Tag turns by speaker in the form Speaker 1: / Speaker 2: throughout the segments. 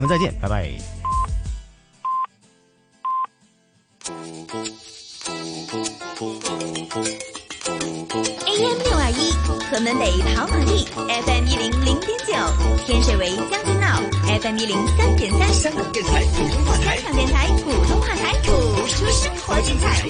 Speaker 1: 我们再见，拜拜。
Speaker 2: AM621河门北跑马地 FM100.9天水围将军澳 FM103.3
Speaker 3: 香港电台普通话台，
Speaker 2: 香港电台普通话台，谱出生活精彩。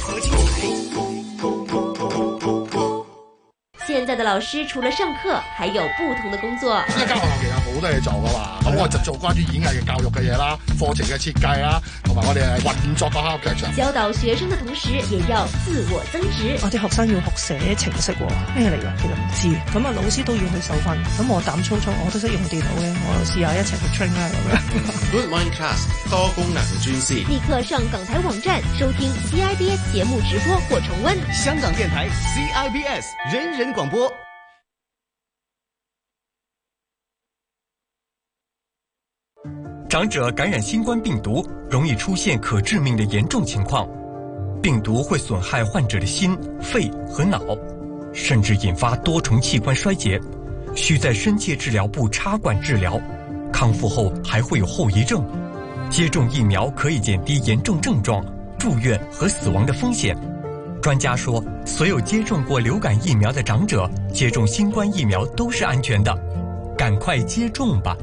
Speaker 2: 现在的老師除了上課，還有不同的工作。
Speaker 4: 一間學校其實好多嘢做噶嘛，咁我就做關於演藝嘅教育嘅嘢啦，課程嘅設計啦，同埋我哋係運作個黑盒劇場。
Speaker 2: 教導學生的同時，也要自我增值。
Speaker 5: 我啲學生要學寫程式喎，咩嚟㗎？其實唔知。咁啊，老師都要去受訓。咁我膽粗粗，我都識用電腦嘅，我試下一齊去 train 啦咁樣。
Speaker 6: Good Mind Class 多功能專師。
Speaker 2: 立刻上港台網站收聽 CIBS 節目直播或重溫。
Speaker 1: 香港電台 CIBS 人人廣播。
Speaker 7: 长者感染新冠病毒容易出现可致命的严重情况，病毒会损害患者的心、肺和脑，甚至引发多重器官衰竭，需在深切治疗部插管治疗，康复后还会有后遗症。接种疫苗可以减低严重症状、住院和死亡的风险。专家说，所有接种过流感疫苗的长者接种新冠疫苗都是安全的，赶快接种吧。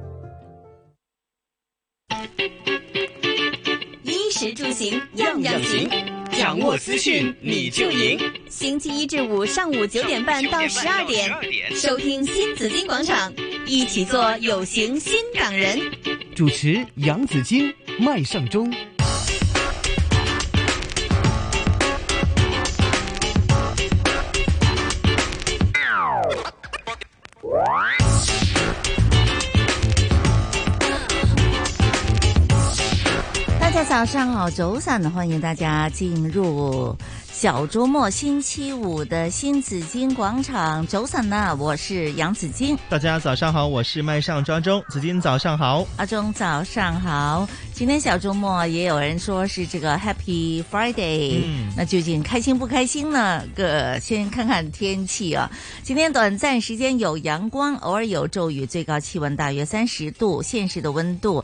Speaker 2: 衣食住行样样行，
Speaker 3: 掌握资讯你就赢。
Speaker 2: 星期一至五上午9点半到12点，收听新紫金广场，一起做有型新港人。
Speaker 1: 主持杨紫金、麦尚中。
Speaker 8: 大家早上好，早晨，欢迎大家进入小周末星期五的新紫金广场。早晨呢，我是杨紫金。
Speaker 1: 大家早上好，我是麦尚庄中。紫金早上好，
Speaker 8: 阿忠早上好。今天小周末也有人说是这个 Happy Friday，那究竟开心不开心呢？先看看天气啊。今天短暂时间有阳光，偶尔有骤雨，最高气温大约30度，现时的温度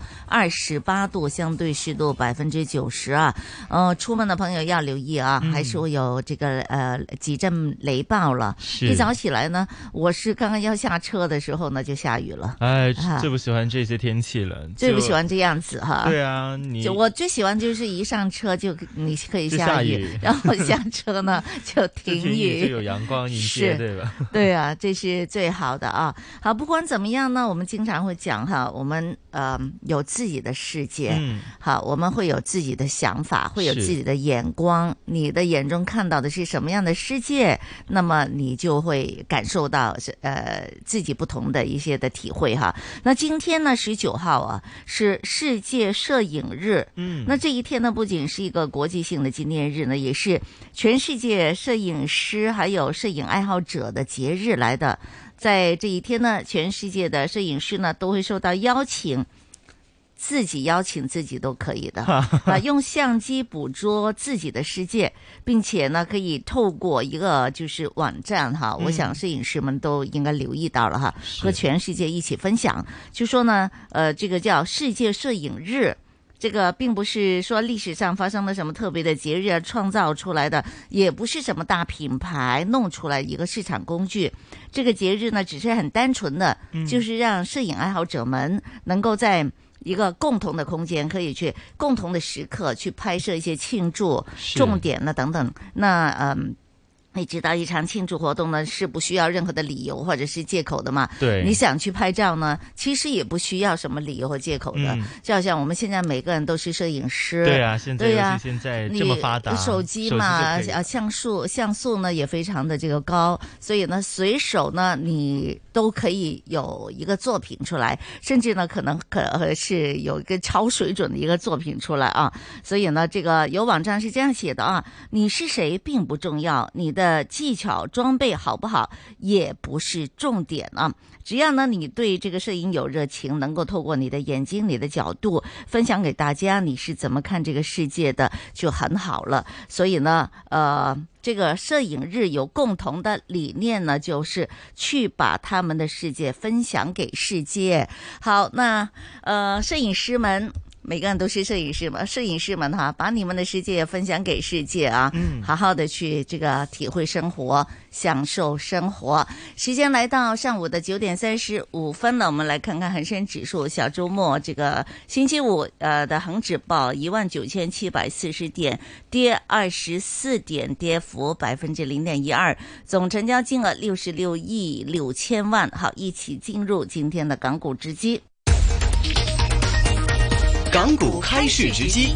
Speaker 8: 28度，相对湿度90%啊。出门的朋友要留意啊，还是会有这个几阵雷暴了。一早起来呢，我是刚刚要下车的时候呢，就下雨了。
Speaker 9: 哎，最不喜欢这些天气了，
Speaker 8: 最不喜欢这样子哈。
Speaker 9: 对啊，
Speaker 8: 我最喜欢就是一上车就你可以下雨，然后下车呢就停雨，
Speaker 9: 就有阳光迎接，对吧？
Speaker 8: 对啊，这是最好的啊。好，不管怎么样呢，我们经常会讲哈，我们有自己的世界，好，我们会有自己的想法，会有自己的眼光，你的眼中看到的是什么样的世界，那么你就会感受到自己不同的一些的体会哈。那今天呢19号啊是世界摄影日，那这一天呢不仅是一个国际性的纪念日呢，也是全世界摄影师还有摄影爱好者的节日来的。在这一天呢，全世界的摄影师呢都会受到邀请，自己邀请自己都可以的用相机捕捉自己的世界，并且呢可以透过一个就是网站哈，我想摄影师们都应该留意到了哈，和全世界一起分享。就说呢这个叫世界摄影日，这个并不是说历史上发生了什么特别的节日创造出来的，也不是什么大品牌弄出来一个市场工具。这个节日呢只是很单纯的就是让摄影爱好者们能够在一个共同的空间，可以去共同的时刻去拍摄一些庆祝重点呢等等。那你知道一场庆祝活动呢是不需要任何的理由或者是借口的嘛？对，你想去拍照呢，其实也不需要什么理由和借口的。就好像我们现在每个人都是摄影师，
Speaker 9: 对啊，现在这么发达，
Speaker 8: 手机嘛，像素呢也非常的这个高，所以呢随手呢你都可以有一个作品出来，甚至呢可能是有一个超水准的一个作品出来啊。所以呢这个有网站是这样写的啊，你是谁并不重要，你的技巧装备好不好也不是重点啊，只要呢你对这个摄影有热情，能够透过你的眼睛你的角度分享给大家你是怎么看这个世界的就很好了。所以呢这个摄影日有共同的理念呢，就是去把他们的世界分享给世界。好，那摄影师们。每个人都是摄影师嘛，摄影师们哈，把你们的世界分享给世界啊，好好的去这个体会生活，享受生活。时间来到上午的9点35分了，我们来看看恒生指数小周末这个星期五的恒指报19740点，跌24点，跌幅0.12%，总成交金额66亿6千万。好，一起进入今天的港股直击。
Speaker 3: 港股开市直击，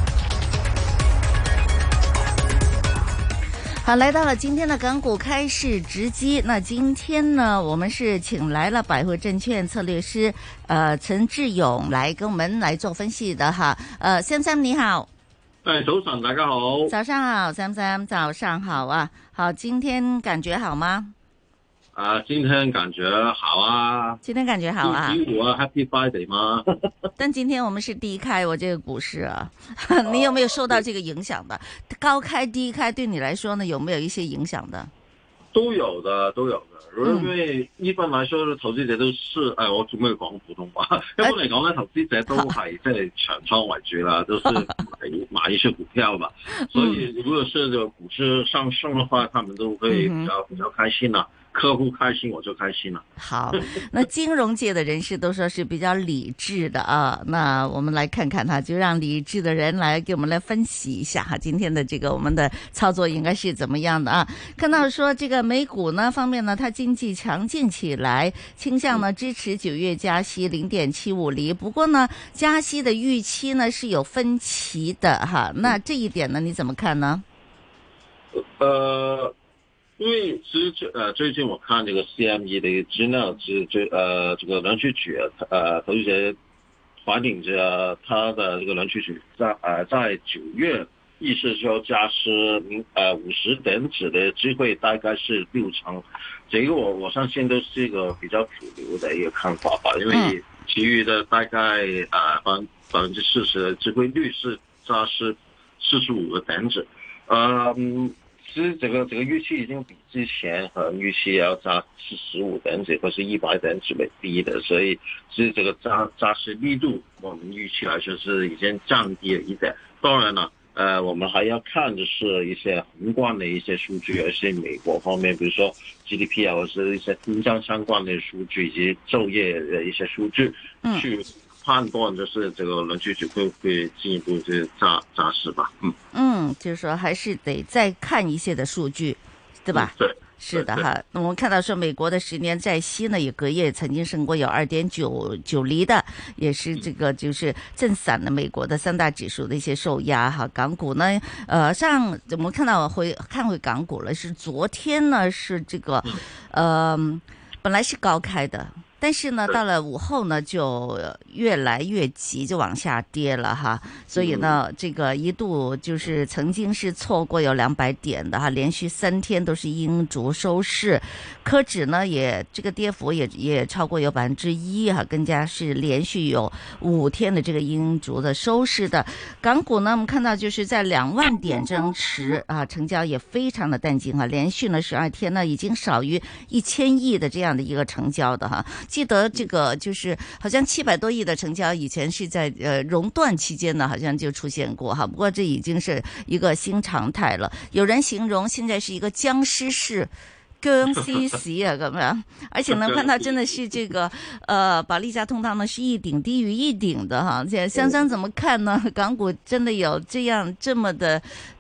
Speaker 8: 好，来到了今天的港股开市直击。那今天呢，我们是请来了百惠证券策略师陈志勇来跟我们来做分析的哈。Sam 你好。
Speaker 10: 早晨，大家好。
Speaker 8: 早上好 ，Sam 早上好啊。好，今天感觉好吗？
Speaker 10: 今天感觉好啊。
Speaker 8: 今天感觉好啊。
Speaker 10: 星期五啊 ，Happy Friday 吗？
Speaker 8: 但今天我们是低开，我这个股市啊，你有没有受到这个影响的？高开低开对你来说呢，有没有一些影响的？
Speaker 10: 都有的。因為一般來說，投資者都是我做咩講普通話？一般嚟講咧，投資者都係即係長倉為主啦，都是買一些股票嘛。所以如果是這個股市上升的話，他們都會比較開心啦。客戶開心，我就開心了。
Speaker 8: 好，那金融界的人士都說是比較理智的啊。那我們來看看哈，就讓理智的人來給我們來分析一下哈，今天的這個我們的操作應該是怎麼樣的啊？看到說這個美股呢方面呢，它經濟強勁起來，傾向呢支持9月加息0.75厘。不過呢，加息的預期呢是有分歧的哈。那這一點呢，你怎麼看呢？
Speaker 10: 因為其實最近我看這個 CME 的資料，這個聯儲局投資者反映着他的這個聯儲局在9月意識說加息50點子的機會大概是60%，這個我相信都是一個比較主流的一個看法吧，因為其餘的大概40%的機會率是加息45個點子，其實這個預期已經比之前和預期要加45點子或是100點子為低的，所以其實這個加息力度，我們預期來說是已經降低了一點。當然了，我們還要看的是一些宏觀的一些數據，而是美國方面，比如說 GDP 啊，或是一些通脹相關的數據以及就業的一些數據，去判斷就是這個聯儲局會不會進一步就加息吧。
Speaker 8: 就是說還是得再看一些的數據，對吧？
Speaker 10: 對，
Speaker 8: 是的哈。我們看到說美國的10年債息呢，也隔夜曾經升過有2.99厘的，也是這個就是震散了美國的3大指數的一些受壓哈。港股呢，我們看回港股了，是昨天呢是這個本來是高開的。但是呢，到了午後呢，就越來越急，就往下跌了哈。所以呢，這個一度就是曾經是錯過有200點的哈，連續3天都是陰燭收市。科指呢，也這個跌幅也超過有1%哈，更加是連續有5天的這個陰燭的收市的。港股呢，我們看到就是在2萬點爭持啊，成交也非常的淡靜哈，連續呢12天呢，已經少於1000億的這樣的一個成交的哈。記得這個就是好像700多億的成交，以前是在熔斷期間呢，好像就出現過哈。不過這已經是一個新常態了。有人形容現在是一個僵屍市。僵屍市啊咁樣，而且呢看到真的是這個保利加通道呢是一頂低於一頂的哈。香香怎麼看呢？港股真的有這麼的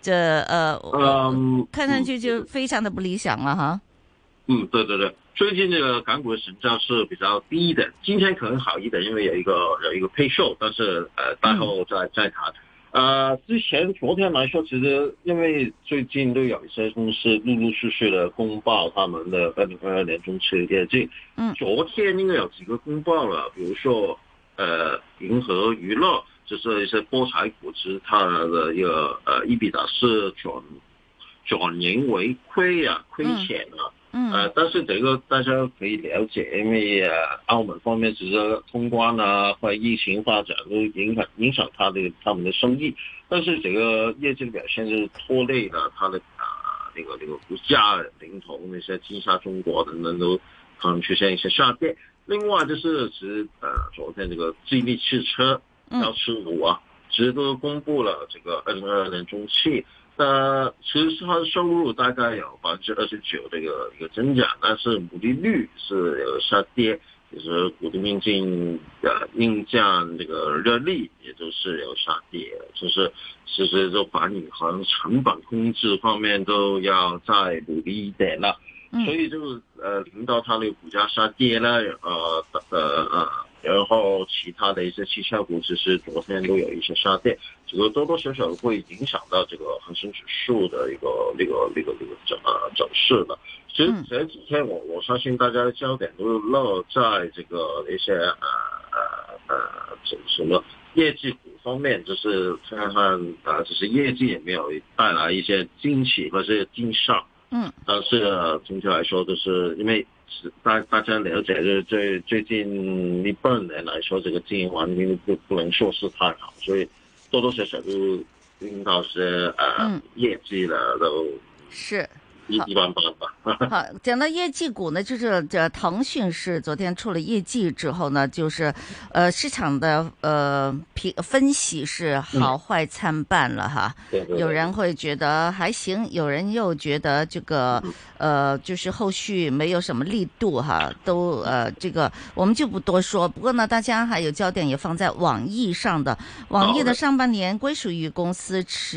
Speaker 8: 看上去就非常的不理想了哈。
Speaker 10: 對，最近這個港股的成交是比較低的，今天可能好一點，因為有一個配售，但是待後再談。之前昨天來說，其實因為最近都有一些公司陸陸續續的公報他們的2022年中期業績。昨天應該有幾個公報了，比如說銀河娛樂，就是一些博彩股，其實它的一個EBITDA 是轉盈為虧啊，虧錢啊。但是這個大家可以了解，因為澳門方面其實通關啊或者疫情發展都影響他們的生意，但是這個業績的表現是拖累了他的那个股价领头那些金沙中国等等都可能出现一些下跌。另外就是其实昨天这个吉利汽车175啊，其实都公布了这个2022年中期。其实它的收入大概有29%的一个增长，但是毛利率是有下跌，就是股东应占这个热力也就是有下跌，就是其实就反映好像成本控制方面都要再努力一点了，所以就令到它的股价下跌了，然后其他的一些汽车股其实昨天都有一些下跌，这个多多少少会影响到这个恒生指数的一个走势的。其实前几天我相信大家的焦点都落在这个一些什么业绩股方面，就是看看只是业绩也没有带来一些惊喜或是惊吓。但是总体来说，就是因为大家了解，就是最近一半年来说，这个经营环境不能说是太好，所以多多少少都令到是业绩了都
Speaker 8: 是
Speaker 10: 一般般吧。
Speaker 8: 好，讲到业绩股呢，就是腾讯是昨天出了业绩之后呢，就是市场的分析是好坏参半了哈。有人会觉得还行，有人又觉得这个就是后续没有什么力度哈，都这个我们就不多说。不过呢，大家还有焦点也放在网易上的，网易的上半年归属于公司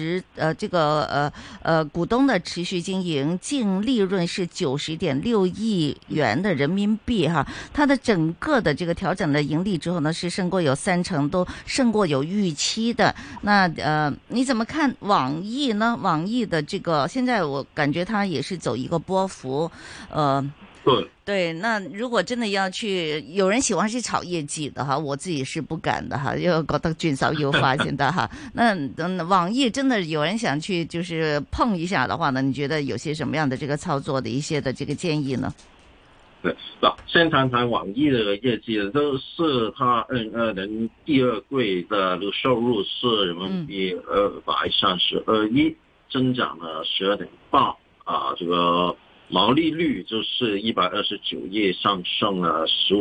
Speaker 8: 股东的持续经营，净利润是90.6亿元的人民币哈，它的整个的这个调整的盈利之后呢，是胜过有30%，都胜过有预期的。那你怎么看网易呢？网易的这个现在我感觉它也是走一个波幅，对，那如果真的要去，有人喜欢去炒业绩的哈，我自己是不敢的哈，因为覺得轉手要快現在哈。那網易真的有人想去就是碰一下的話呢，你覺得有些什麼樣的這個操作的一些的這個建議呢？
Speaker 10: 对，先談談網易的業績，就是它2022年第二季的收入是人民幣232億，增長了12.8%這個毛利率就是129億，上升了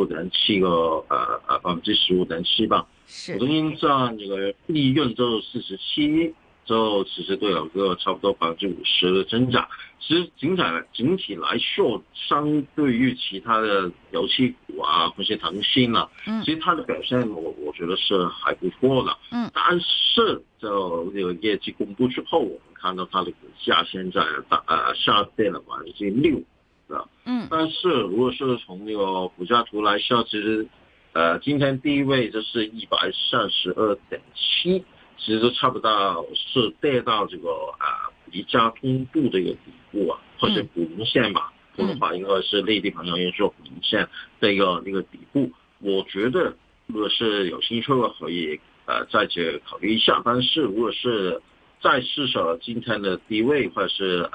Speaker 10: 15.7%吧。股东應占這個利潤就47億，就其實都有個差不多50%的增長。其實整體來說，相對於其他的遊戲股啊，或者騰訊啊，其實它的表現我覺得是還不錯的。但是就這個業績公布之後，我們看到它的股價現在下跌了6%的。但是如果是從這個股價圖來說，其實今天第一位就是132.7，其實都差不多是跌到這個比價通道的一個底部啊，或者股零線吧，普通話應該是內地朋友也說股零線的一個底部。我覺得如果是有興趣的可以再去考慮一下，但是如果是再試試今天的低位或者是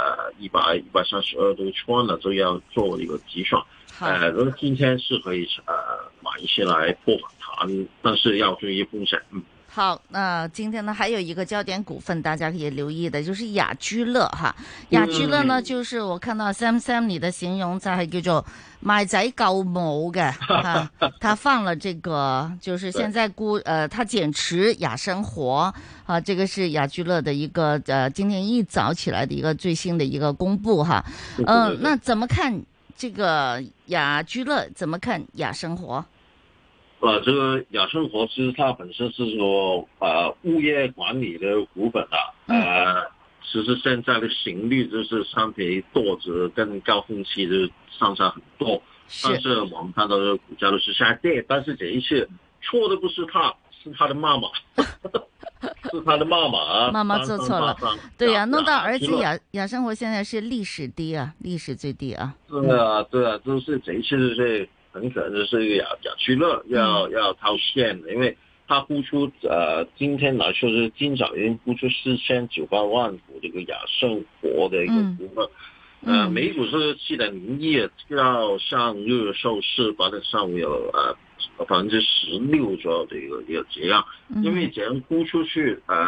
Speaker 10: 132都穿了，就要做一個急轉。如果今天是可以買一些來破反彈，但是要注意風險。
Speaker 8: 好，那今天呢還有一個焦點股份，大家可以留意的，就是雅居樂哈。雅居樂呢，就是我看到 Sam 你的形容就係叫做賣仔救母嘅哈，他放了這個，就是現在他減持雅生活啊，這個是雅居樂的一個今天一早起來的一個最新的一個公布哈。那怎麼看這個雅居樂？怎麼看雅生活？
Speaker 10: 這個雅生活其實它本身是說物業管理的股本其實現在的盈率就是相比多子跟高峰期就上漲很多，但是我們看到的股價都是下跌，但是這一次錯的不是他，是他的媽媽是他的媽媽
Speaker 8: 做錯了，對呀，弄到兒子雅生活現在是歷史低啊，歷史最低啊。
Speaker 10: 對啊，就是這一次就是很可能就是雅居樂要套現的，因為他沽出今天來說是今早已經沽出4900萬股這個雅生活的一個股份，每股是7.01，要上日收市8點上午有16%左右的一個結量，因為這樣沽出去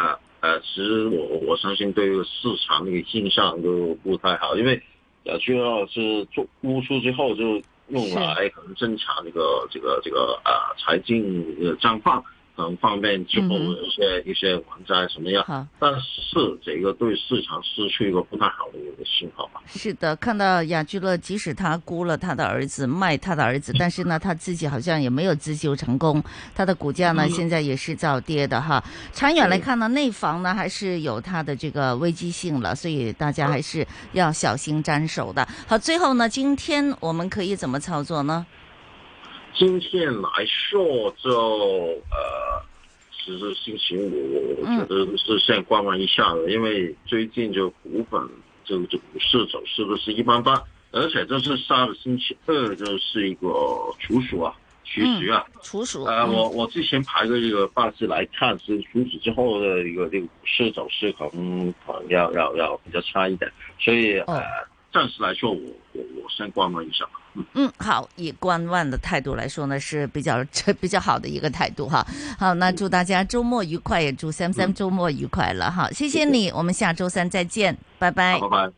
Speaker 10: 其实我相信对市场那个印象都不太好，因为雅居乐是沽出之后就用来可能增强这个财经账放，可能方便之后一些玩家什么样，但是这个对市场失去一个不太好的一个信号吧。
Speaker 8: 是的，看到雅居乐即使他沽了他的儿子，卖他的儿子，但是呢他自己好像也没有自救成功，他的股价呢现在也是照跌的哈。长远来看呢，内房呢还是有它的这个危机性了，所以大家还是要小心沾手的。好，最后呢，今天我们可以怎么操作呢？
Speaker 10: 今天来说就其实星期五我觉得是先观望一下的，因为最近就股本这股市走势都是一般般，而且这是下个星期二就是一个处暑啊，取时啊，
Speaker 8: 处暑。
Speaker 10: 我之前排个这个八字来看，是处暑之后的一个这个股市走势可能要比较差一点，所以暂时来说我先观望一下。
Speaker 8: 好，以观望的态度来说呢，是比较好的一个态度哈。好，那祝大家周末愉快，也祝Sam周末愉快了哈。谢谢你，我们下周三再见，拜拜。
Speaker 10: 拜拜。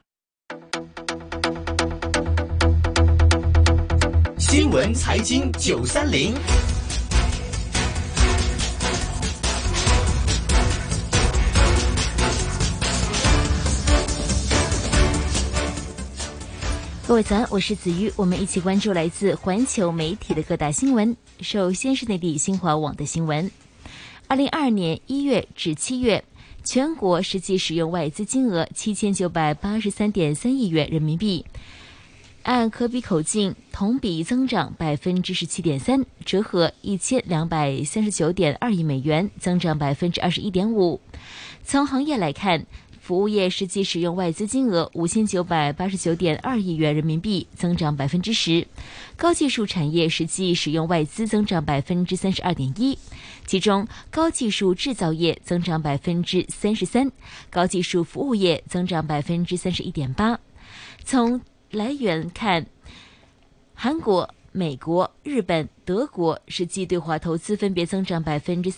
Speaker 3: 新闻财经930。
Speaker 11: 各位早安，我是子瑜，我们一起关注来自环球媒体的各大新闻。首先是内地新华网的新闻。2022年1月至7月，全国实际使用外资金额7983.3亿元人民币，按可比口径同比增长17.3%，折合1239.2亿美元，增长21.5%。从行业来看，服务业实际使用外资金额5989.2亿元人民币，增长10%。高技术产业实际使用外资增长32.1%，其中高技术制造业增长33%，高技术服务业增长31.8%。从来源看，韩国、美国、日本、德国实际对华投资分别增长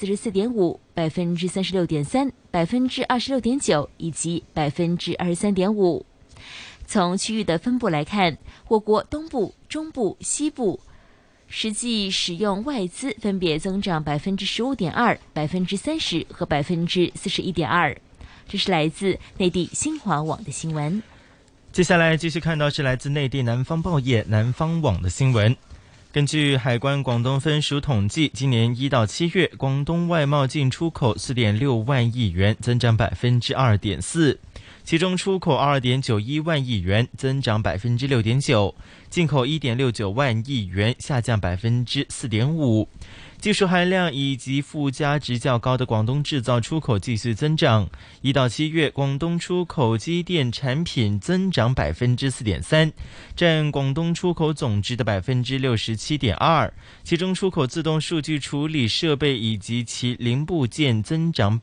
Speaker 11: 44.5%、36.3%、26.9%以及23.5%。从区域的分布来看，我国东部、中部、西部实际使用外资分别增长15.2%、30%和41.2%。这是来自内地新华网的新闻。
Speaker 1: 接下来继续看到是来自内地南方报业南方网的新闻。根据海关广东分署统计，今年1到7月，广东外贸进出口4.6万亿元，增长2.4%，其中出口2.91万亿元，增长6.9%，进口1.69万亿元，下降4.5%。技术含量以及附加值较高的广东制造出口继续增长。1到7月，广东出口机电产品增长4.3%，占广东出口总值的67.2%。其中出口自动数据处理设备以及其零部件增长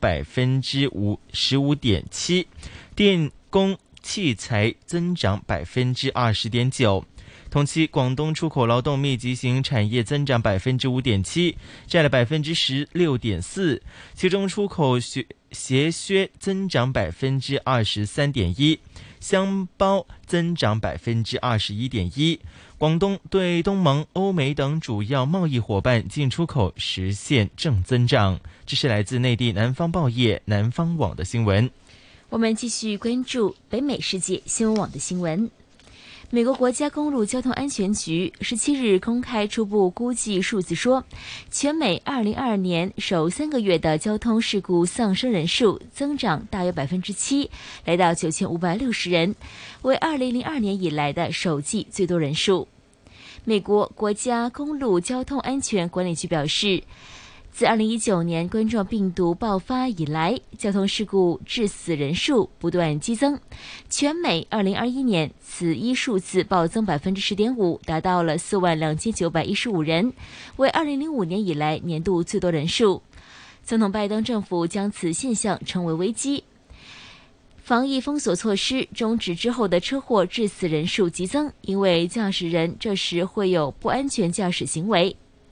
Speaker 1: 15.7%，电工器材增长20.9%。同期，广东出口劳动密集型产业增长5.7%，占了16.4%，其中出口鞋靴增长23.1%，箱包增长21.1%。广东对东盟、欧美等主要贸易伙伴进出口实现正增长。这是来自内地南方报业南方网的新闻。
Speaker 11: 我们继续关注北美世界新闻网的新闻。美国国家公路交通安全局17日公开初步估计数字说，全美2022年首3个月的交通事故丧生人数增长大约7%，来到9560人，为2002年以来的首季最多人数。美国国家公路交通安全管理局表示，自2019年冠状病毒爆发以来，交通事故致死人数不断激增。全美2021年此一数字暴增10.5%，达到了42915人，为2005年以来年度最多人数。总统拜登政府将此现象称为危机。防疫封锁措施终止之后的车祸致死人数激增，因为驾驶人这时会有不安全驾驶行为。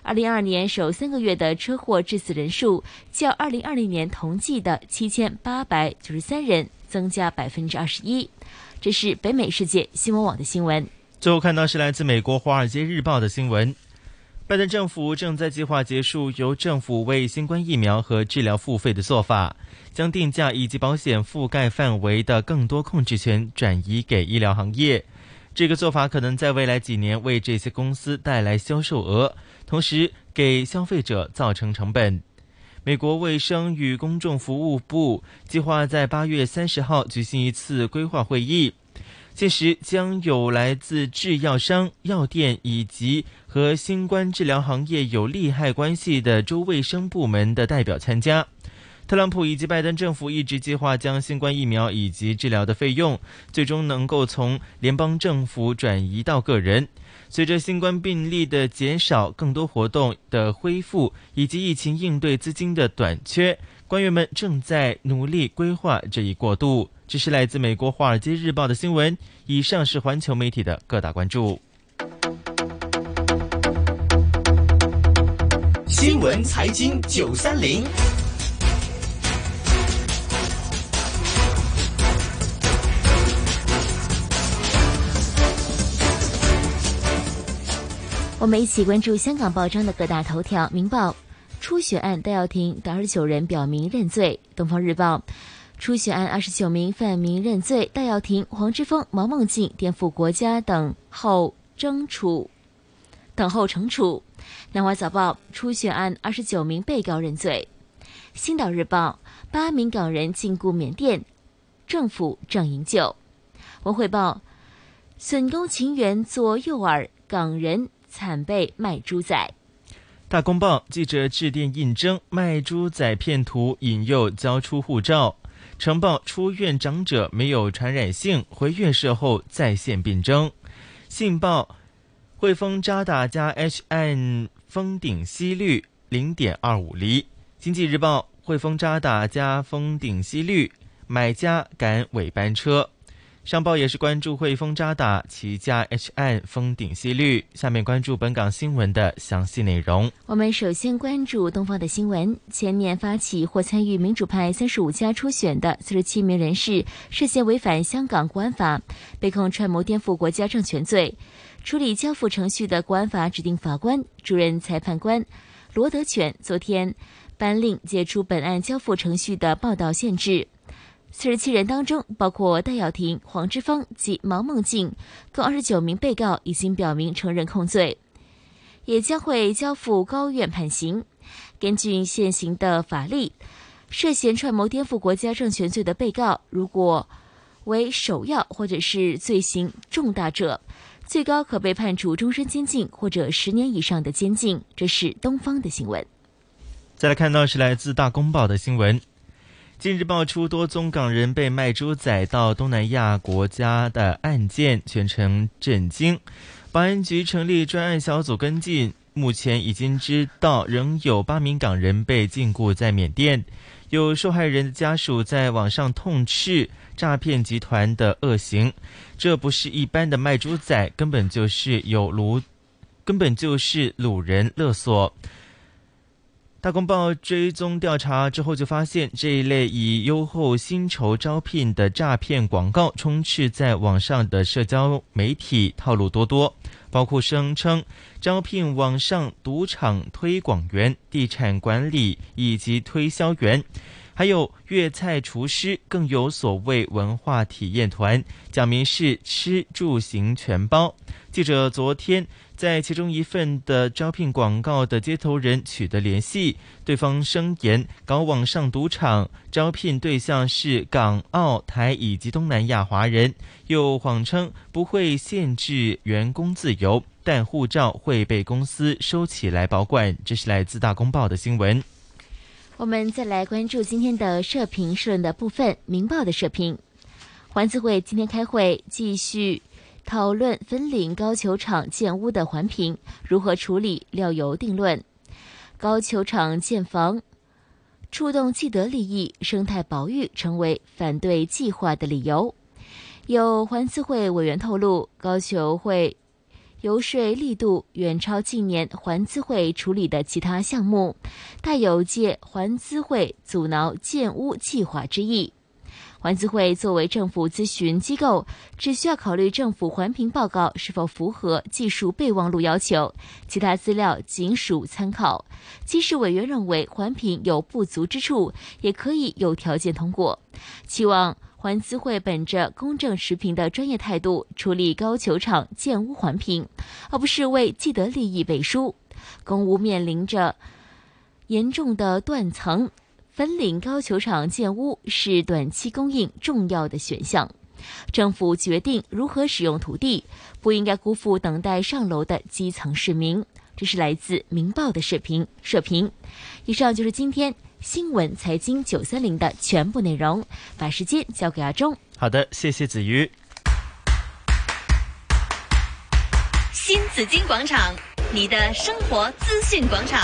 Speaker 11: 2022年首3个月的车祸致死人数较2020年同季的7893人增加21%。这是北美世界新闻网的新闻。
Speaker 1: 最后看到是来自美国《华尔街日报》的新闻。拜登政府正在计划结束由政府为新冠疫苗和治疗付费的做法，将定价以及保险覆盖范围的更多控制权转移给医疗行业。这个做法可能在未来几年为这些公司带来销售额，同时给消费者造成成本。美国卫生与公众服务部计划在8月30号举行一次规划会议，届时将有来自制药商、药店以及和新冠治疗行业有利害关系的州卫生部门的代表参加。特朗普以及拜登政府一直计划将新冠疫苗以及治疗的费用最终能够从联邦政府转移到个人。随着新冠病例的减少、更多活动的恢复以及疫情应对资金的短缺，官员们正在努力规划这一过渡。这是来自美国《华尔街日报》的新闻。以上是环球媒体的各大关注。
Speaker 3: 新闻财经930。
Speaker 11: 我们一起关注香港报章的各大头条。明报：初选案戴耀廷等29人表明认罪。东方日报：初选案29名犯明认罪，戴耀廷、黄之锋、毛孟静颠覆国家等候惩处。南华早报：初选案29名被告认罪。星岛日报：8名港人禁锢缅甸，政府正营救。文汇报：损公情员做诱饵，港人惨被卖猪仔。
Speaker 1: 大公报：记者致电应征，卖猪仔骗徒引诱交出护照。呈报：出院长者没有传染性，回院舍后再现病征。信报：汇丰渣打加 H 按封顶息率 0.25 厘。经济日报：汇丰渣打加封顶息率，买家赶尾班车。商报也是关注汇丰渣打旗下 H 按封顶息率。下面关注本港新闻的详细内容。
Speaker 11: 我们首先关注东方的新闻。前年发起或参与民主派35家初选的47名人士涉嫌违反香港国安法，被控串谋颠覆国家政权罪。处理交付程序的国安法指定法官主任裁判官罗德全昨天颁令解除本案交付程序的报道限制。47人当中包括戴耀廷、黄之锋及毛孟静，共29名被告已经表明承认控罪，也将会交付高院判刑。根据现行的法律，涉嫌串谋颠覆国家政权罪的被告，如果为首要或者是罪行重大者，最高可被判处终身监禁或者10年以上的监禁。这是东方的新闻。
Speaker 1: 再来看到是来自大公报的新闻。近日爆出多宗港人被卖猪仔到东南亚国家的案件，全城震惊。保安局成立专案小组跟进，目前已经知道仍有8名港人被禁锢在缅甸。有受害人的家属在网上痛斥诈骗集团的恶行，这不是一般的卖猪仔，根本就是掳人勒索。大公报追踪调查之后就发现，这一类以优厚薪酬招聘的诈骗广告充斥在网上的社交媒体，套路多多，包括声称招聘网上赌场推广员、地产管理以及推销员，还有粤菜厨师，更有所谓文化体验团，讲明是吃住行全包。记者昨天在其中一份的招聘广告的接头人取得联系，对方声言搞网上赌场，招聘对象是港、澳、台以及东南亚华人，又谎称不会限制员工自由，但护照会被公司收起来保管。这是来自大公报的新闻。
Speaker 11: 我们再来关注今天的社评社论的部分。明报的社评：环资会今天开会，继续讨论粉岭高球场建屋的环评如何处理，料有定论。高球场建房触动既得利益，生态保育成为反对计划的理由。有环资会委员透露，高球会游说力度远超近年环资会处理的其他项目，带有借环资会阻挠建屋计划之意。环资会作为政府咨询机构，只需要考虑政府环评报告是否符合技术备忘录要求，其他资料仅属参考。即使委员认为环评有不足之处，也可以有条件通过。期望环资会本着公正持平的专业态度处理高球场建屋环评，而不是为既得利益背书。公屋面临着严重的断层，分龄高球场建屋是短期供应重要的选项。政府决定如何使用土地，不应该辜负等待上楼的基层市民。这是来自《明报》的社评。以上就是今天新闻财经930的全部内容，把时间交给阿忠。
Speaker 1: 好的，谢谢子瑜。
Speaker 2: 新紫金广场，你的生活资讯广场。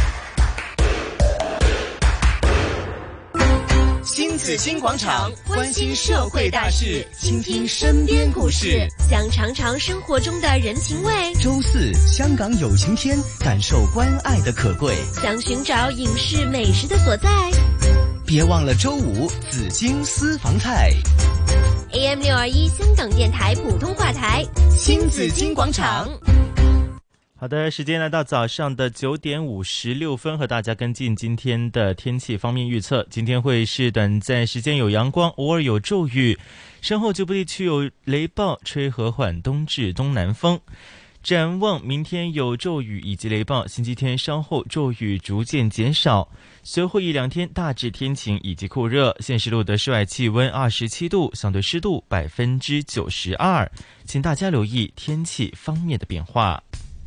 Speaker 3: 新紫金广场，关心社会大事，倾听身边故事，
Speaker 2: 想尝尝生活中的人情味。
Speaker 3: 周四，香港有晴天，感受关爱的可贵。
Speaker 2: 想寻找影视美食的所在，
Speaker 3: 别忘了周五紫金私房菜。
Speaker 2: AM 621香港电台普通话台，
Speaker 3: 新紫金广场。
Speaker 1: 好的，时间来到早上的9点56分，和大家跟进今天的天气方面预测。今天会是短暂时间有阳光，偶尔有骤雨，身后局部地区有雷暴，吹和缓东至东南风。展望明天有骤雨以及雷暴，星期天稍后骤雨逐渐减少，随后1-2天大致天晴以及酷热。现时录得室外气温27度，相对湿度92%，请大家留意天气方面的变化。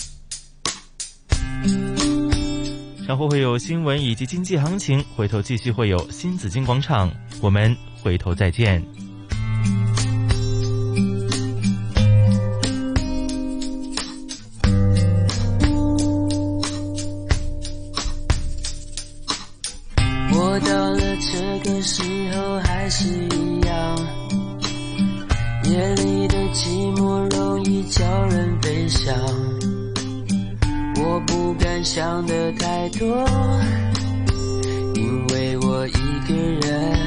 Speaker 1: 稍后会有新闻以及经济行情，回头继续会有新紫金广场，我们回头再见。
Speaker 12: 我到了这个时候还是一样，夜里的寂寞容易叫人悲伤，我不敢想得太多，因为我一个人。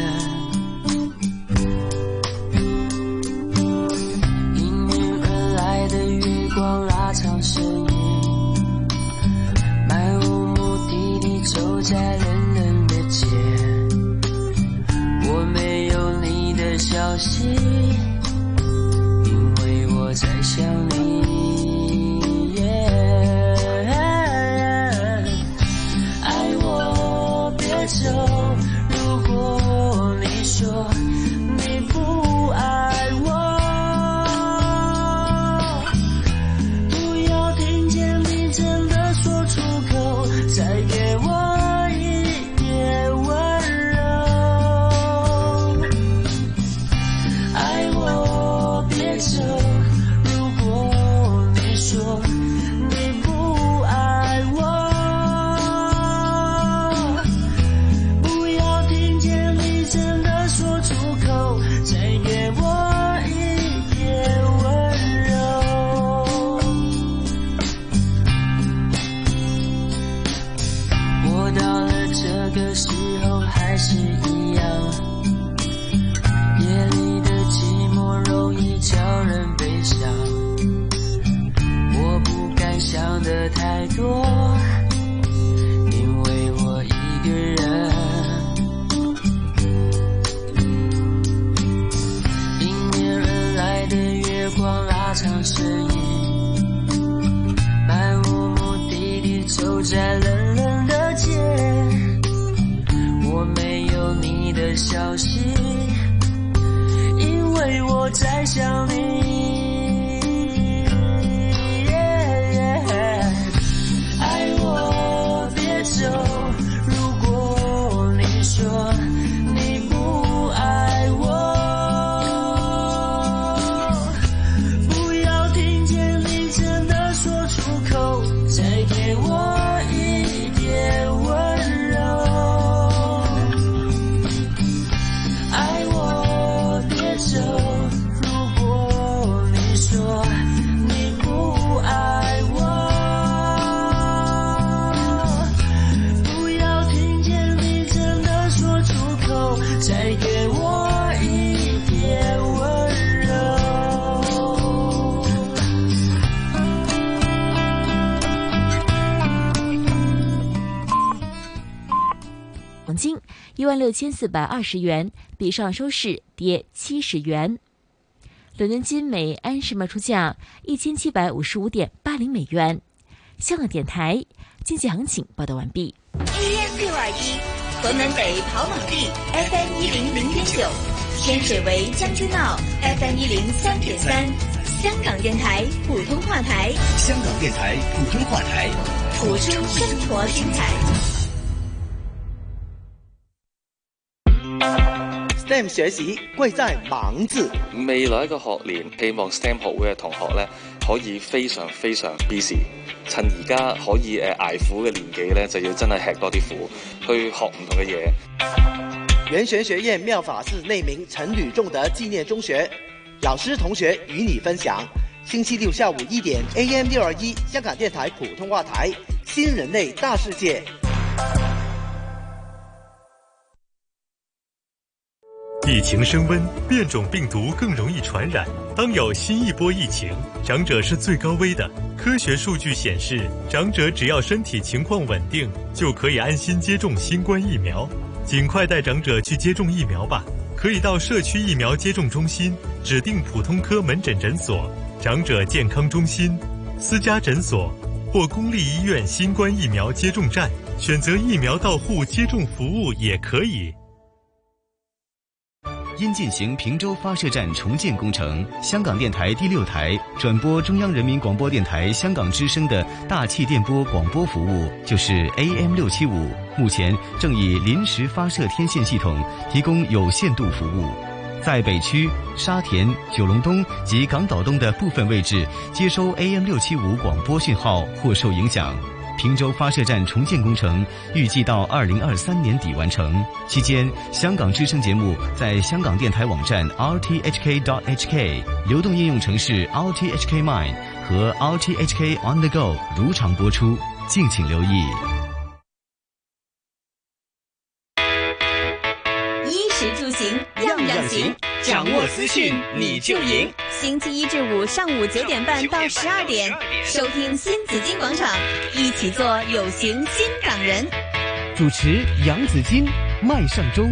Speaker 12: 迎面而来的月光拉长身影，漫无目的地走在冷冷的街，我没有你的消息，因为我在想你。如果你说你不爱我，不要听见你真的说出口，再给我一点温柔。爱我别走，如果你说你不爱我，再给我一点温柔。我到了这个时候还是一样，夜里的寂寞容易叫人悲伤，我不敢想得太多，因为我一个人。光拉长身影，漫无目的地走在冷冷的街，我没有你的消息，因为我在想你。爱我别走，如果你说你不爱我，再给我一点温柔。爱我别走，如果再给我一点温柔。
Speaker 11: 黄金16420元，比上收市跌70元。伦敦金每安士卖出价1755.80美元。香港电台经济行情报道完毕。
Speaker 2: AM621，河门北跑马地 FM100.9，天水围将军澳 FM103.3，香港电台普通话台，
Speaker 3: 香港电台普通话台，
Speaker 2: 谱出生活精彩。
Speaker 13: STEM 學習貴在盲字。
Speaker 14: 未來一個學年，希望 STEM 學會嘅同學咧，可以非常 busy， 趁而家可以捱苦嘅年紀咧，就要真係吃多啲苦，去學唔同嘅嘢。
Speaker 13: 元玄學院妙法寺內明陳呂仲德紀念中學，老師同學與你分享。星期六下午1點 AM621 香港電台普通話台，新人類大世界。
Speaker 7: 疫情升温，变种病毒更容易传染。当有新一波疫情，长者是最高危的。科学数据显示，长者只要身体情况稳定，就可以安心接种新冠疫苗。尽快带长者去接种疫苗吧，可以到社区疫苗接种中心、指定普通科门诊诊所、长者健康中心、私家诊所或公立医院新冠疫苗接种站，选择疫苗到户接种服务也可以。
Speaker 15: 因进行平洲发射站重建工程，香港电台第6台转播中央人民广播电台香港之声的大气电波广播服务，就是 AM675，目前正以临时发射天线系统提供有限度服务。在北区、沙田、九龙东及港岛东的部分位置接收 AM675 广播讯号或受影响。平洲发射站重建工程预计到2023年底完成，期间香港之声节目在香港电台网站 rthk.hk、 流动应用程式 rthk Mine 和 rthk On The Go 如常播出，敬请留意。
Speaker 2: 衣食住行样样行，
Speaker 3: 掌握资讯你就赢。
Speaker 2: 星期1至5上午9点半到12点，收听新紫金广场，一起做有型新港人。
Speaker 3: 主持杨紫金、麦尚中。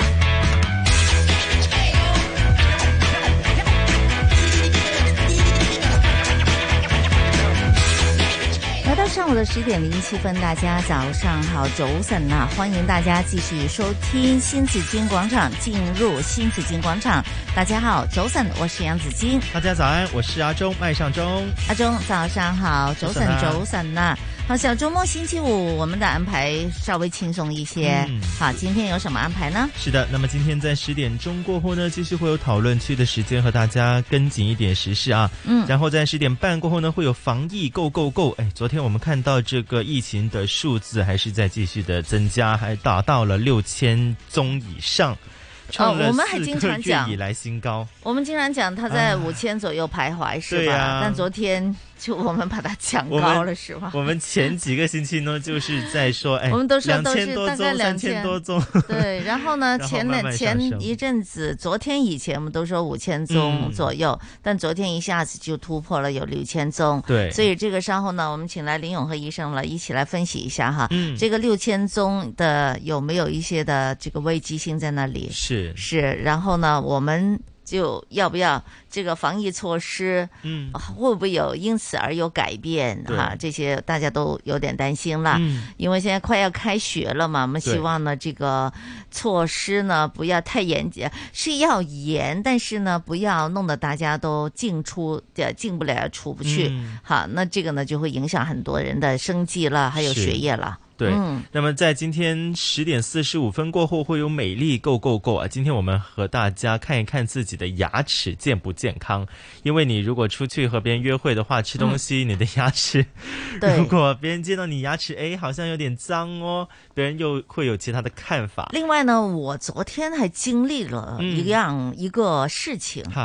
Speaker 8: 来到上午的10點07分，大家早上好，早晨啊！歡迎大家繼續收聽新紫荊廣場，進入新紫荊廣場。大家好，早晨，我是楊子矜。
Speaker 1: 大家早安，我是阿中，麥尚中。
Speaker 8: 阿中，早上好，早晨，早晨啊！好，小周末星期五，我们的安排稍微轻鬆一些。好，今天有什麼安排呢？
Speaker 1: 是的，那麼今天在10點鐘過後呢，繼續會有討論區的時間和大家跟緊一點時事啊。然後在10點半過後呢，會有防疫 Go Go Go。昨天我們看到這個疫情的數字還是在繼續的增加，還達到了6000宗以上。
Speaker 8: 我們還經常講
Speaker 1: 以來新高。
Speaker 8: 我們經常講它在5000左右徘徊，是吧？但昨天就我們把它講高了，是吧？
Speaker 1: 我們前幾個星期呢，就是在說，
Speaker 8: 我們都說都是
Speaker 1: 大
Speaker 8: 概
Speaker 1: 2000多宗。
Speaker 8: 對，然後呢，前一陣子，昨天以前我們都說5000宗左右，但昨天一下子就突破了有6000宗。
Speaker 1: 對，
Speaker 8: 所以這個稍後呢，我們請來林永和醫生來一起來分析一下哈，這個6000宗的有沒有一些的這個危機性在那裡？是，然後呢，我們就要不要這個防疫措施，會不會有因此而有改變哈？這些大家都有點擔心了，因為現在快要開學了嘛，我們希望呢這個措施呢不要太嚴，是要嚴，但是呢不要弄得大家都進不了出不去，好，那這個呢就會影響很多人的生計了，還有學業了。
Speaker 1: 對，那麼在今天10點45分過後會有美麗 Go Go Go 啊！今天我們和大家看一看自己的牙齒健不健康，因為你如果出去和別人約會的話，吃東西你的牙齒，如果別人見到你牙齒好像有點髒哦，別人又會有其他的看法。
Speaker 8: 另外呢，我昨天還經歷了一個事情。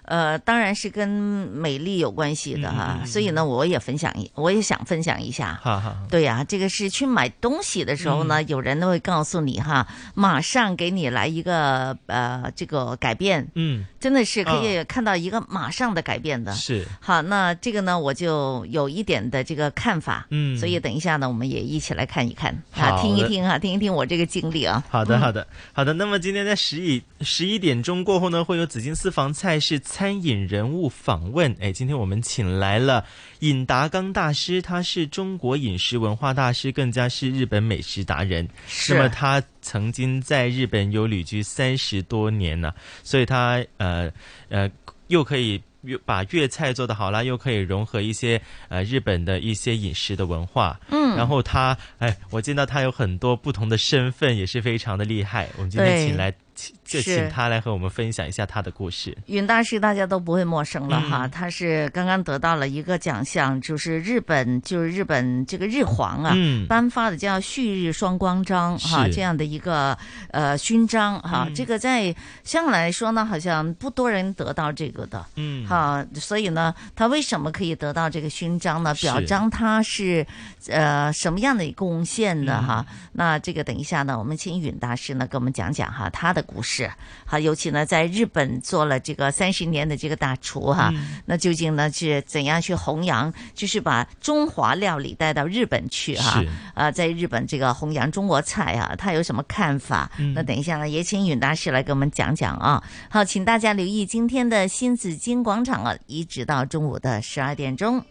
Speaker 8: 当然是跟美丽有关系的哈，所以呢，我也想分享一下。对呀，这个是去买东西的时候呢，有人会告诉你哈，马上给你来一个这个改变，真的是可以看到一个马上的改变的。
Speaker 1: 是
Speaker 8: 好，那这个呢，我就有一点的这个看法，所以等一下呢，我们也一起来看一看听一听我这个经历啊。
Speaker 1: 好的。那么今天在11点钟过后呢，会有紫金私房菜是餐饮人物访问。今天我们请来了尹达刚大师，他是中国饮食文化大师，更加是日本美食达人。那么他曾经在日本有旅居30多年呢，所以他又可以把粤菜做得好啦，又可以融合一些日本的一些饮食的文化。然后他我见到他有很多不同的身份，也是非常的厉害。我们今天请他来和我们分享一下他的故事。
Speaker 8: 尹大师大家都不会陌生了哈，他是刚刚得到了一个奖项，就是日本这个日皇颁发的叫旭日双光章哈，这样的一个勋章哈。这个在香港来说呢，好像不多人得到这个的，所以呢，他为什么可以得到这个勋章呢？表彰他是什么样的一个贡献的哈。那这个等一下呢，我们请尹大师呢跟我们讲讲哈他的故事。好，尤其呢在日本做了这个30年的这个大厨哈，那究竟呢是怎样去弘扬，就是把中华料理带到日本去哈？在日本这个弘扬中国菜啊，他有什么看法？那等一下呢，也请尹大师来给我们讲讲啊。好，请大家留意今天的新紫金广场啊，一直到中午的12点钟。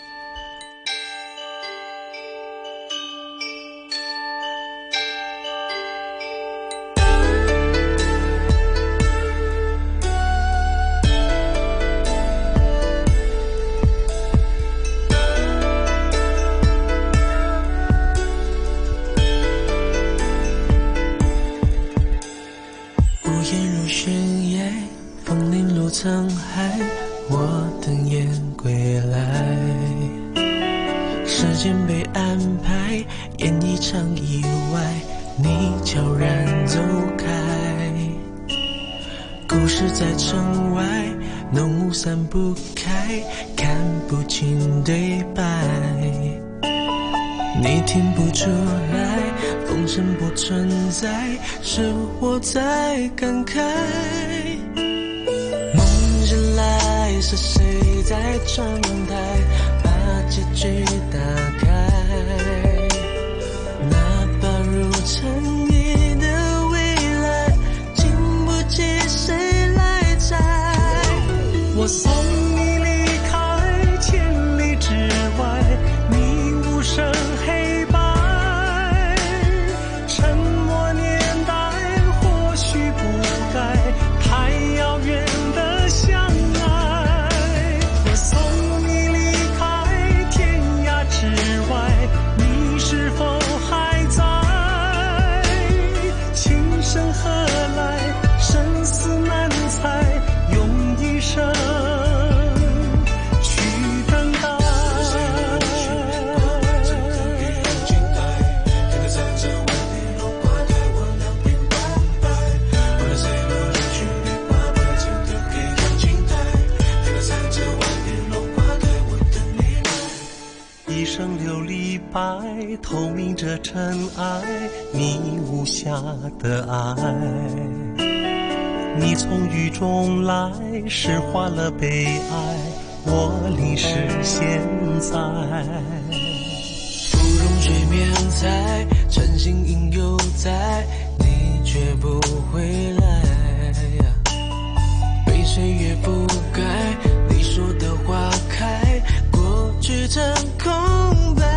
Speaker 12: 沧海，我等雁归来。时间被安排，演一场意外，你悄然走开。故事在城外，浓雾散不开，看不清对白。你听不出来，风声不存在，是我在感慨。是谁在窗台把结局打开？哪怕如尘埃的未来，经不起谁来摘。我送你离开千里之外，你无声黑白。沉默年代或许不该太遥远的相爱。透明着尘埃，你无瑕的爱。你从雨中来，诗化了悲哀，我淋湿现在。芙蓉水面在，晨星影犹在，你却不回来。被岁月覆盖，你说的花开，过去成空白。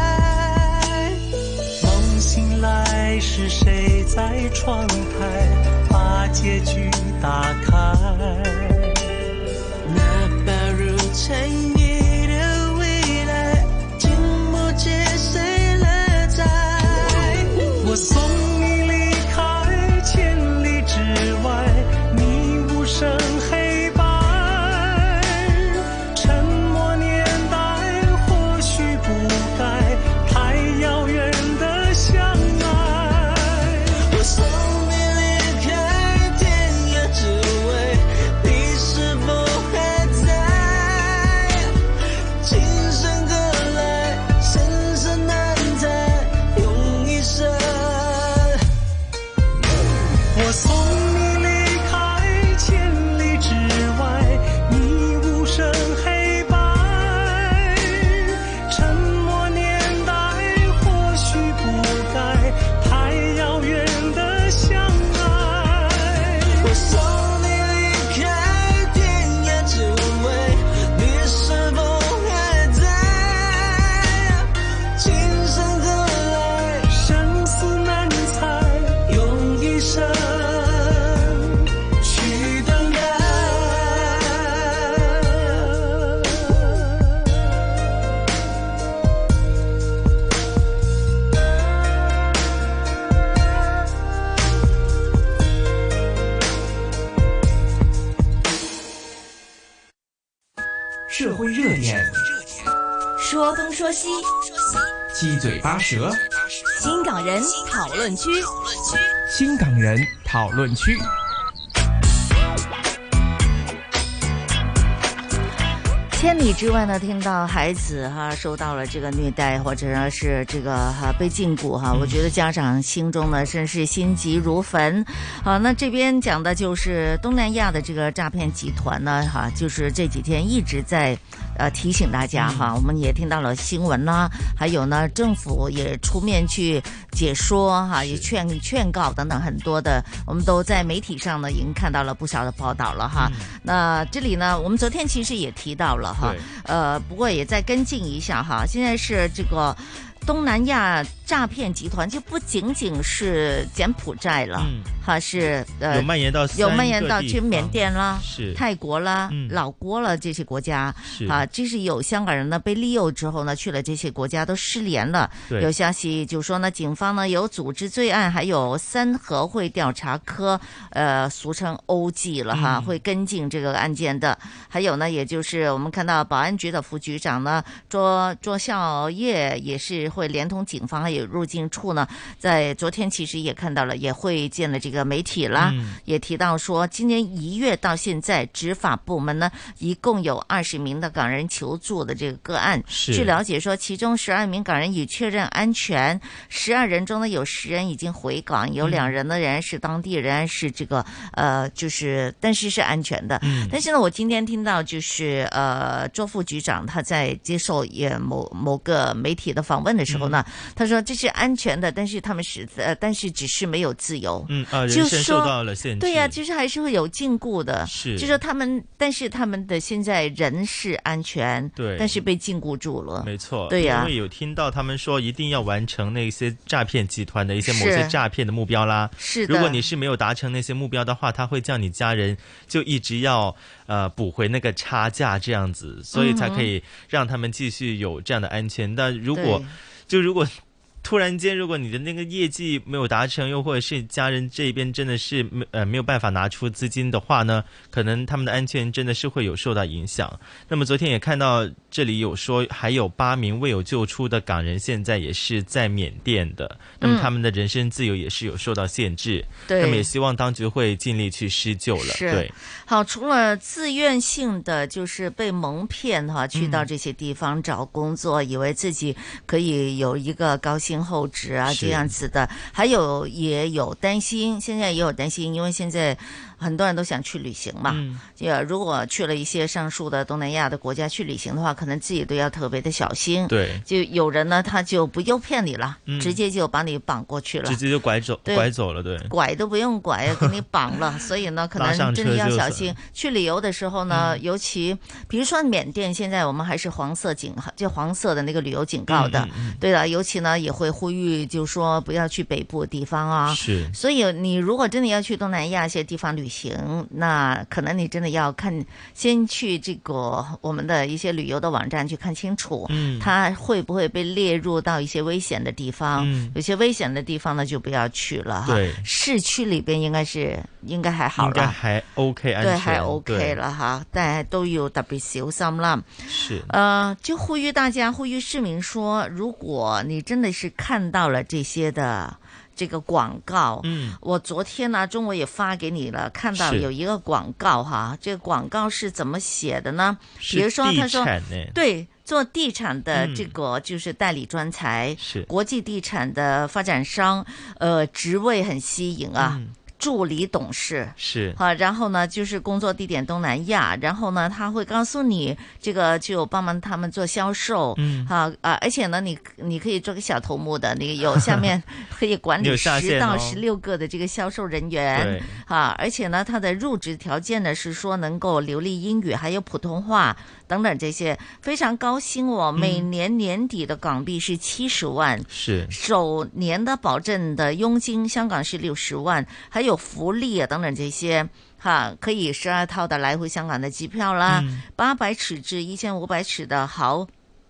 Speaker 12: 醒来是谁在窗台把结局打开？哪怕如尘埃的未来，经不起谁来摘。我送你离开千里之外，你无声黑白。沉默年代或许不该太遥远的相爱。我送你离开天涯之外，
Speaker 16: 会热点，
Speaker 2: 说东说西，
Speaker 16: 七嘴八舌，
Speaker 2: 新港人讨论区，
Speaker 16: 新港人讨论区。
Speaker 8: 千里之外呢，听到孩子受到了这个虐待，或者是这个被禁锢我觉得家长心中呢真是心急如焚。那这边讲的就是东南亚的这个诈骗集团呢就是这几天一直在提醒大家我们也听到了新闻啦，还有呢政府也出面去解说也劝告等等很多的，我们都在媒体上呢已经看到了不少的报道了那这里呢我们昨天其实也提到了不过也再跟进一下现在是这个东南亚诈骗集团就不仅仅是柬埔寨了是
Speaker 1: 有蔓延到
Speaker 8: 去缅甸啦
Speaker 1: 是
Speaker 8: 泰国啦老挝了这些国家这是有香港人呢被利诱之后呢去了这些国家都失联了。有消息就说呢警方呢有组织罪案还有三合会调查科俗称 OG 了会跟进这个案件的。还有呢也就是我们看到保安局的副局长呢卓孝业也是会连同警方还有入境处呢在昨天其实也看到了也会见了这个媒体啦也提到说今年1月到现在执法部门呢一共有20名的港人求助的这个个案。据了解说其中12名港人已确认安全，12人中呢有10人已经回港，有2人呢仍然是当地，仍然是这个就是但是是安全的但是呢我今天听到就是周副局长他在接受某个媒体的访问的时候呢他说这是安全的，但是他们但是只是没有自由
Speaker 1: 人身受到了限制。
Speaker 8: 对呀就是还是会有禁锢的就说但是他们的现在人是安全
Speaker 1: 对，
Speaker 8: 但是被禁锢住了。
Speaker 1: 没错，
Speaker 8: 对呀，
Speaker 1: 因为有听到他们说一定要完成那些诈骗集团的一些某些诈骗的目标啦。
Speaker 8: 是的，
Speaker 1: 如果你是没有达成那些目标的话，他会叫你家人就一直要补回那个差价这样子，所以才可以让他们继续有这样的安全。但如果突然间如果你的那个业绩没有达成，又或者是家人这边真的是没有办法拿出资金的话呢，可能他们的安全真的是会有受到影响。那么昨天也看到这里有说还有8名未有救出的港人现在也是在缅甸的，那么他们的人身自由也是有受到限制对，那么也希望当局会尽力去施救了。对，
Speaker 8: 好，除了自愿性的就是被蒙骗去到这些地方找工作以为自己可以有一个高薪厚职这样子的，还有也有担心，现在也有担心，因为现在很多人都想去旅行嘛如果去了一些上述的东南亚的国家去旅行的话，可能自己都要特别的小心。
Speaker 1: 对，
Speaker 8: 就有人呢他就不诱骗你了直接就把你绑过去了，
Speaker 1: 直接就拐走了。对，
Speaker 8: 拐都不用拐给你绑了所以呢可能真的要小心去旅游的时候呢尤其比如说缅甸现在我们还是黄色的那个旅游警告的对了，尤其呢也会呼吁就说不要去北部的地方
Speaker 1: 是，
Speaker 8: 所以你如果真的要去东南亚一些地方旅行，那可能你真的要先去这个我们的一些旅游的网站去看清楚它会不会被列入到一些危险的地方有些危险的地方呢就不要去了
Speaker 1: 对，
Speaker 8: 市区里边应该还好了，
Speaker 1: 应该还 OK 安全，
Speaker 8: 对，还 OK 了但都要特别小心啦。
Speaker 1: 是
Speaker 8: 就呼吁市民说，如果你真的是看到了这些的这个广告我昨天呢中午也发给你了，看到有一个广告这个广告是怎么写的呢？比如说他说对做地产的这个就是代理专才国际地产的发展商职位很吸引助理董事
Speaker 1: 是
Speaker 8: 然后呢就是工作地点东南亚，然后呢他会告诉你这个就帮忙他们做销售而且呢你可以做个小头目的，你有下面可以管理10到16个的这个销售人员而且呢他的入职条件呢是说能够流利英语还有普通话等等这些，非常高薪每年年底的港币是70万
Speaker 1: 是
Speaker 8: 首年的保证的佣金香港是60万，还有福利等等这些可以12套的来回香港的机票啦800尺至1500尺的豪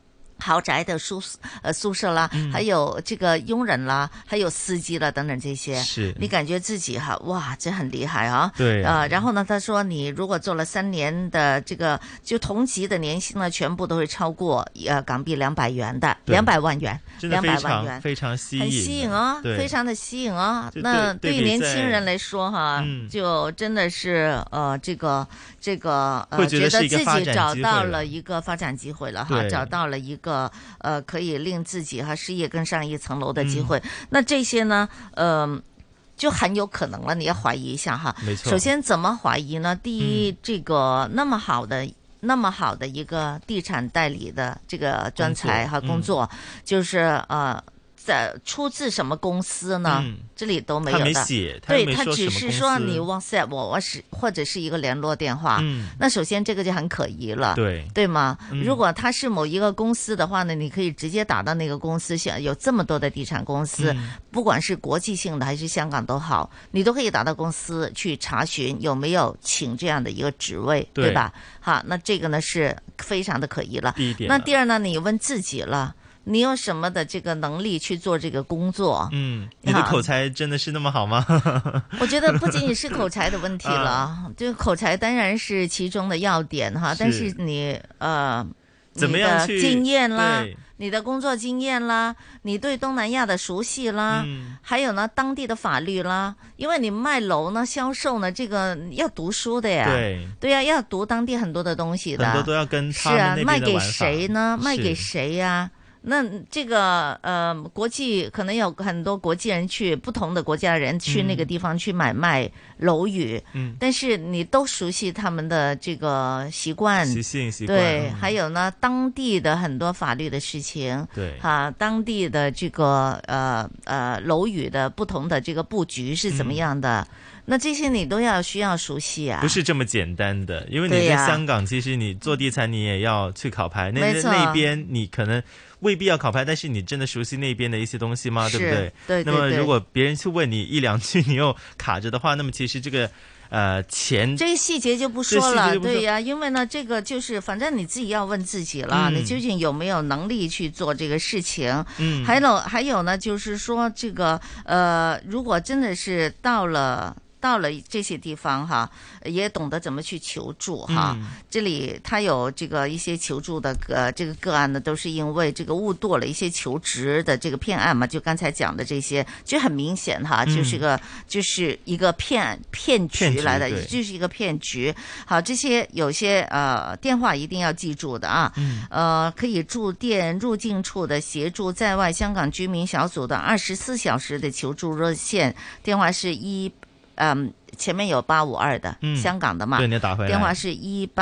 Speaker 8: 豪宅的宿舍啦，还有这个佣人啦，还有司机啦等等这些，
Speaker 1: 是
Speaker 8: 你感觉自己哇，这很厉害啊！
Speaker 1: 对
Speaker 8: 然后呢，他说你如果做了3年的这个，就同级的年薪呢，全部都会超过港币200元的200万元，
Speaker 1: 真的
Speaker 8: 200万元，
Speaker 1: 非常吸引，
Speaker 8: 很吸引啊，非常的吸引啊。那对于年轻人来说就真的是这个觉得自己找到了一个发展机会了哈，找到了一个可以令自己事业更上一层楼的机会。那这些呢，就很有可能了，你要怀疑一下哈。
Speaker 1: 没错。
Speaker 8: 首先怎么怀疑呢？第一，这个那么好的一个地产代理的这个专才工作，就是出自什么公司呢？这里都没有的。
Speaker 1: 他没写，
Speaker 8: 对，他只是说你 WhatsApp 我或者是一个联络电话。那首先这个就很可疑了，对吗？如果他是某一个公司的话呢，你可以直接打到那个公司，有这么多的地产公司，不管是国际性的还是香港都好，你都可以打到公司去查询有没有请这样的一个职位，对吧？好，那这个呢是非常的可疑了。
Speaker 1: 第一点。
Speaker 8: 那第二呢，你问自己了。你有什么的这个能力去做这个工作？
Speaker 1: 你的口才真的是那么好吗？
Speaker 8: 我觉得不仅仅是口才的问题了，这个口才当然是其中的要点哈，但是你
Speaker 1: 怎么样去
Speaker 8: 你的经验啦，你的工作经验啦，你对东南亚的熟悉啦，还有呢当地的法律啦，因为你卖楼呢、销售呢，这个要读书的呀，对呀，要读当地很多的东西的，
Speaker 1: 很多都要跟他们那边的
Speaker 8: 卖给谁呢？卖给谁呀？那这个国际可能有很多国际人去不同的国家的人去那个地方去买卖楼宇，但是你都熟悉他们的这个习惯、
Speaker 1: 习惯，
Speaker 8: 对，还有呢当地的很多法律的事情，
Speaker 1: 对，
Speaker 8: 当地的这个楼宇的不同的这个布局是怎么样的。那这些你都需要熟悉啊，
Speaker 1: 不是这么简单的，因为你在香港，其实你做地产你也要去考牌，那边你可能未必要考牌，但是你真的熟悉那边的一些东西吗？对不对？
Speaker 8: 对。
Speaker 1: 那么如果别人去问你1、2句，你又卡着的话，那么其实这个钱
Speaker 8: 这个细节就不说了，对呀，因为呢，这个就是反正你自己要问自己了，你究竟有没有能力去做这个事情？还有呢，就是说这个如果真的是到了这些地方哈，也懂得怎么去求助哈。这里他有这个一些求助的这个个案呢，都是因为这个误堕了一些求职的这个骗案嘛，就刚才讲的这些，就很明显哈，就是一个骗局来的，就是一个骗局。好，这些有些电话一定要记住的啊，可以驻店入境处的协助在外香港居民小组的24小时的求助热线电话是前面有852的，香港的嘛，
Speaker 1: 对，你打回来。
Speaker 8: 电话是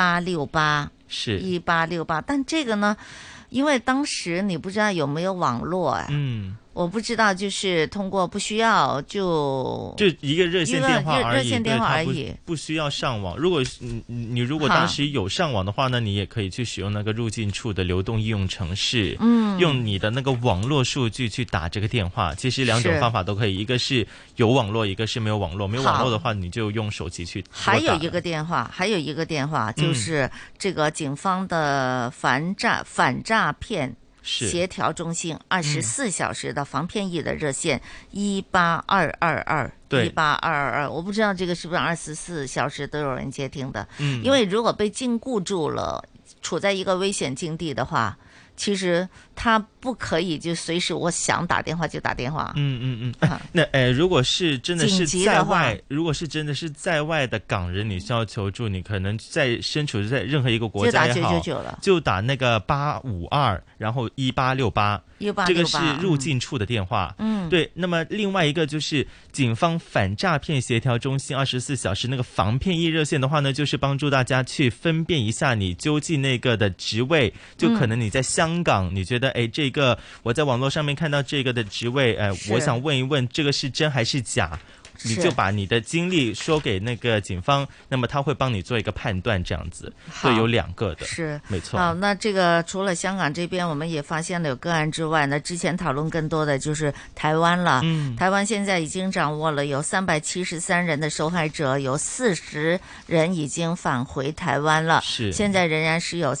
Speaker 8: 1868，
Speaker 1: 是
Speaker 8: 1868，但这个呢，因为当时你不知道有没有网络我不知道，就是通过不需要就
Speaker 1: 一个热线电话
Speaker 8: 而已，
Speaker 1: 不需要上网。如果你如果当时有上网的话呢，你也可以去使用那个入境处的流动应用程式，用你的那个网络数据去打这个电话。其实2种方法都可以，一个是有网络，一个是没有网络。没有网络的话，你就用手机去。
Speaker 8: 还有一个电话，就是这个警方的反诈骗协调中心24小时的防骗疫的热线18222，对，18222，我不知道这个是不是24小时都有人接听的，因为如果被禁锢住了，处在一个危险境地的话，其实他不可以就随时我想打电话就打电话。
Speaker 1: 那如果是真的是在外，如果是真的是在外的港人，你需要求助，你可能身处在任何一个国家也好，就打那个852，然后1868。这个是入境处的电话，对。那么另外一个就是警方反诈骗协调中心24小时那个防骗疫热线的话呢，就是帮助大家去分辨一下你究竟那个的职位，就可能你在香港，你觉得这个我在网络上面看到这个的职位，我想问一问这个是真还是假。 你就把你的经历说给那个警方，那么他会帮你做一个判断，这样子。对，有2个的，
Speaker 8: 是
Speaker 1: 没错。
Speaker 8: 好，那这个除了香港这边我们也发现了有个案之外呢，之前讨论更多的就是台湾了。台湾现在已经掌握了有373人的受害者，有40人已经返回台湾了。
Speaker 1: 是，
Speaker 8: 现在仍然是有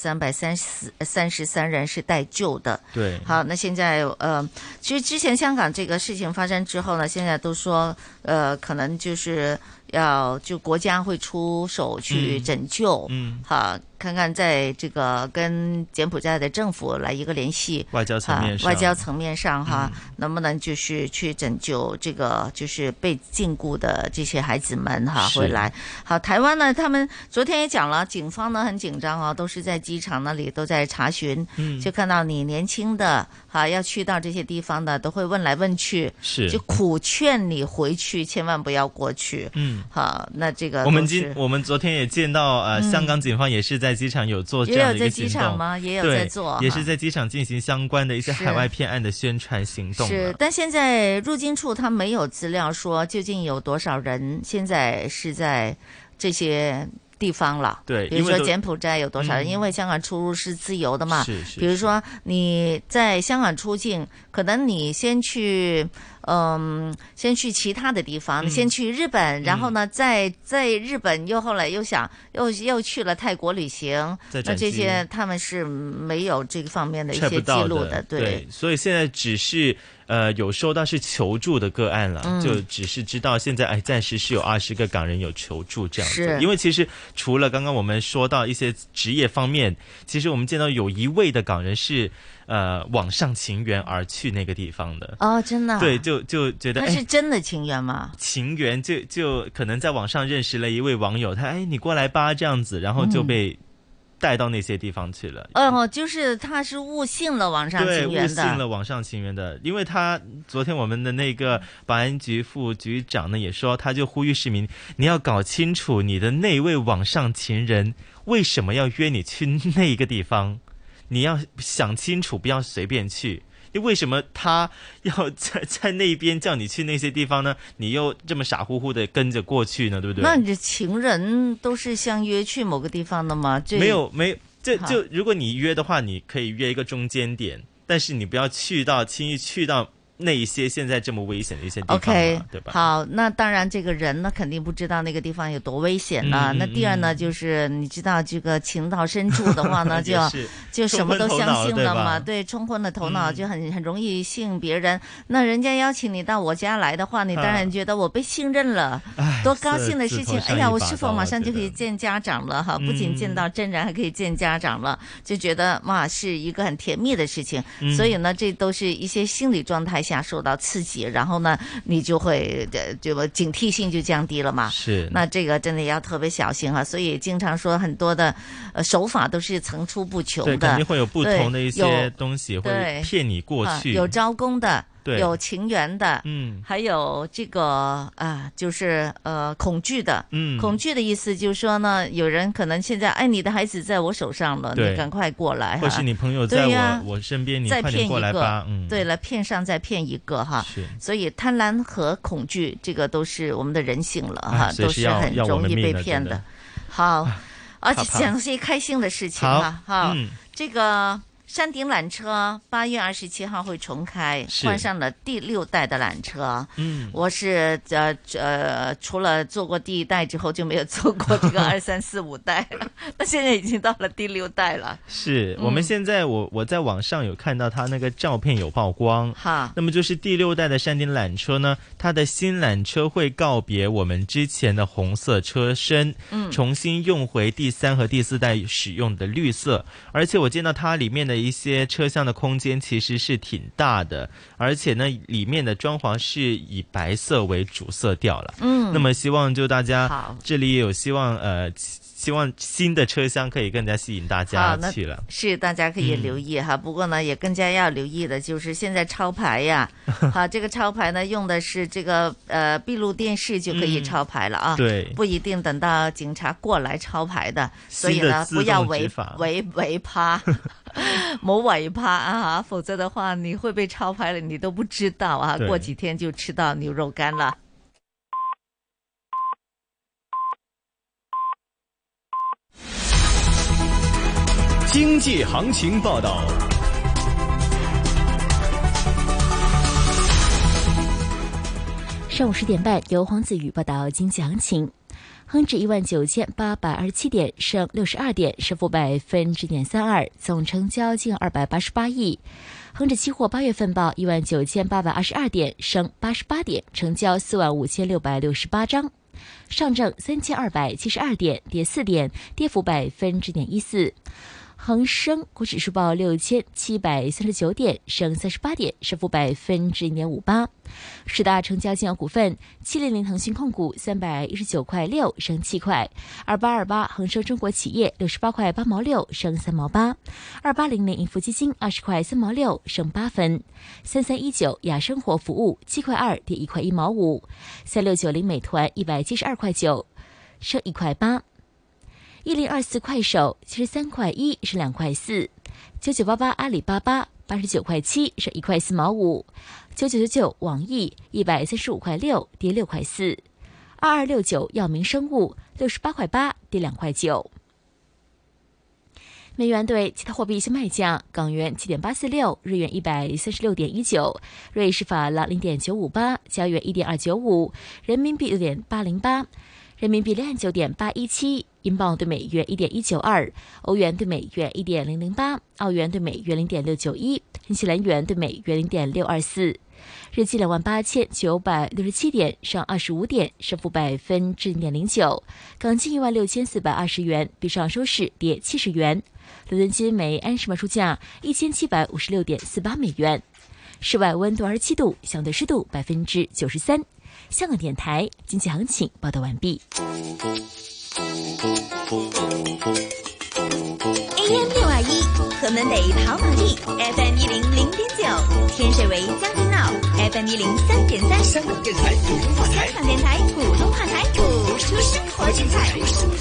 Speaker 8: 333人是待救的。
Speaker 1: 对，
Speaker 8: 好，那现在其实之前香港这个事情发生之后呢，现在都说可能就是就国家会出手去拯救。好，看看在这个跟柬埔寨的政府来一个联系，
Speaker 1: 外交层面上
Speaker 8: 哈，能不能就是去拯救这个就是被禁锢的这些孩子们哈回来。好，台湾呢，他们昨天也讲了，警方呢很紧张啊，都是在机场那里都在查询，就看到你年轻的要去到这些地方的，都会问来问去，
Speaker 1: 是
Speaker 8: 就苦劝你回去，千万不要过去。好，那这个
Speaker 1: 我们昨天也见到香港警方也是在机场有做这样的一个行动。
Speaker 8: 也有在机场吗？也有在做，
Speaker 1: 也是在机场进行相关的一些海外骗案的宣传行动。
Speaker 8: 是，但现在入境处他没有资料说究竟有多少人现在是在这些地方了。
Speaker 1: 对，
Speaker 8: 比如说柬埔寨有多少人，因为香港出入是自由的嘛。
Speaker 1: 是。
Speaker 8: 比如说你在香港出境，可能你先去其他的地方，先去日本，然后呢，在日本后来又想又去了泰国旅行，那这些他们是没有这个方面的一些记录的，
Speaker 1: 对，所以现在只是有收到是求助的个案了，就只是知道现在暂时是有20个港人有求助这样子。因为其实除了刚刚我们说到一些职业方面，其实我们见到有一位的港人是网上情缘而去那个地方的。
Speaker 8: 哦，真的？
Speaker 1: 对，就觉得
Speaker 8: 他是真的情缘吗？
Speaker 1: 情缘就可能在网上认识了一位网友，他你过来吧这样子，然后就被带到那些地方去了。
Speaker 8: 就是他是误信了网上情缘的。
Speaker 1: 对，误信了网上情缘的，因为他昨天我们的那个保安局副局长呢也说，他就呼吁市民，你要搞清楚你的那位网上情人为什么要约你去那一个地方。你要想清楚，不要随便去。为什么他要在那边叫你去那些地方呢？你又这么傻乎乎的跟着过去呢？对不对？
Speaker 8: 那你的情人都是相约去某个地方的吗？
Speaker 1: 没有，就如果你约的话，你可以约一个中间点，但是你不要轻易去到那一些现在这么危险的一些地方
Speaker 8: OK，
Speaker 1: 对吧？
Speaker 8: 好，那当然这个人呢肯定不知道那个地方有多危险了。那第二呢，就是你知道这个情到深处的话呢，就什么都相信了嘛。对，冲昏了头脑，就很容易信别人。那人家邀请你到我家来的话，你当然觉得我被信任了，多高兴的事情！哎呀，我是否马上就可以见家长了哈？不仅见到真人，还可以见家长了，就觉得哇是一个很甜蜜的事情。所以呢，这都是一些心理状态下受到刺激，然后呢，你就会就警惕性就降低了嘛。
Speaker 1: 是，
Speaker 8: 那这个真的要特别小心啊。所以经常说很多的手法都是层出不穷的，
Speaker 1: 对，肯定会有不同的一些东西会骗你过去，
Speaker 8: 有招供的。
Speaker 1: 对，
Speaker 8: 有情缘的，还有这个就是恐惧的，恐惧的意思就是说呢，有人可能现在你的孩子在我手上了，你赶快过来，
Speaker 1: 或是你朋友在我身边，你快点过来吧。
Speaker 8: 对了，骗上再骗一个哈，所以贪婪和恐惧这个都是我们的人性了哈，都是很容易被骗的。好，而且讲些开心的事情哈，好，这个。山顶缆车8月27号会重开，换上了第6代的缆车。我是除了坐过第1代之后就没有坐过这个2、3、4、5代了，那现在已经到了第6代了。
Speaker 1: 是我们现在我在网上有看到它那个照片有曝光，那么就是第6代的山顶缆车呢，它的新缆车会告别我们之前的红色车身，重新用回第3和第4代使用的绿色，而且我见到它里面的一些车厢的空间其实是挺大的，而且呢里面的装潢是以白色为主色调了。那么希望就大家这里也有希望新的车厢可以更加吸引大家去了。
Speaker 8: 是，大家可以留意哈。不过呢也更加要留意的就是现在抄牌呀，好，这个抄牌呢用的是这个闭路电视就可以抄牌了啊。
Speaker 1: 对，
Speaker 8: 不一定等到警察过来抄牌的，所以呢不要违趴冇违趴啊，否则的话你会被抄牌了，你都不知道啊，过几天就吃到牛肉干了。
Speaker 15: 经济行情报道。
Speaker 11: 上午10点半，由黄子宇报道经济行情。恒指19827点，升62点，升幅0.32%，总成交金额288亿。恒指期货8月份报19822点，升88点，成交45668张。上证3272点，跌4点，跌幅0.14%。恒生国指数报6739点，升38点，升幅1.58%。十大成交金额股份：700腾讯控股319.6块，升7块；2828恒生中国企业68块8毛6，升3毛8；2800盈富基金20块3毛6，升8分；3319雅生活服务7块2，跌1块1毛5；3690美团172块9，升1块8；1024快手73块1，升2块4；9988阿里巴巴89块7，升1块4毛5；9999网易135块6，跌6块4；2269药明生物68块8，跌2块9。美元对其他货币一些卖价：港元7.846，日元136.19，瑞士法郎0.958，加元1.295，人民币6.808，人民币69.817，英镑对美元1.192，欧元对美元1.008，澳元对美元0.691，新西兰元对美元0.624。日经28967点，上25点，升幅0.09%。港金16420元，比上周市跌70元。伦敦金每安士卖出价1756.48美元。室外温度27度，相对湿度93%。香港电台经济行情报道完毕。
Speaker 2: AM621河门北跑马地 FM 100.9，天水围将军澳 FM 103.3，香港电台普通话台，香港电台普通话台，播出生活精彩。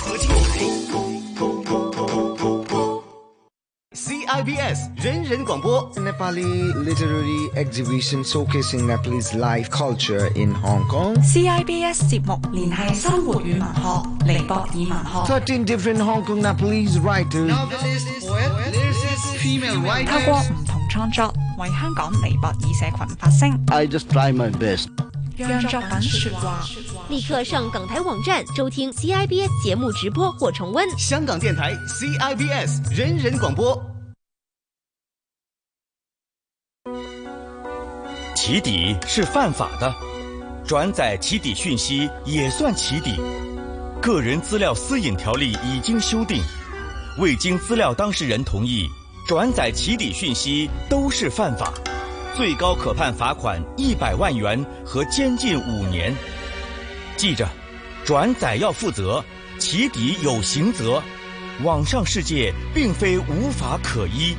Speaker 3: CIBS 人人广播
Speaker 17: Nepali Literary Exhibition showcasing Nepalese life culture in Hong Kong.
Speaker 5: CIBS 節目聯繫生活與文學，尼泊爾文學。
Speaker 17: 13 different Hong Kong Nepalese writers.
Speaker 3: Novelists, poets, lyricists, female writers.
Speaker 5: 透過唔同創作，為香港尼泊爾社群發聲。
Speaker 17: I just try my best.
Speaker 5: 讓作品說話。
Speaker 18: 立刻上港台網站收聽 CIBS 節目直播或重溫。
Speaker 3: 香港電台 CIBS 人人廣播。
Speaker 19: 起底是犯法的，转载起底讯息也算起底。个人资料私隐条例已经修订，未经资料当事人同意，转载起底讯息都是犯法，最高可判罚款100万元和监禁5年。记着，转载要负责，起底有刑责。网上世界并非无法可依。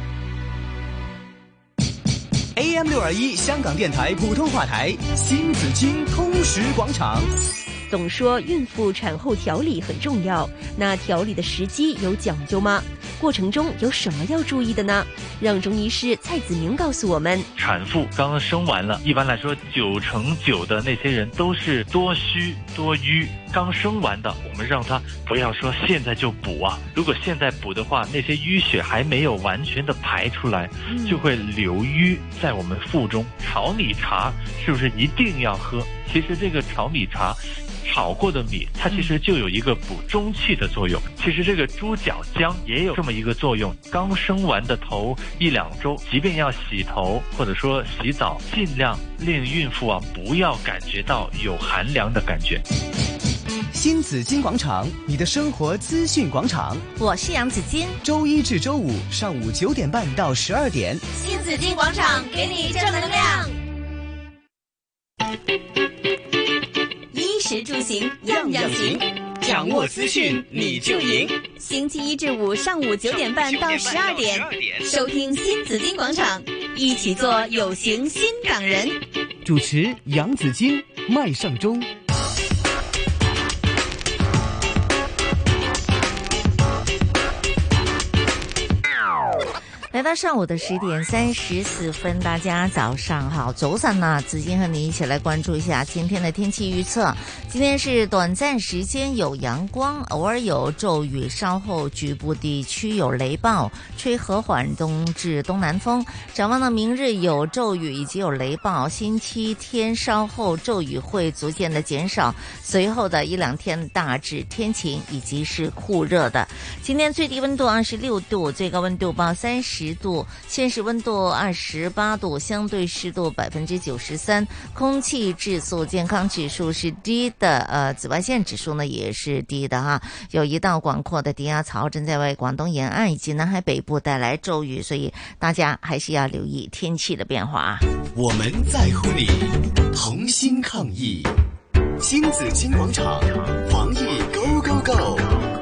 Speaker 3: AM621香港电台普通话台，新紫荆通识广场。
Speaker 18: 总说孕妇产后调理很重要，那调理的时机有讲究吗？过程中有什么要注意的呢？让中医师蔡子明告诉我们。
Speaker 20: 产妇刚刚生完了，一般来说9成9的那些人都是多虚多瘀。刚生完的，我们让他不要说现在就补啊，如果现在补的话，那些淤血还没有完全的排出来，就会留淤在我们腹中。炒米茶是不是一定要喝？其实这个炒米茶炒过的米，它其实就有一个补中气的作用。其实这个猪脚姜也有这么一个作用。刚生完的头1-2周，即便要洗头或者说洗澡，尽量令孕妇啊不要感觉到有寒凉的感觉。
Speaker 3: 新紫荆广场，你的生活资讯广场。
Speaker 8: 我是杨紫荆，
Speaker 3: 周一至周五上午9点半到12点。
Speaker 2: 新紫荆广场给你正能量。衣食住行样样行，
Speaker 3: 掌握资讯你就赢。
Speaker 2: 星期1至5上午9点半到12点，收听新紫荆广场，一起做有型新港人。
Speaker 3: 主持杨紫荆、麦尚中。
Speaker 8: 来到上午的10點34分，大家早上好，早晨啊，子矜和你一起來關注一下今天的天氣預測。今天是短暫時間有陽光，偶爾有驟雨，稍後局部地區有雷暴，吹和緩東至東南風。展望呢，明日有驟雨以及有雷暴，星期天稍後驟雨會逐漸的減少，隨後的一兩天大致天晴以及是酷熱的。今天最低溫度26度，最高溫度報30度，現時溫度28度，相對濕度93%，空氣質素健康指數是低的，紫外線指數呢也是低的哈。有一道廣闊的低壓槽正在為廣東沿岸以及南海北部帶來驟雨，所以大家還是要留意天氣的變化。
Speaker 3: 我們在乎你，同心抗疫，新紫荊廣場防疫 Go Go Go。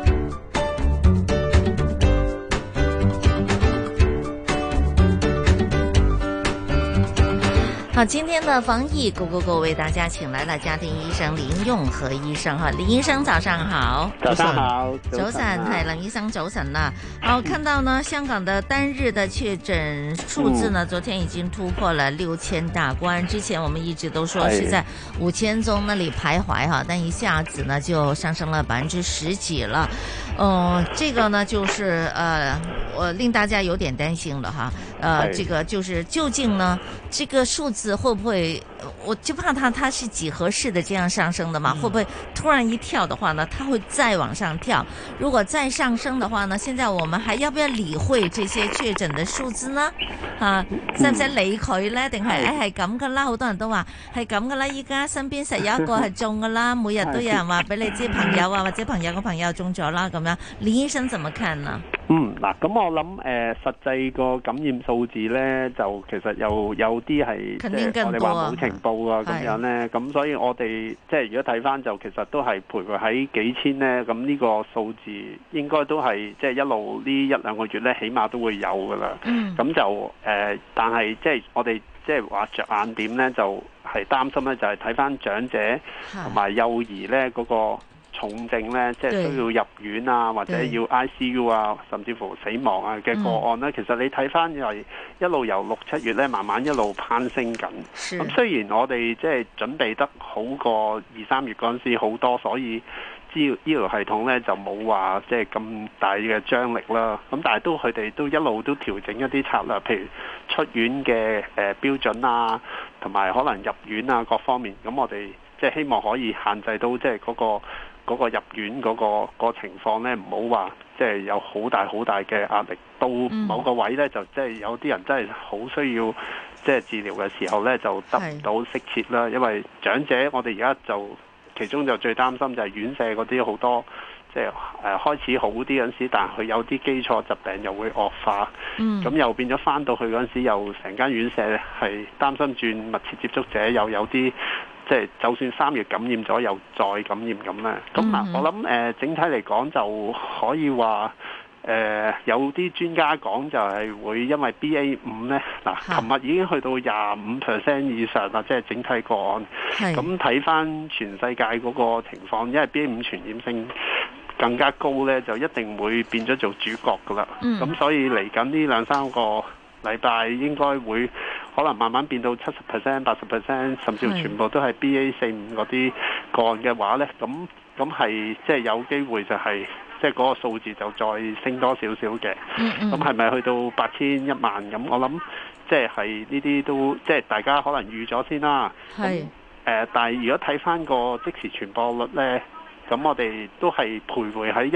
Speaker 8: 好，今天的防疫 Go Go Go 為大家請來了家庭醫生林用和醫生哈，林醫生早上好。
Speaker 21: 早上好，
Speaker 8: 早晨，係林醫生早晨啦。好，看到呢香港的單日的確診數字呢，昨天已經突破了6000大關。之前我們一直都說是在5000宗那裡徘徊哈，但一下子呢就上升了10%幾了。這個呢就是我令大家有點擔心了哈。這個就是究竟呢這個數字會不會，我就怕它是幾何式的這樣上升的嘛？會不會突然一跳的話呢，它會再往上跳？如果再上升的話呢，現在我們還要不要理會這些確診的數字呢？使唔使理佢呢？定係係咁噶啦？好多人都話係咁噶啦，依家身邊實有一個係中噶啦，每日都有人話俾你知朋友啊或者朋友個朋友中咗啦咁樣。林醫生怎麼看呢？
Speaker 21: 嗱，咁我諗實際個感染數字咧，就其實有啲係即係我哋話冇情報啊咁樣咧，咁所以我哋即係如果睇翻就其實都係徘徊喺幾千咧，咁呢個數字應該都係即係一路呢一兩個月咧，起碼都會有噶啦。咁就但係即係我哋即係話着眼點咧，就係擔心咧，就係睇翻長者同埋幼兒咧嗰個重症咧，即係需要入院啊，或者要 ICU 啊，甚至乎死亡啊嘅個案咧，其實你睇翻係一路由6、7月咧，慢慢一路攀升緊。咁雖然我哋即係準備得好過2、3月嗰陣時好多，所以醫療系統咧就冇話即係咁大嘅張力啦。咁但係佢哋都一路都調整一啲策略，譬如出院嘅標準啊，同埋可能入院啊各方面。咁我哋即係希望可以限制到即係嗰個入院嗰個情況咧，唔好話即係有好大嘅壓力，到某個位咧就即係有啲人真係好需要即係治療嘅時候咧，就得唔到適切啦。因為長者我哋而家就其中就最擔心就係院舍嗰啲好多即係開始好啲嗰陣時，但係佢有啲基礎疾病又會惡化，咁又變咗翻到去嗰陣時，又成間院舍係擔心轉密切接觸者又有啲。即係就算3月感染咗，又再感染咁咧。咁嗱，我諗整體嚟講就可以話有啲專家講就係會因為 BA5 咧，嗱，琴日已經去到25% 以上啦，即係整體個案。咁睇翻全世界嗰個情況，因為 BA5 傳染性更加高咧，就一定會變咗做主角噶啦。咁所以嚟緊呢2-3個禮拜應該會可能慢慢變到70%、80%，甚至全部都係 BA4、5嗰啲個案嘅話咧，咁係即係有機會就係即係嗰個數字就再升多少少嘅。咁係咪去到8000、1萬咁？我諗即係呢啲都即係大家可能預咗先啦。但係如果睇翻個即時傳播率咧，咁我哋都係徘徊喺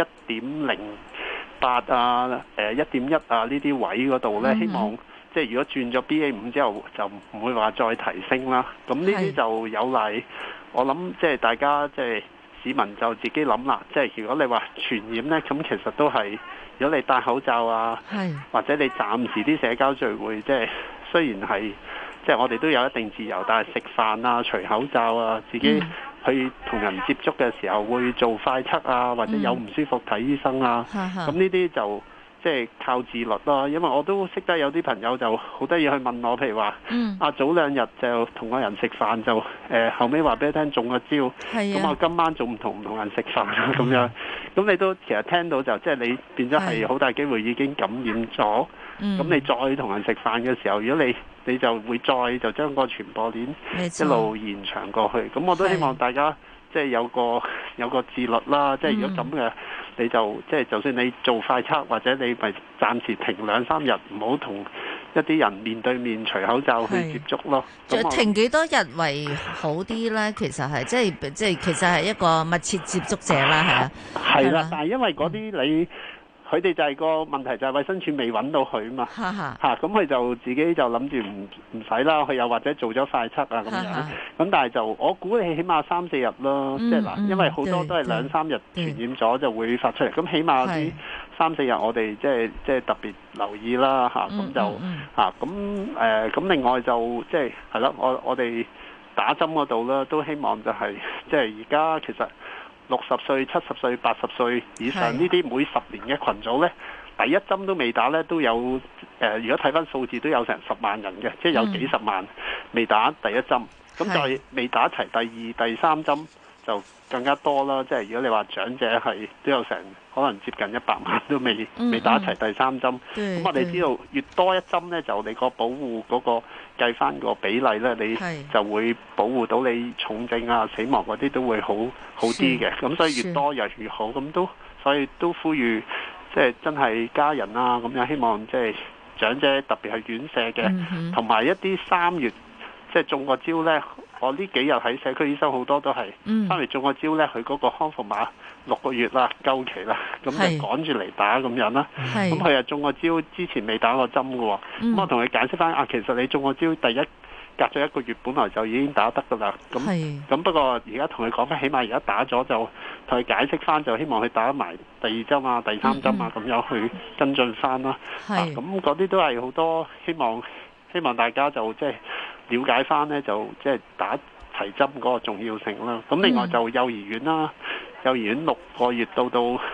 Speaker 21: 1.08啊、1.1啊呢啲位嗰度咧，希望即係如果轉咗 BA5 之後，就唔會話再提升啦。咁呢啲就有賴我諗，即係大家即係市民就自己諗啦。即係如果你話傳染咧，咁其實都係如果你戴口罩啊，或者你暫時啲社交聚會，即係雖然係即係我哋都有一定自由，但係食飯啊、除口罩啊、自己去同人接觸嘅時候會做快測啊，或者有唔舒服睇醫生啊，咁呢啲就即係靠自律咯。因為我都識得有啲朋友就好得意去問我，譬如話早2日就同個人食飯就後尾話俾你聽中咗招，咁我今晚仲唔同人食飯咁樣， 咁你都其實聽到就即係你變咗係好大機會已經感染咗。咁你再同人食飯嘅時候，如果你就會再就將個傳播鏈一路延長過去。咁我都希望大家即係有個自律啦。即係如果咁嘅，你就即係就算你做快測或者你咪暫時停2-3日，唔好同一啲人面對面除口罩去接觸咯。
Speaker 8: 停幾多日為好啲咧？其實係即係其實係一個密切接觸者啦，係啊。
Speaker 21: 係啦，但係因為嗰啲佢哋就係個問題就係衛生署未揾到佢嘛，咁佢就自己就諗住唔使啦，佢又或者做咗快測啊咁樣，咁但係就我估你起碼3-4日咯，即係嗱，因為好多都係2-3日傳染咗就會發出嚟，咁起碼啲3-4日我哋即係特別留意啦咁就咁另外就即係係咯，我哋打針嗰度啦，都希望就係即係而家其實60歲、70歲、80歲以上呢啲每10年嘅群組呢，第一針都未打呢，都有如果睇翻數字都有成10萬人嘅，即係有幾十萬未打第一針，咁再未打齊第2、第3針就更加多啦。即係如果你話長者係都有成可能接近100萬都未打齊第3針，咁我哋知道越多一針呢，就你個保護嗰個計翻個比例呢，你就會保護到你重症啊、死亡嗰啲都會好啲嘅。咁所以越多又越好，咁所以都呼籲即係真係家人啊咁樣，希望即係長者特別係院舍嘅，同埋一啲3月即係中過招呢。我呢幾日喺社區醫生好多都係3月中過招呢，佢嗰個康復碼6個月啦，夠期啦，咁就趕住嚟打咁樣啦。咁佢又中過招，之前未打過針嘅喎。咁我同佢解釋翻其實你中過招隔咗1個月，本來就已經打得㗎啦。咁不過而家同佢講翻，起碼而家打咗就同佢解釋翻，就希望佢打埋第2針啊、第3針啊咁樣去跟進翻啦。咁嗰啲都係好多希望大家就即係了解翻呢，就即係打齊針嗰個重要性啦。咁另外就幼兒園啦，幼兒園6個月到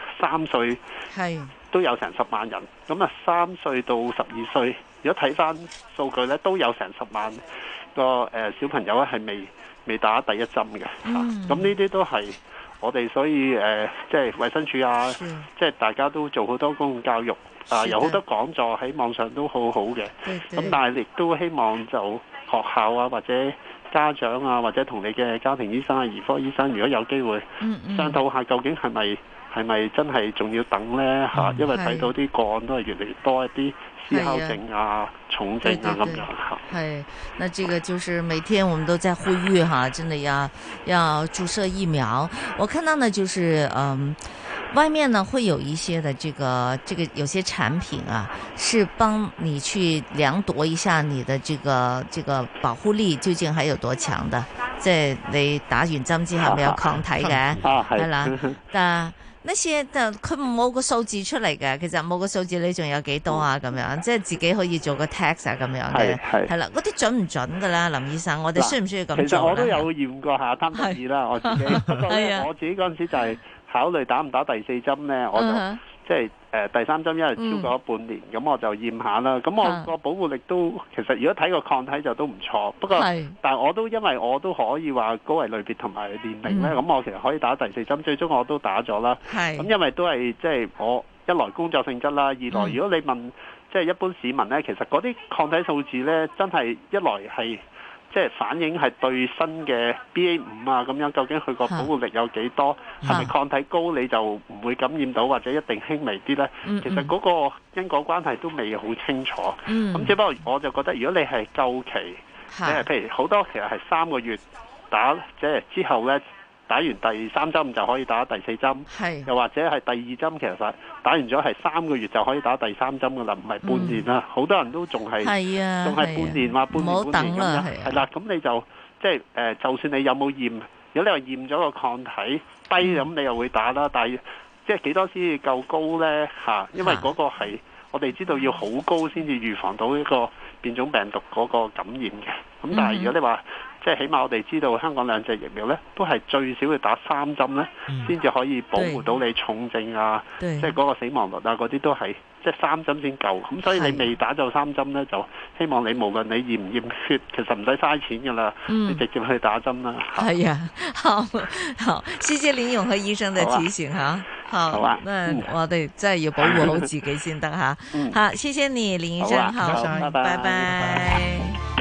Speaker 21: 3歲都有成10萬人。咁3歲到12歲，如果睇翻數據呢，都有成10萬個小朋友咧係未打第一針嘅。咁呢啲都係我哋所以即係衛生署啊，即係大家都做好多公共教育有好多講座喺網上都好好嘅。咁但係亦都希望就學校啊，或者家長啊，或者同你嘅家庭醫生啊、兒科醫生，如果有機會商討下，究竟係咪真係仲要等呢？因為睇到啲個案都係越嚟越多一啲思考症啊、重症啊咁樣。
Speaker 8: 那這個就是每天我們都在呼籲真的要注射疫苗。我看到呢，就是外面呢會有一些的這個有些產品啊，是幫你去量度一下你的這個保護力究竟還有多強的，即係你打完針之後咪有抗體嘅，係啦，但呢些就佢冇個數字出嚟嘅，其實冇個數字你仲有幾多啊咁樣，即係自己可以做個 test 啊咁樣嘅，係啦，嗰啲準唔準噶啦，林醫生，我哋需唔需要咁做？
Speaker 21: 其實我都有驗過下貪得意啦，我自己，不過我自己嗰陣時就係考慮打唔打第4針呢，我就即係第3針因為超過咗半年，咁我就驗下啦。咁我個保護力都其實如果睇個抗體就都唔錯，不過但係我都因為我都可以話高危類別同埋年齡呢，咁我其實可以打第4針，最終我都打咗啦。咁因為都係即係我一來工作性質啦，二來如果你問即係一般市民呢，其實嗰啲抗體數字呢，真係一來係即係反映係對新嘅 BA5啊咁樣，究竟佢個保護力有幾多？係咪抗體高你就唔會感染到，或者一定輕微啲呢？其實嗰個因果關係都未好清楚。咁只不過我就覺得，如果你係夠期，譬如好多其實係3個月打，即係之後呢，打完第3針就可以打第4針，又或者係第2針，其實打完咗係3個月就可以打第3針噶啦，唔係半年啦。好多人都仲係半年話半年咁樣，係啦。咁你就即係就算你有冇驗，如果你話驗咗個抗體低，咁你又會打啦。但係即係幾多先至夠高呢？因為嗰個係我哋知道要好高先至預防到一個變種病毒嗰個感染嘅。咁但係如果你話即係起碼我哋知道香港2隻疫苗呢，都係最少要打3針呢，先至可以保護到你重症啊，即係嗰個死亡率啊嗰啲都係即係3針先夠。咁所以你未打就3針呢，就希望你無論你驗唔驗血，其實唔使嘥錢噶啦，你直接去打針啦。
Speaker 8: 係啊，好，謝謝林永和醫生的提醒吓。 好啊，那我哋真係要保護好自己先得吓。好，謝謝你林醫生，好，拜拜。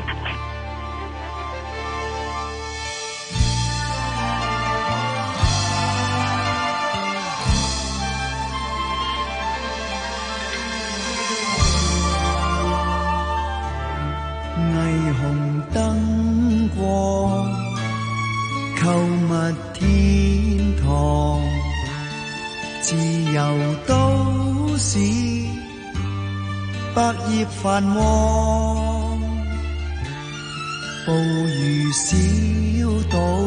Speaker 12: 霓虹燈光，購物天堂，自由都市，百業繁旺，捕魚小島，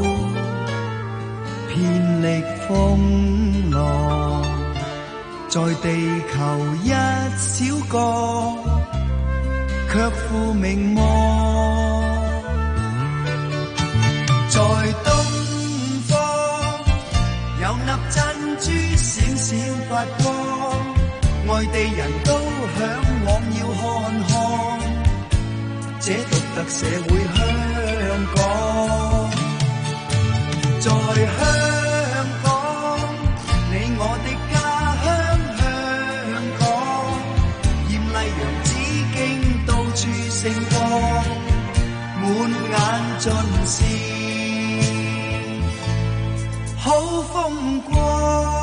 Speaker 12: 遍歷風浪，在地球一小角，卻負名望。在東方有粒珍珠閃閃發光，外地人都向往要看看，這獨特社會香港。在香港，你我的家鄉香港，豔麗洋紫荊到處盛放，滿眼盡是好風光。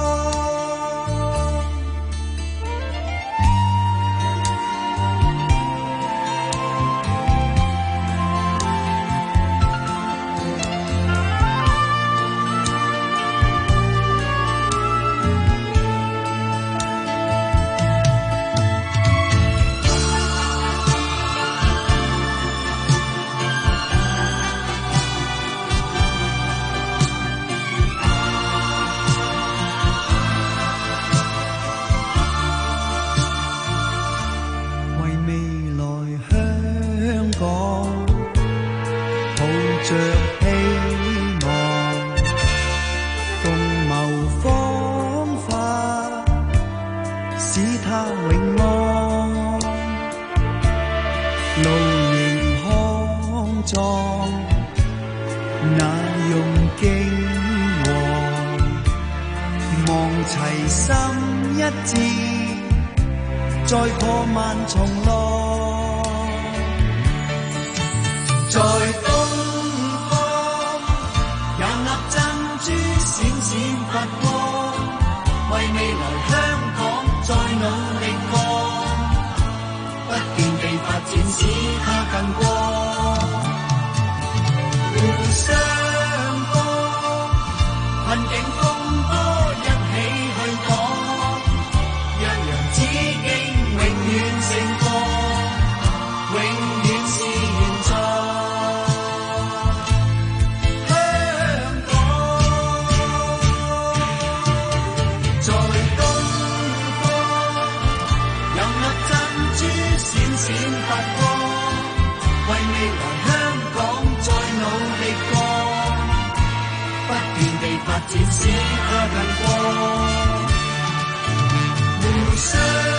Speaker 12: 再破萬重浪，在東方有粒珍珠閃閃發光，為未來香港再努力過，不斷地發展使它更光，互相幫，困境風波一起去講，讓洋紫荊永遠盛放，永遠是原狀。香港在東方有粒珍珠閃閃發光，為未來香港再努力過，不斷地發展使它更光，互相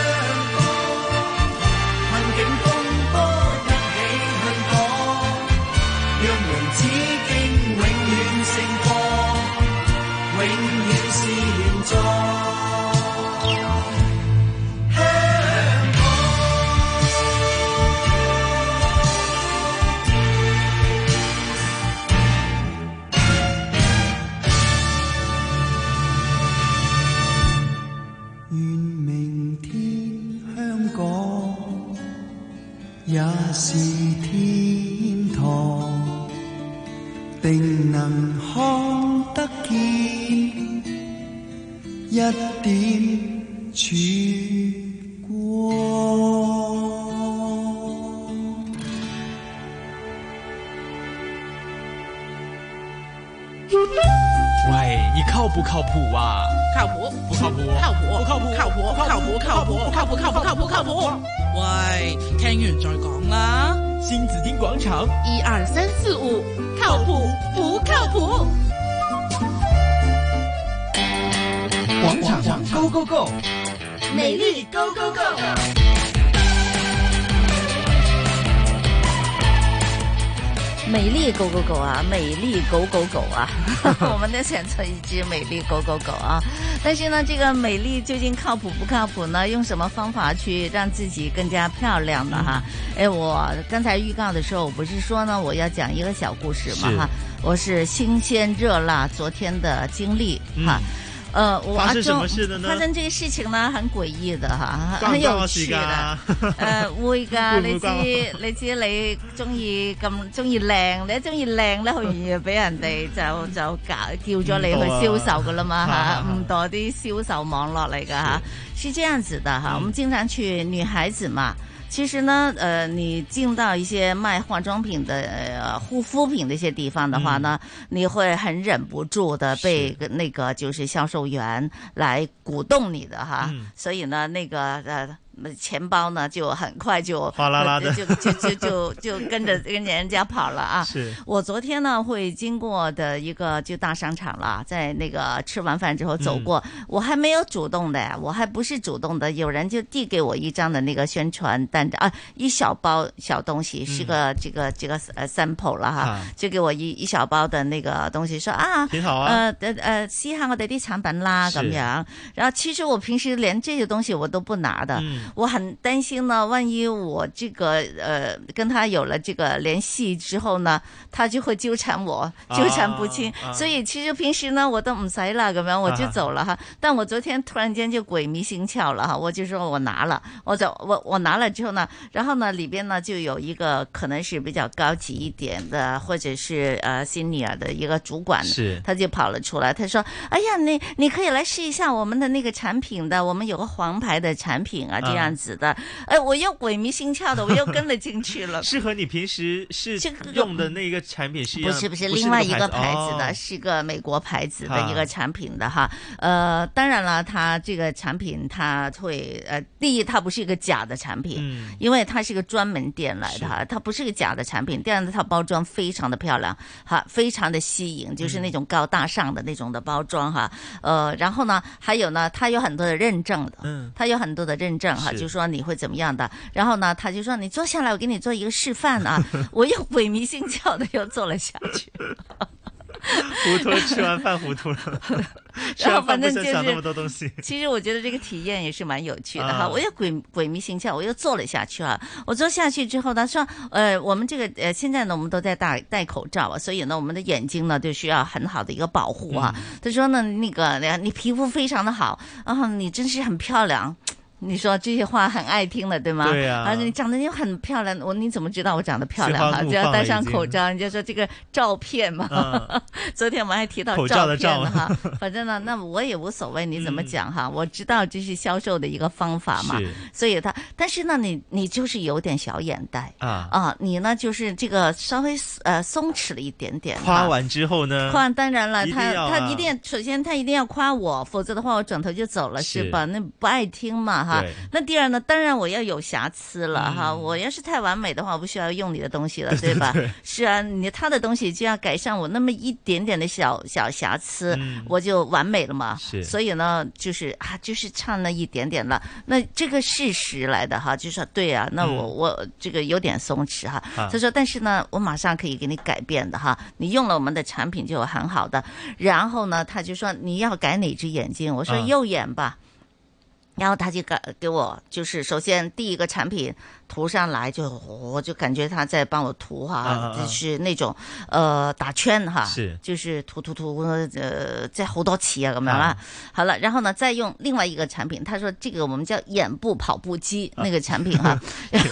Speaker 12: 也是天堂，定能看得見一點曙光。
Speaker 16: 喂，你靠不靠譜啊？
Speaker 4: 靠譜，
Speaker 16: 不靠譜，
Speaker 4: 靠譜，
Speaker 16: 不靠譜，
Speaker 4: 靠譜，靠譜，靠譜，靠譜，靠譜，靠譜，靠譜。喂，聽完再講啦。
Speaker 16: 新紫荊廣場
Speaker 4: 1、2、3、4、5，靠譜不靠譜？
Speaker 16: 廣場上 Go Go Go，
Speaker 4: 美麗 Go Go Go。
Speaker 8: 美丽狗狗狗啊，美丽狗狗狗啊，我们的选择一只美丽狗狗狗啊。但是呢，这个美丽究竟靠谱不靠谱呢？用什么方法去让自己更加漂亮呢？哈，我刚才预告的时候，我不是说呢，我要讲一个小故事嘛哈，我是新鲜热辣昨天的经历哈。我
Speaker 9: 发生什麼事的呢？
Speaker 8: 發生這個事情呢，很詭異的吓，很有趣的。會㗎，你知你中意靚，你一中意靚咧，好容易俾人哋就叫咗你去銷售噶啦嘛吓，誤墮啲銷售網絡嚟噶吓，是這樣子的哈。我們經常去女孩子嘛。其實呢，你進到一些賣化妝品的護膚品的一些地方的話呢，你會很忍不住的被那個就是銷售員來鼓動你的哈，所以呢，那個錢包呢就很快就
Speaker 9: 哗啦啦的
Speaker 8: 就跟着人家跑了啊！
Speaker 9: 是
Speaker 8: 我昨天呢會經過的一個就大商場啦，在那個吃完飯之後走過，我還沒有主動的，我還不是主動的，有人就遞給我一張的那個宣傳單啊，一小包小東西，是個這個sample 啦哈，就給我一小包的那個東西，說啊，
Speaker 9: 挺好啊，
Speaker 8: 試下我哋啲產品啦咁樣。然後其實我平時連這些東西我都不拿的。我很擔心呢，萬一我這個跟他有了這個聯繫之後呢，他就會糾纏我，糾纏不清。所以其實平時呢，我都唔使啦，咁樣我就走了哈。但我昨天突然間就鬼迷心竅了哈，我就說我拿了，我拿了之後呢，然後呢裏邊呢就有一個可能是比較高級一點的，或者是senior 的一個主管，他就跑了出來，他說：哎呀，你可以來試一下我們的那個產品的，我們有個黃牌的產品啊，這樣子的，我又鬼迷心竅的，我又跟了進去了。
Speaker 9: 是和你平時是用的那個產品是一樣？
Speaker 8: 不是，另外一個牌子的，是個美國牌子的一個產品的哈。當然了，它這個產品它會第一，它不是一個假的產品，因為它是個專門店來的哈，它不是個假的產品。第二呢，它包裝非常的漂亮哈，非常的吸引，就是那種高大上的那種的包裝哈。然後呢，還有呢，它有很多的認證的，它有很多的認證哈，就說你會怎麼樣的。然後呢，他就說你坐下來，我給你做一個示範啊。我又鬼迷心竅的又坐了下去。
Speaker 9: 糊塗，吃完飯糊塗了。
Speaker 8: 然後反正就是
Speaker 9: 那麼多東西。
Speaker 8: 其實我覺得這個體驗也是蠻有趣的哈。我又鬼迷心竅，我又坐了下去啊。我坐下去之後呢，說我們這個現在呢，我們都在戴口罩啊，所以呢，我們的眼睛呢就需要很好的一個保護啊。他說呢，那個你皮膚非常的好啊，你真是很漂亮。你說這些話很愛聽的，對嗎？
Speaker 9: 對啊。
Speaker 8: 而且你長得又很漂亮，你怎麼知道我長得漂亮哈？只要戴上口罩，你就說這個照片嘛。昨天我們還提到照片哈。反正呢，那我也無所謂，你怎麼講哈？我知道這是銷售的一個方法嘛。所以但是呢，你就是有點小眼袋啊，你呢就是這個稍微鬆弛了一點點。
Speaker 9: 誇完之後呢？
Speaker 8: 誇完當然了，他一定首先他一定要誇我，否則的話我轉頭就走了，是吧？那不愛聽嘛哈。那第二呢，當然我要有瑕疵了哈。我要是太完美的話，我不需要用你的東西了，對吧？是啊，他的東西就要改善我那麼一點點的小瑕疵，我就完美了嘛。所以呢，就是差那一點點了。那這個事實來的哈，就說對啊，那我這個有點鬆弛哈。他說，但是呢，我馬上可以給你改變的哈。你用了我們的產品就很好的。然後呢，他就說你要改哪隻眼睛？我說右眼吧。然後他就給我，就是首先第一個產品塗上來我就感覺他在幫我塗哈，就是那種打圈哈，就是塗在好多次啊咁樣啦。好了，然後呢再用另外一個產品，他說這個我們叫眼部跑步機那個產品哈。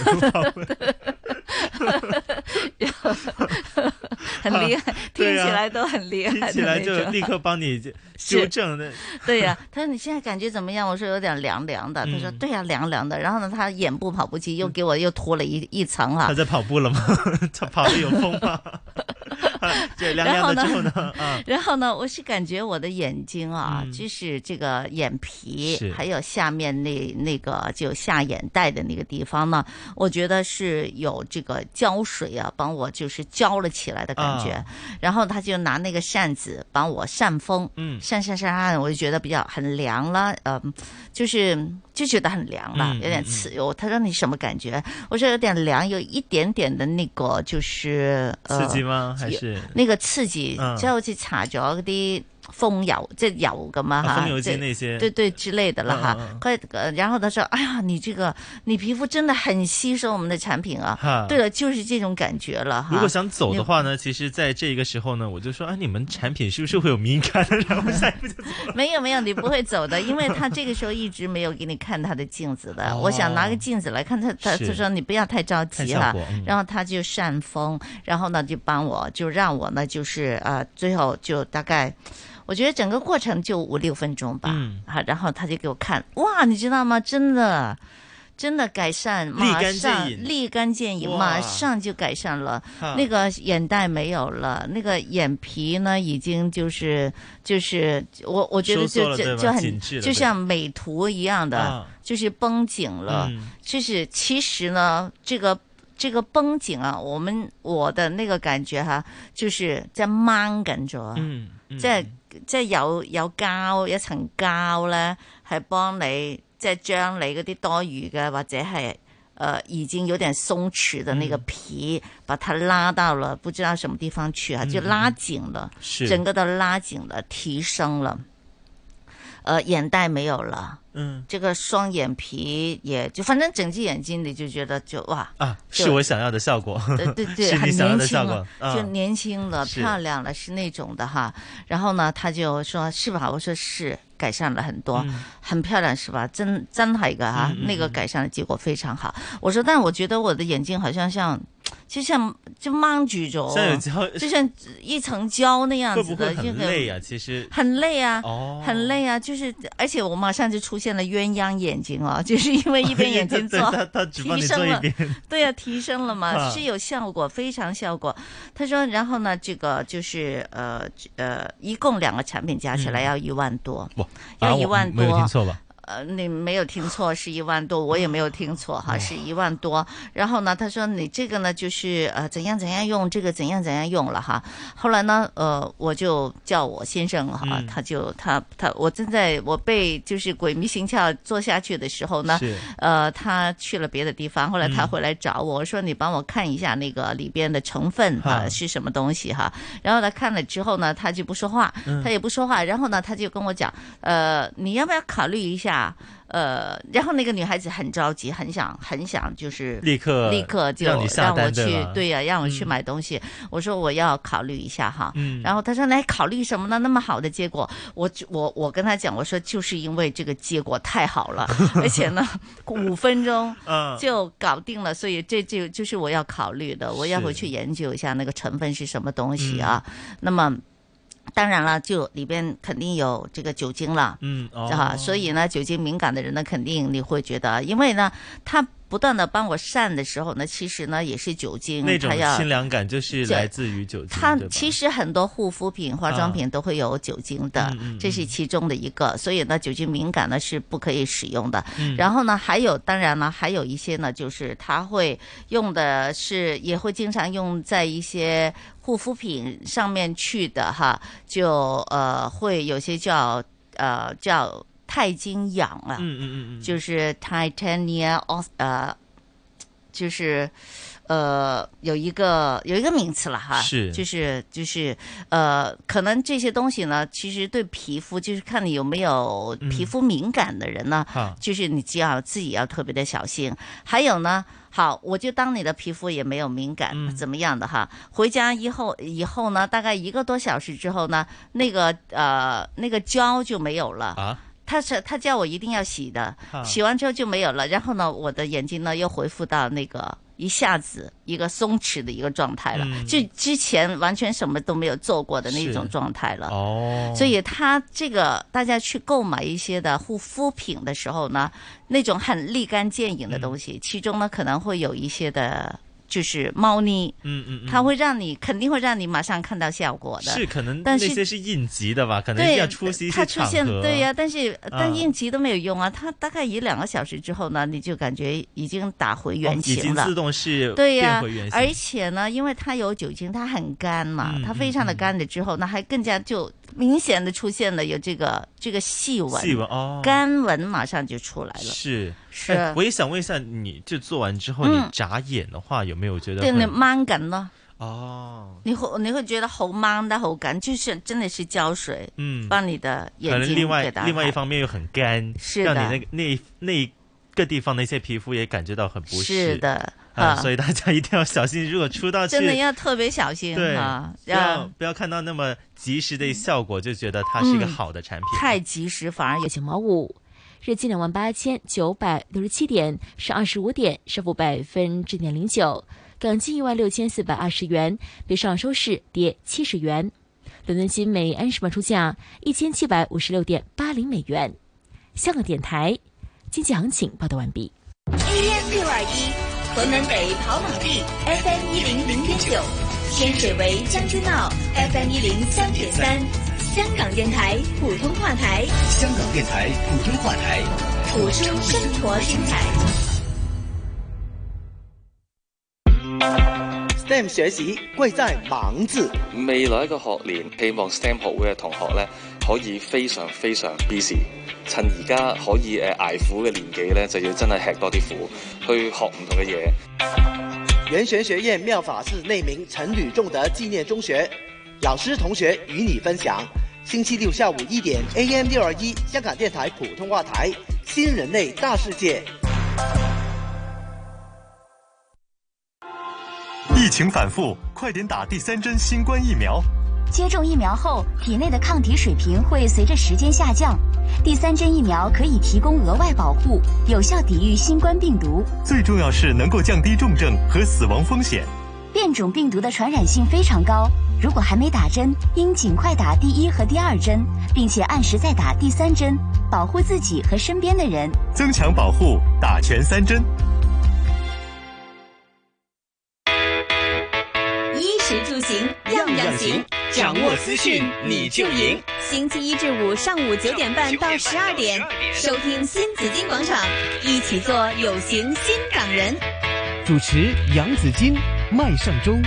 Speaker 8: 很厲害，聽起來都很厲害，
Speaker 9: 聽起來就立刻幫你修正的。
Speaker 8: 對呀，他說你現在感覺怎麼樣？我說有點涼涼的。他說對呀，涼涼的。然後呢，他眼部跑步機又給我又塗了一層啊。
Speaker 9: 他在跑步了嗎？他跑得有風嗎？
Speaker 8: 然後呢，然後呢，我是感覺我的眼睛啊，就是這個眼皮，還有下面那個就下眼袋的那個地方呢，我覺得是有這個膠水啊，幫我就是膠了起來的感覺。然後他就拿那個扇子幫我扇風，扇，我就覺得比較很涼啦，就是就觉得很凉了，有点刺。他说你什麼感覺？我說有點涼，有一點點的那個就是
Speaker 1: 刺激嗎？還是
Speaker 8: 那個刺激，即係好似搽咗嗰啲風油，即係油咁啊，
Speaker 1: 風油精那些，
Speaker 8: 對之類的啦哈。然後他說：哎呀，你皮膚真的很吸收我們的產品啊。對了，就是這種感覺了哈。
Speaker 1: 如果想走的話呢，其實在這個時候呢，我就說：你們產品是不是會有敏感？然後下一步就走了。
Speaker 8: 沒有，你不會走的，因為他這個時候一直沒有給你看他的鏡子的。我想拿個鏡子來看他說你不要太着急哈。然後他就扇風，然後呢就幫我，就讓我呢就是最後就大概。我覺得整個過程就5-6分鐘吧，然後他就給我看，哇，你知道嗎？真的改善，馬上立竿見影，馬上就改善了。那個眼袋沒有了，那個眼皮呢已經就是我覺得就很就像美圖一樣的，就是繃緊了。就是其實呢，這個繃緊啊，我的那個感覺哈，就是在掹緊咗，即係有膠一層膠咧，係幫你即係將你嗰啲多餘嘅或者係已經有點鬆弛的那個皮，把它拉到了不知道什麼地方去啊，就拉緊了，整個都拉緊了，提升了。眼袋沒有了，這個雙眼皮也就反正整隻眼睛你就覺得就哇
Speaker 1: 是我想要的效果，
Speaker 8: 對，很年輕了，就年輕了，漂亮了，是那種的哈。然後呢，他就說是吧？我說是，改善了很多，很漂亮是吧？真係噶哈，那個改善的結果非常好。我說，但我覺得我的眼睛好像就蒙住咗，就像一層膠那樣子的，
Speaker 1: 會不會很累啊？其實
Speaker 8: 很累啊，很累啊，就是而且我馬上就出現了鴛鴦眼睛啊，就是因為一邊眼睛做提升了，對啊，提升了嘛，是有效果，非常效果。他說，然後呢，這個就是一共2個產品加起來要1萬多，要1萬多，
Speaker 1: 沒有聽錯吧？
Speaker 8: 你沒有聽錯，是1萬多，我也沒有聽錯哈，是1萬多。然後呢，他說你這個呢就是怎樣用，這個怎樣用了哈。後來呢，我就叫我先生了哈，我被就是鬼迷心竅做下去的時候呢，他去了別的地方，後來他回來找我說你幫我看一下那個裏邊的成分哈是什麼東西哈。然後他看了之後呢，他就不說話，他也不說話。然後呢，他就跟我講，你要不要考慮一下？然後那個女孩子很着急，很想就是立刻就讓我去，對呀，讓我去買東西。我說我要考慮一下哈。然後他說來考慮什麼呢？那麼好的結果，我跟他講，我說就是因為這個結果太好了，而且呢5分鐘就搞定了，所以這就是我要考慮的，我要回去研究一下那個成分是什麼東西啊。那麼當然了，就裏邊肯定有這個酒精了，所以呢，酒精敏感的人呢，肯定你會覺得，因為呢，他不斷的幫我扇的時候呢，其實呢也是酒精，
Speaker 1: 那種清涼感就是來自於酒精。
Speaker 8: 它其實很多護膚品、化妝品都會有酒精的，這是其中的一個，所以呢，酒精敏感呢是不可以使用的。然後呢，當然呢，還有一些呢，就是它會用的是，也會經常用在一些護膚品上面去的哈，就會有些叫鈦金氧啊，就是 titanium就是有一個名詞了哈，就是可能這些東西呢，其實對皮膚就是看你有沒有皮膚敏感的人呢，就是你只要自己要特別的小心。還有呢，好，我就當你的皮膚也沒有敏感，怎麼樣的哈？回家以後呢，大概1個多小時之後呢，那個膠就沒有了啊。他叫我一定要洗的，洗完之後就沒有了。然後呢，我的眼睛呢又恢復到那個一下子一個鬆弛的一個狀態了，就之前完全什麼都沒有做過的那種狀態了。所以他這個大家去購買一些的護膚品的時候呢，那種很立竿見影的東西，其中呢可能會有一些的。就是貓膩，它會肯定會讓你馬上看到效果的。
Speaker 1: 是，可能那些是應急的吧，可能要出席一些場合。
Speaker 8: 對呀，但應急都沒有用啊，它大概1-2個小時之後呢，你就感覺已經打回原形了。
Speaker 1: 已經自動是
Speaker 8: 變
Speaker 1: 回原形。
Speaker 8: 而且呢，因為它有酒精，它很乾嘛，它非常的乾了之後，那還更加就明顯的出現了有這個細紋，
Speaker 1: 哦，
Speaker 8: 乾紋馬上就出來了。
Speaker 1: 是，
Speaker 8: 我
Speaker 1: 也想問一下，你就做完之後，你眨眼的話，有沒有覺得？
Speaker 8: 對，你掹緊咯。
Speaker 1: 哦，
Speaker 8: 你會覺得好掹得好緊，就是真的是膠水，幫你的眼睛給打開。
Speaker 1: 可能另外一方面又很乾，
Speaker 8: 是的，
Speaker 1: 讓你那個地方那些皮膚也感覺到很不適。
Speaker 8: 是的。
Speaker 1: 所以大家一定要小心，如果出到去
Speaker 8: 真的要特別小心，
Speaker 1: 對，不要看到那麼及時的效果就覺得它是一個好的產品，
Speaker 8: 太及時反而有
Speaker 11: 9毛5。日經28967點，上25點，升幅0.09%，港金16420元，比上收市跌70元。倫敦金每安士賣出價1756.80美元。香港電台經濟行情報道完畢。
Speaker 2: AM621屯門北跑馬地 FM100.9，天水圍將軍澳 FM103.3，香港電台普通話台，
Speaker 3: 香港電台普通話台，
Speaker 2: 譜出生活精彩。
Speaker 13: STEM 學習貴在忙字。
Speaker 14: 未來一個學年，希望 STEM 學會嘅同學呢，可以非常 busy。趁而家可以捱苦嘅年紀呢，就要真係吃多啲苦，去學唔同嘅嘢。
Speaker 13: 圓玄學院妙法寺內明陳呂仲德紀念中學，老師同學與你分享。星期六下午1點 AM621 香港電台普通話台，新人類大世界。
Speaker 6: 疫情反覆，快點打第3針新冠疫苗。
Speaker 22: 接種疫苗後，體內的抗體水平會隨着時間下降。第3針疫苗可以提供額外保護，有效抵禦新冠病毒。
Speaker 6: 最重要是能夠降低重症和死亡風險。
Speaker 22: 變種病毒的傳染性非常高，如果還沒打針，應盡快打第1和第2針，並且按時再打第3針，保護自己和身邊的人。
Speaker 6: 增強保護，打全3針。
Speaker 2: 衣食住行樣樣行，
Speaker 16: 掌握資訊你就贏。
Speaker 2: 星期1至5上午9點半到12點，收聽新紫荊廣場，一起做有型新港人。
Speaker 16: 主持楊紫荊、麥尚中。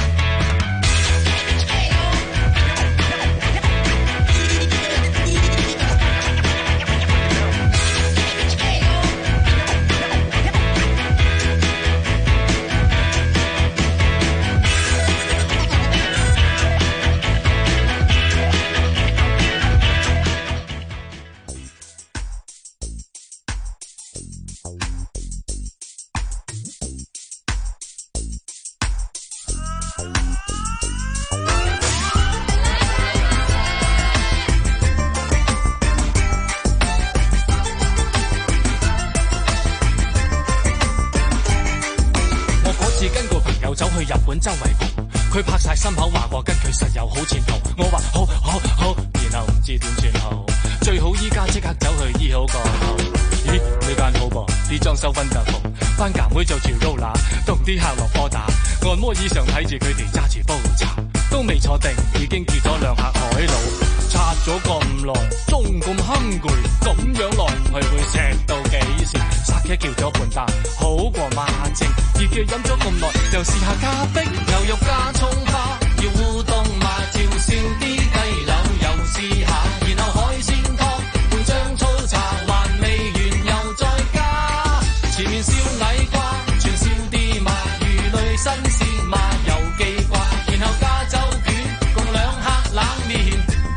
Speaker 23: 周圍蒲，佢拍晒心口話過跟佢實有好前途。我話好，然後唔知點算好，最好依家即刻走去醫好個頭。咦，呢間好噃，啲裝修分特步，班夾妹做住 roller， 同啲客落波打。按摩椅上睇住佢哋揸住煲茶，都未坐定已經叫咗2客海佬。拆咗咁耐，仲咁 hungry， 咁樣落去會食到幾時？殺茄叫咗半打，好過萬程。熱嘅飲咗咁耐，就試下咖啡，牛肉加葱花，要烏冬麻椒燒啲雞柳，又試下，然後海鮮湯半張粗茶，還未完又再加。前面燒矮瓜，全燒啲麻魚類新鮮麻油記掛，然後加州卷，共2客冷麵。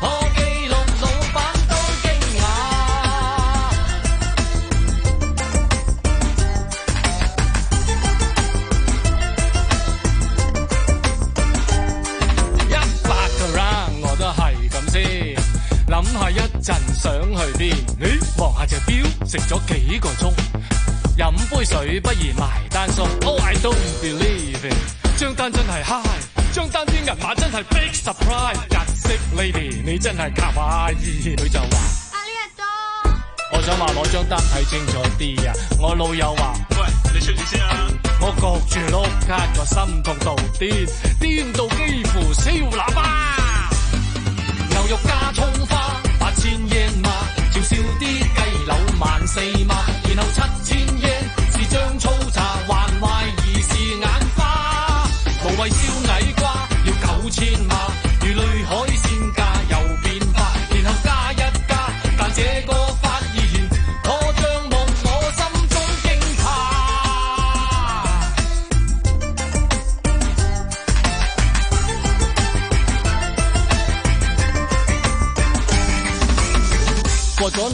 Speaker 23: 諗下一陣想去邊？望下隻錶，食咗幾個鐘，飲杯水不如埋單送。Oh I don't believe it， 張單真係 high， 張單啲銀碼真係 big surprise。日式 lady 你真係卡哇伊，佢就話阿呢日多。我想話攞張單睇清楚啲啊！我老友話喂，你出住先啊！我焗住碌卡個心痛到癲到幾乎燒喇叭。牛肉加葱花，8000yen嘛，照燒啲雞柳14000嘛，然後7000yen是張粗茶，還懷疑是眼花。無謂燒矮瓜要9000嘛，魚類海鮮價又變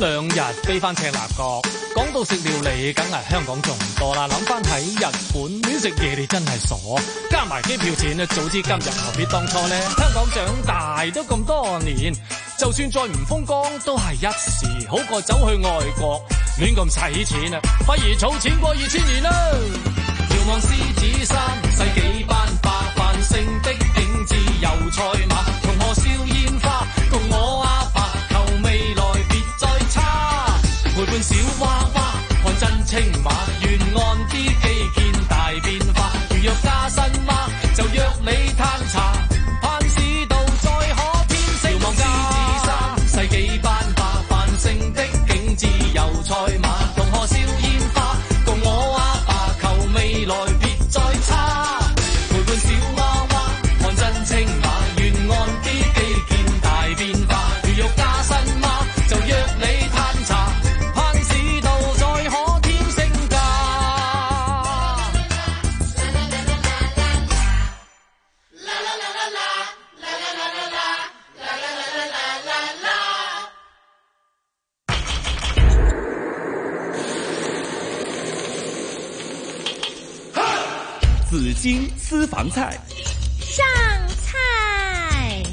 Speaker 23: 2日飛翻赤鱲角。講到食料理，梗係香港仲多啦。諗翻喺日本亂食嘢，你真係傻。加埋機票錢，早知今日何必當初呢？香港長大都咁多年，就算再唔風光都係一時，好過走去外國亂咁使錢啊！不如儲錢過2000年啦！遙望獅子山，世紀班化繁盛的景致油賽馬，同河笑煙花，共我阿爸求未來別再差，陪伴小娃娃看真青馬，沿岸啲基建大變化，如若加薪嗎？就約你嘆茶，盼市道再可天升價。遙望獅子山，世紀班化繁盛的景致油賽馬，同河笑煙花，共我阿爸求未來別再差，陪伴小娃娃看真青馬，沿岸啲基建大變化，如若加薪嗎？就約你嘆茶，盼市道再可添升價。
Speaker 16: 紫金私房菜
Speaker 2: 上菜。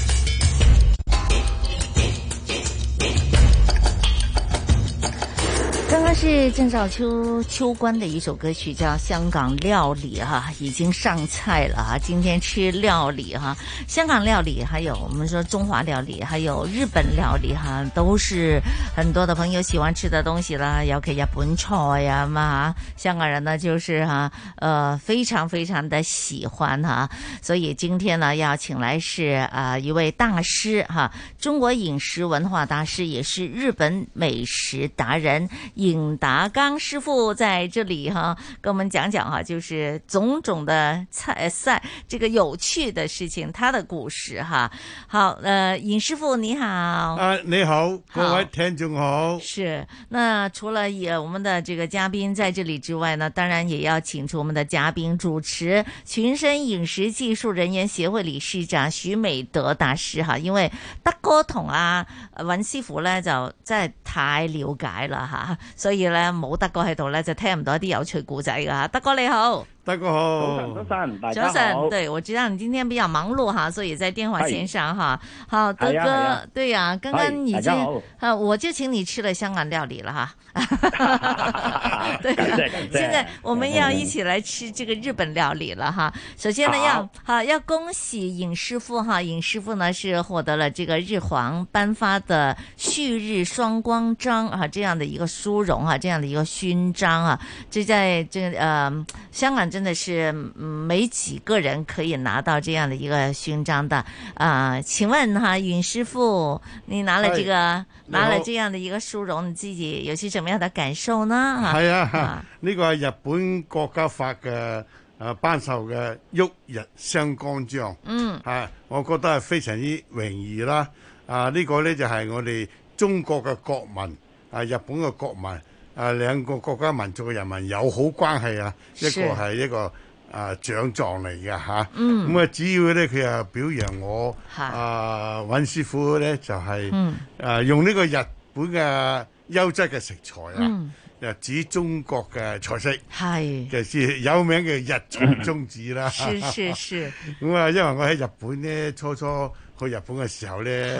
Speaker 8: 刚刚是郑少秋官的一首歌曲，叫《香港料理》哈，已经上菜了哈。今天吃料理哈，香港料理，还有我们说中华料理，还有日本料理哈，都是很多的朋友喜欢吃的东西啦。尤其日本菜呀嘛，香港人呢就是非常非常的喜欢哈。所以今天呢要请来是一位大师哈，中国饮食文化大师，也是日本美食达人尹达刚师傅在这里哈，跟我们讲讲哈，就是种种的菜这个有趣的事情，他的故事哈。好，尹师傅你好。
Speaker 7: 你好，各位听众好。
Speaker 8: 是，那除了我们的这个嘉宾在这里之外呢，当然也要请出我们的嘉宾主持，群生饮食技术人员协会理事長許美德大師哈，因為德哥同尹師傅咧就真係太了解啦吓，所以咧冇德哥喺度咧就聽唔到一啲有趣故仔噶吓。德哥你好。
Speaker 7: 大家好，
Speaker 21: 早晨，大家好。
Speaker 8: 早晨，对，我知道你今天比较忙碌哈，所以在电话线上哈。好，德哥，对呀，刚刚已经我就请你吃了香港料理了哈。对，现在我们要一起来吃这个日本料理了哈。首先呢，要恭喜尹师傅哈，尹师傅呢是获得了这个日皇颁发的旭日双光章啊这样的一个殊荣啊，这样的一个勋章啊，这在这香港真的是没几个人可以拿到这样的一个勋章的请问哈，尹师傅，你拿了这样的一个殊荣，你自己有些什麼樣的感受呢？
Speaker 7: 係呢個係日本國家法嘅頒授嘅旭日雙光章，我覺得係非常之榮譽啦。呢個呢就係我哋中國嘅國民日本嘅國民。兩個國家民族嘅人民友好關係一個係一個獎狀嚟嘅嚇。咁主要咧佢又表揚我尹師傅咧就係用呢個日本嘅優質嘅食材又指中國嘅菜式，就是有名嘅日菜宗旨啦。
Speaker 8: 是。
Speaker 7: 咁因為我喺日本咧初去日本嘅時候咧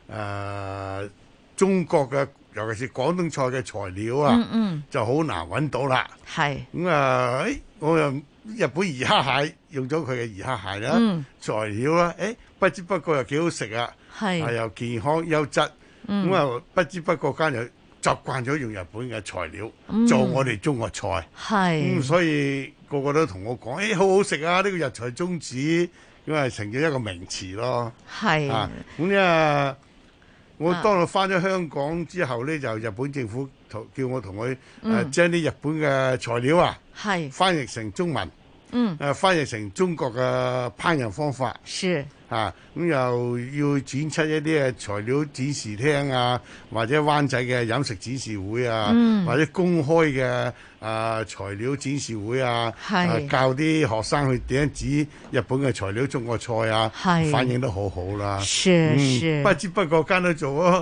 Speaker 7: 中國嘅尤其是廣東菜嘅材料就好難揾到啦。咁我又日本魚蝦蟹用咗佢嘅魚蝦蟹啦，材料啦，不知不覺又幾好食啊，又健康優質。咁不知不覺間又習慣咗用日本嘅材料做我哋中國菜。所以個個都同我講，好好食啊！呢個日菜宗旨，咁成咗一個名詞咯。咁我當我翻咗香港之後咧，就日本政府叫我同佢將啲日本嘅材料翻譯成中文，翻譯成中國嘅烹飪方法。咁又要展出一啲嘅材料展示廳或者灣仔嘅飲食展示會或者公開嘅材料展示會教啲學生去點樣指日本嘅材料中國菜反應都好好啦。不知不覺間都做咗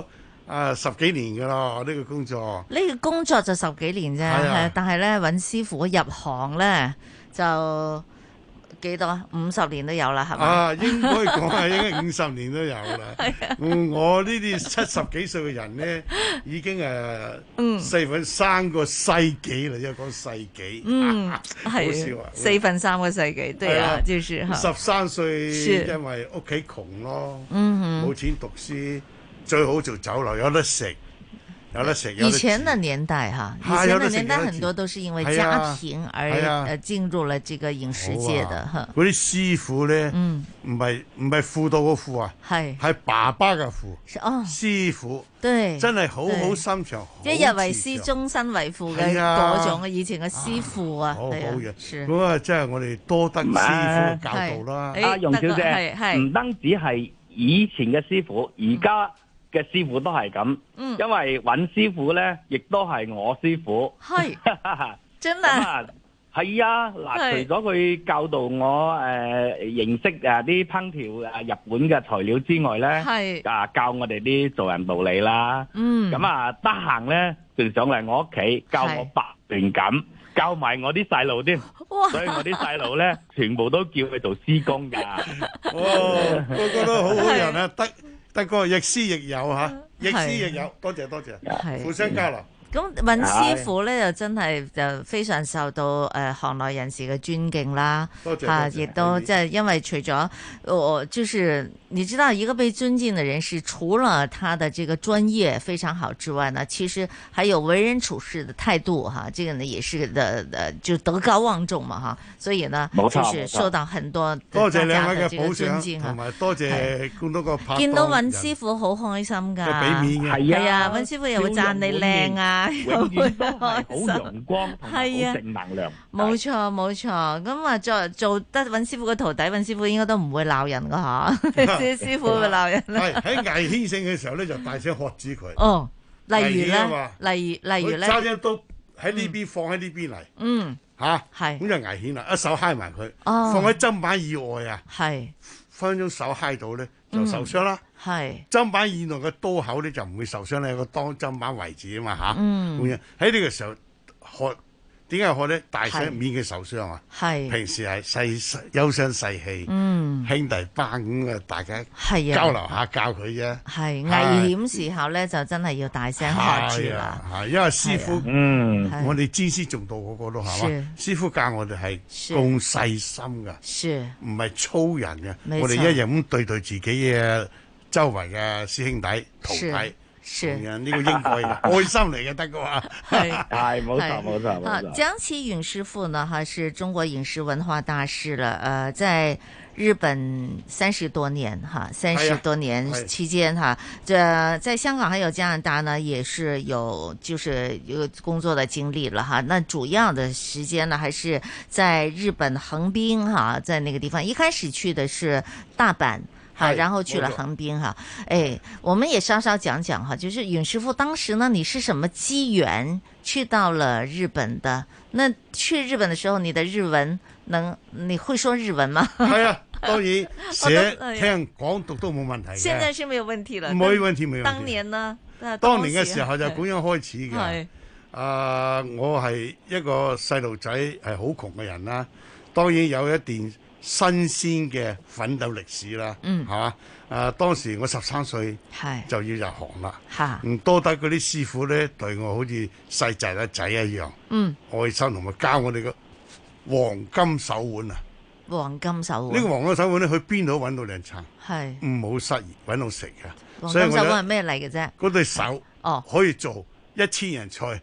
Speaker 7: 10幾年噶咯，呢個工作。
Speaker 8: 呢個工作就10幾年啫，係，但係咧揾師傅入行咧就幾多？50年都有啦，係嘛？
Speaker 7: 應該講係應該50年都有啦。我呢啲70幾歲嘅人咧，已經4分3個世紀啦，因為講世紀。
Speaker 8: 係。好笑啊！4分3個世紀，對啊，就是
Speaker 7: 13歲，因為屋企窮咯，冇錢讀書，最好做酒樓，有得食。
Speaker 8: 以前的年代哈，以前的年代很多都是因為家庭而進入了這個飲食界的哈。
Speaker 7: 嗰啲師傅咧，唔係輔導個輔啊，係爸爸嘅輔。師傅對，真係好心腸，
Speaker 8: 一日為師，終身為父嘅嗰種以前嘅師傅啊，
Speaker 7: 好好嘅。咁啊，即係我哋多得師傅教導啦。
Speaker 10: 阿容小姐，唔單止係以前嘅師傅，而家嘅師傅都係咁，因為揾師傅咧，亦都係我師傅。
Speaker 8: 係，真係。
Speaker 10: 係啊，嗱，除咗佢教導我認識啲烹調日本嘅材料之外咧，教我哋啲做人道理啦。咁啊，得閒咧仲上嚟我屋企教我八段錦，教埋我啲細路添。所以我啲細路咧，全部都叫佢做師公㗎。
Speaker 7: 個個都好好人啊，得個亦師亦友嚇，亦師亦友，多謝，互相交流。
Speaker 8: 咁揾師傅咧就真係就非常受到行內人士嘅尊敬啦，亦都即係因為除咗就是你知道一個被尊敬的人士，除了他的這個專業非常好之外呢，其實還有為人處事的態度哈，這個呢也是就德高望重嘛哈，所以呢就是受到很多
Speaker 7: 多謝兩位嘅這個尊敬同埋多謝咁多個拍檔。見
Speaker 8: 到揾師傅好開心㗎，
Speaker 7: 俾面嘅
Speaker 8: 係啊，揾師傅又會讚你靚啊。
Speaker 10: 永遠都係好陽光同埋好正能量。
Speaker 8: 冇錯，咁啊做得揾師傅嘅徒弟，揾師傅應該都唔會鬧人㗎嚇，啲師傅會鬧人。
Speaker 7: 係喺危險性嘅時候咧，就大聲喝止佢。
Speaker 8: 哦，例如咧，例如咧，
Speaker 7: 揸張刀喺呢邊放喺呢邊嚟。係咁就危險啦！一手揩埋佢，放喺砧板以外啊，分鐘手揩到咧就受傷啦。砧板以內嘅刀口咧就唔會受傷咧，個當砧板位置啊嘛嚇。喺呢個時候喝，點解喝咧？大聲免佢受傷啊！平時係優聲細氣，兄弟班咁啊，大家交流下教佢啫。係
Speaker 8: 危險時候咧，就真係要大聲喝住啦。
Speaker 7: 係因為師傅，我哋尊師重道嗰個都係嘛。師傅教我哋係咁細心噶，唔係粗人嘅。我哋一日咁對自己嘅周圍嘅師兄弟徒弟。呢個應該嘅愛心嚟嘅得嘅話，
Speaker 10: 係冇錯。
Speaker 8: 講起允師傅呢，哈，是中國飲食文化大師了。在日本30多年，哈，30多年期間，哈，在香港還有加拿大呢，也是有工作的經歷了，哈。那主要的時間呢，還是在日本橫濱，哈，在那個地方。一開始去的是大阪。好，然後去了橫濱哈，我們也稍稍講講哈，就是允師傅當時呢，你是什麼機緣去到了日本的？那去日本的時候，你的日文你會說日文嗎？
Speaker 7: 係啊，當然寫聽講讀都冇問題。
Speaker 8: 現在是沒有問題了，
Speaker 7: 冇問題。
Speaker 8: 當年呢？
Speaker 7: 當年嘅時候就咁樣開始嘅。我係一個細路仔，係好窮嘅人啦，當然有一段新鮮嘅奮鬥歷史啦，係嘛？當時我13歲就要入行啦，唔多得嗰啲師傅咧對我好似細仔一樣，愛心同埋教我哋個黃金手腕啊！
Speaker 8: 黃金手腕呢
Speaker 7: 個黃金手腕咧，去邊度都揾到兩餐，唔好失業揾到食嘅。
Speaker 8: 黃金手腕係咩嚟嘅啫？
Speaker 7: 嗰對手可以做1000人菜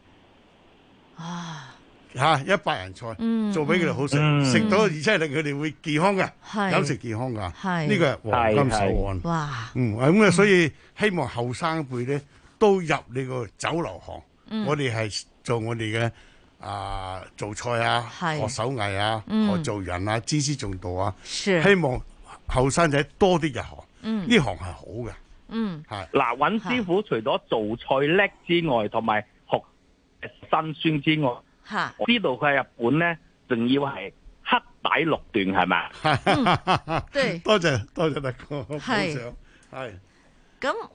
Speaker 7: 100人菜，做俾佢哋好食，食到而且令佢哋會健康嘅，飲食健康噶，呢個係黃金手腕。哇！咁啊，所以希望後生輩咧都入呢個酒樓行。我哋係做我哋嘅做菜啊，學手藝啊，學做人啊，尊師重道啊。希望後生仔多啲入行，呢行係好嘅。
Speaker 10: 係嗱，揾師傅除咗做菜叻之外，同埋學辛酸之外。我知道佢喺日本咧，仲要係黑帶6段，係咪？
Speaker 8: 對，
Speaker 7: 多謝德哥，係。
Speaker 8: 咁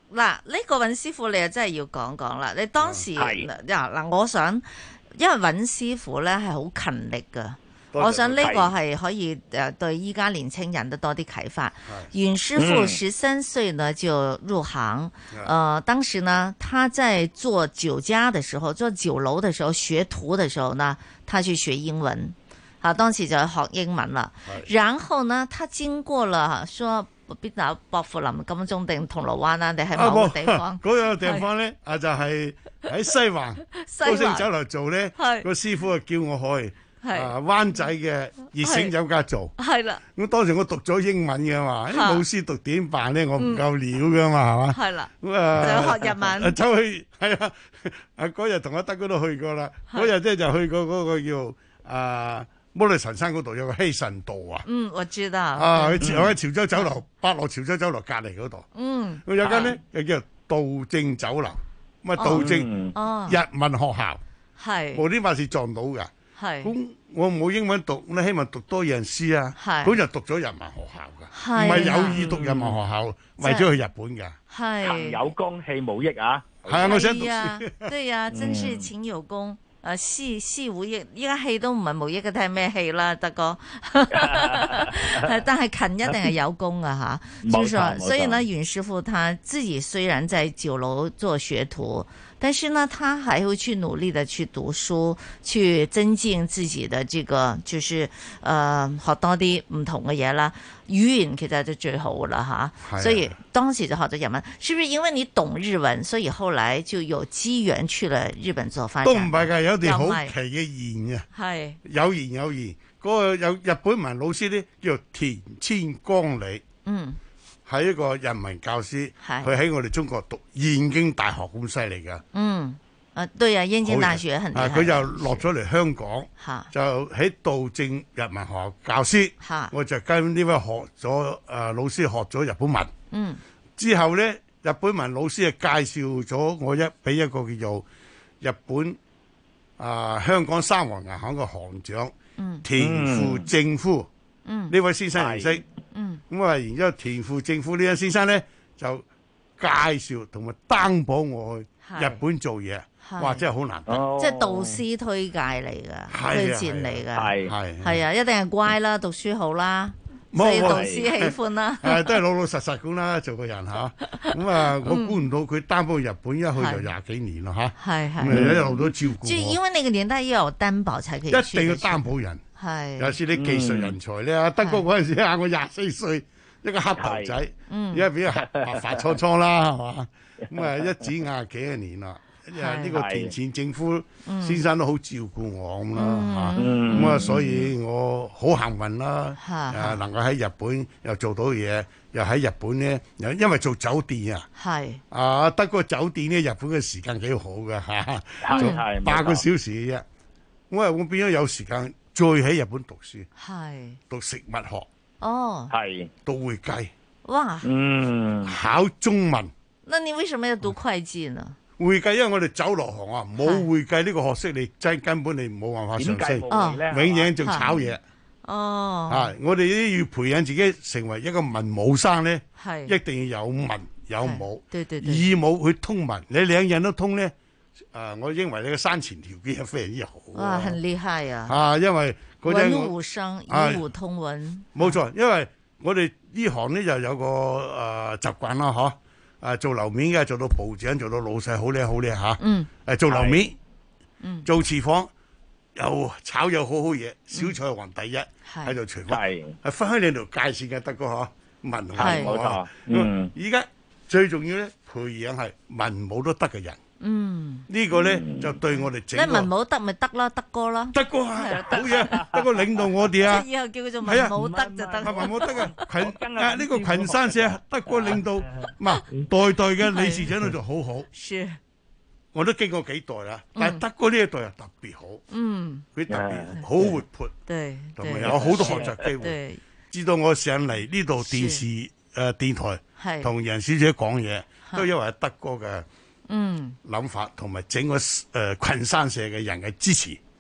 Speaker 8: 嗱，呢個尹師傅你又真係要講講啦。你當時嗱，我想，因為尹師傅咧係好勤力噶，我想呢個係可以對依家年輕人都多啲啟發。尹師傅13歲呢就入行，當時呢他在做酒家的時候，做酒樓的時候學徒的時候呢，他去學英文，當時就學英文啦。然後呢，他經過了說。邊度？薄扶林、金鐘定銅鑼灣啊？定係某個地方？
Speaker 7: 嗰個地方咧就係喺西環高升酒樓做咧。個師傅就叫我去灣仔嘅熱醒酒家做。係啦。咁當時我讀咗英文嘅嘛，啲老師讀點辦咧？我唔夠料噶嘛，係嘛？係啦。咁就學日文。走去係啊！嗰日同阿德哥都去過啦。嗰日咧就去過嗰個叫摩利神山嗰度有個希慎道啊，
Speaker 8: 我知道。
Speaker 7: 我喺潮州酒樓，百樂潮州酒樓隔離嗰度。我有間咧又叫道正酒樓，咁啊道正日文學校，係無端白事撞到㗎。係咁我冇英文讀，咧希望讀多樣詩啊。係咁就讀咗日文學校㗎，唔係有意讀日文學校，為咗去日本㗎。係
Speaker 10: 勤有功，戲無益啊！
Speaker 7: 係啊，我想讀書。
Speaker 8: 對呀，真是勤有功。戲無益，依家戲都唔係無益嘅，睇咩戲啦，德哥。但係勤一定係有功啊吓，就是說，所以呢，尹師傅他自己雖然在酒樓做學徒，但是呢，他還會去努力的去讀書，去增進自己的這個，就是學多啲唔同嘅嘢啦。語言其實就最好啦吓，所以當時就學咗日文。是不是因為你懂日文，所以後來就有機緣去了日本做發展？
Speaker 7: 都唔係㗎，有條好奇嘅言嘅，係有言有言。嗰個有日本文老師咧，叫田千光里，係一個日文教師，佢喺我哋中國讀燕京大學咁犀利㗎。
Speaker 8: 對啊，燕京大學很厲害。
Speaker 7: 佢就落咗嚟香港，就喺道正日文學校教師。我就跟呢位學咗老師學咗日本文。之後咧，日本文老師介紹咗我俾一個叫做日本香港三和銀行嘅行長田富正夫。呢位先生認識。咁啊，然之後田富正夫呢位先生咧就介紹同埋擔保我去日本做嘢。哇！真係好難得，
Speaker 8: 即係導師推介嚟㗎，推薦嚟㗎，係啊，一定係乖啦，讀書好啦，所以導師喜歡啦。
Speaker 7: 都係老老實實咁啦，做個人嚇。咁啊，我估唔到佢擔保日本一去就20幾年咯嚇。係一路都照顧我。
Speaker 8: 就因為那個年代要有擔保才可以。
Speaker 7: 一定要擔保人。係。有時啲技術人才咧，德國嗰陣時我24歲，一個黑頭仔，而家俾白髮蒼蒼啦，係嘛？咁啊，一指廿幾年啦。呢個田前政府先生都好照顧我咁啦嚇，咁啊所以我好幸運啦，能夠喺日本又做到嘢，又喺日本咧，因為做酒店得個酒店咧，日本嘅時間幾好㗎嚇，做8個小時嘅啫，我變咗有時間再喺日本讀書，讀食物學，讀會計，哇，考中文。
Speaker 8: 那你為什麼要讀會計呢？
Speaker 7: 會計，因為我哋走落行啊，冇會計呢個學識，你真根本你冇辦法上升，永遠做炒嘢。我哋呢要培養自己成為一個文武生咧，一定要有文有武，以武去通文。你兩樣都通咧，我認為你嘅生存條件係非常之好。
Speaker 8: 哇，很厲害啊！
Speaker 7: 因為
Speaker 8: 文武生，以武通文。
Speaker 7: 冇錯，因為我哋呢行咧就有個習慣啦，嗬。做樓面嘅做到部長，做到老細，好叻好叻嚇。做樓面，做廚房又炒又好好嘢，小菜王第一喺度廚房，係分開兩條界線嘅，德哥嗬，文同武啊。而家最重要咧，培養係文武都得嘅人。呢個咧就對我哋整個。
Speaker 8: 文武得咪得啦，德哥啦。
Speaker 7: 德哥啊，好嘢，德哥領導我哋啊。
Speaker 8: 以後叫佢做文武德就得。
Speaker 7: 文武德啊，呢個群山社德哥領導，代代嘅理事長都做好好。是。我都經過幾代啦，但係德哥呢一代又特別好。佢特別好活潑。對。同埋有好多學習機會。知道我上嚟呢度電視電台同楊小姐講嘢，都因為德哥嘅。諗法同埋整個群山社嘅人嘅支持，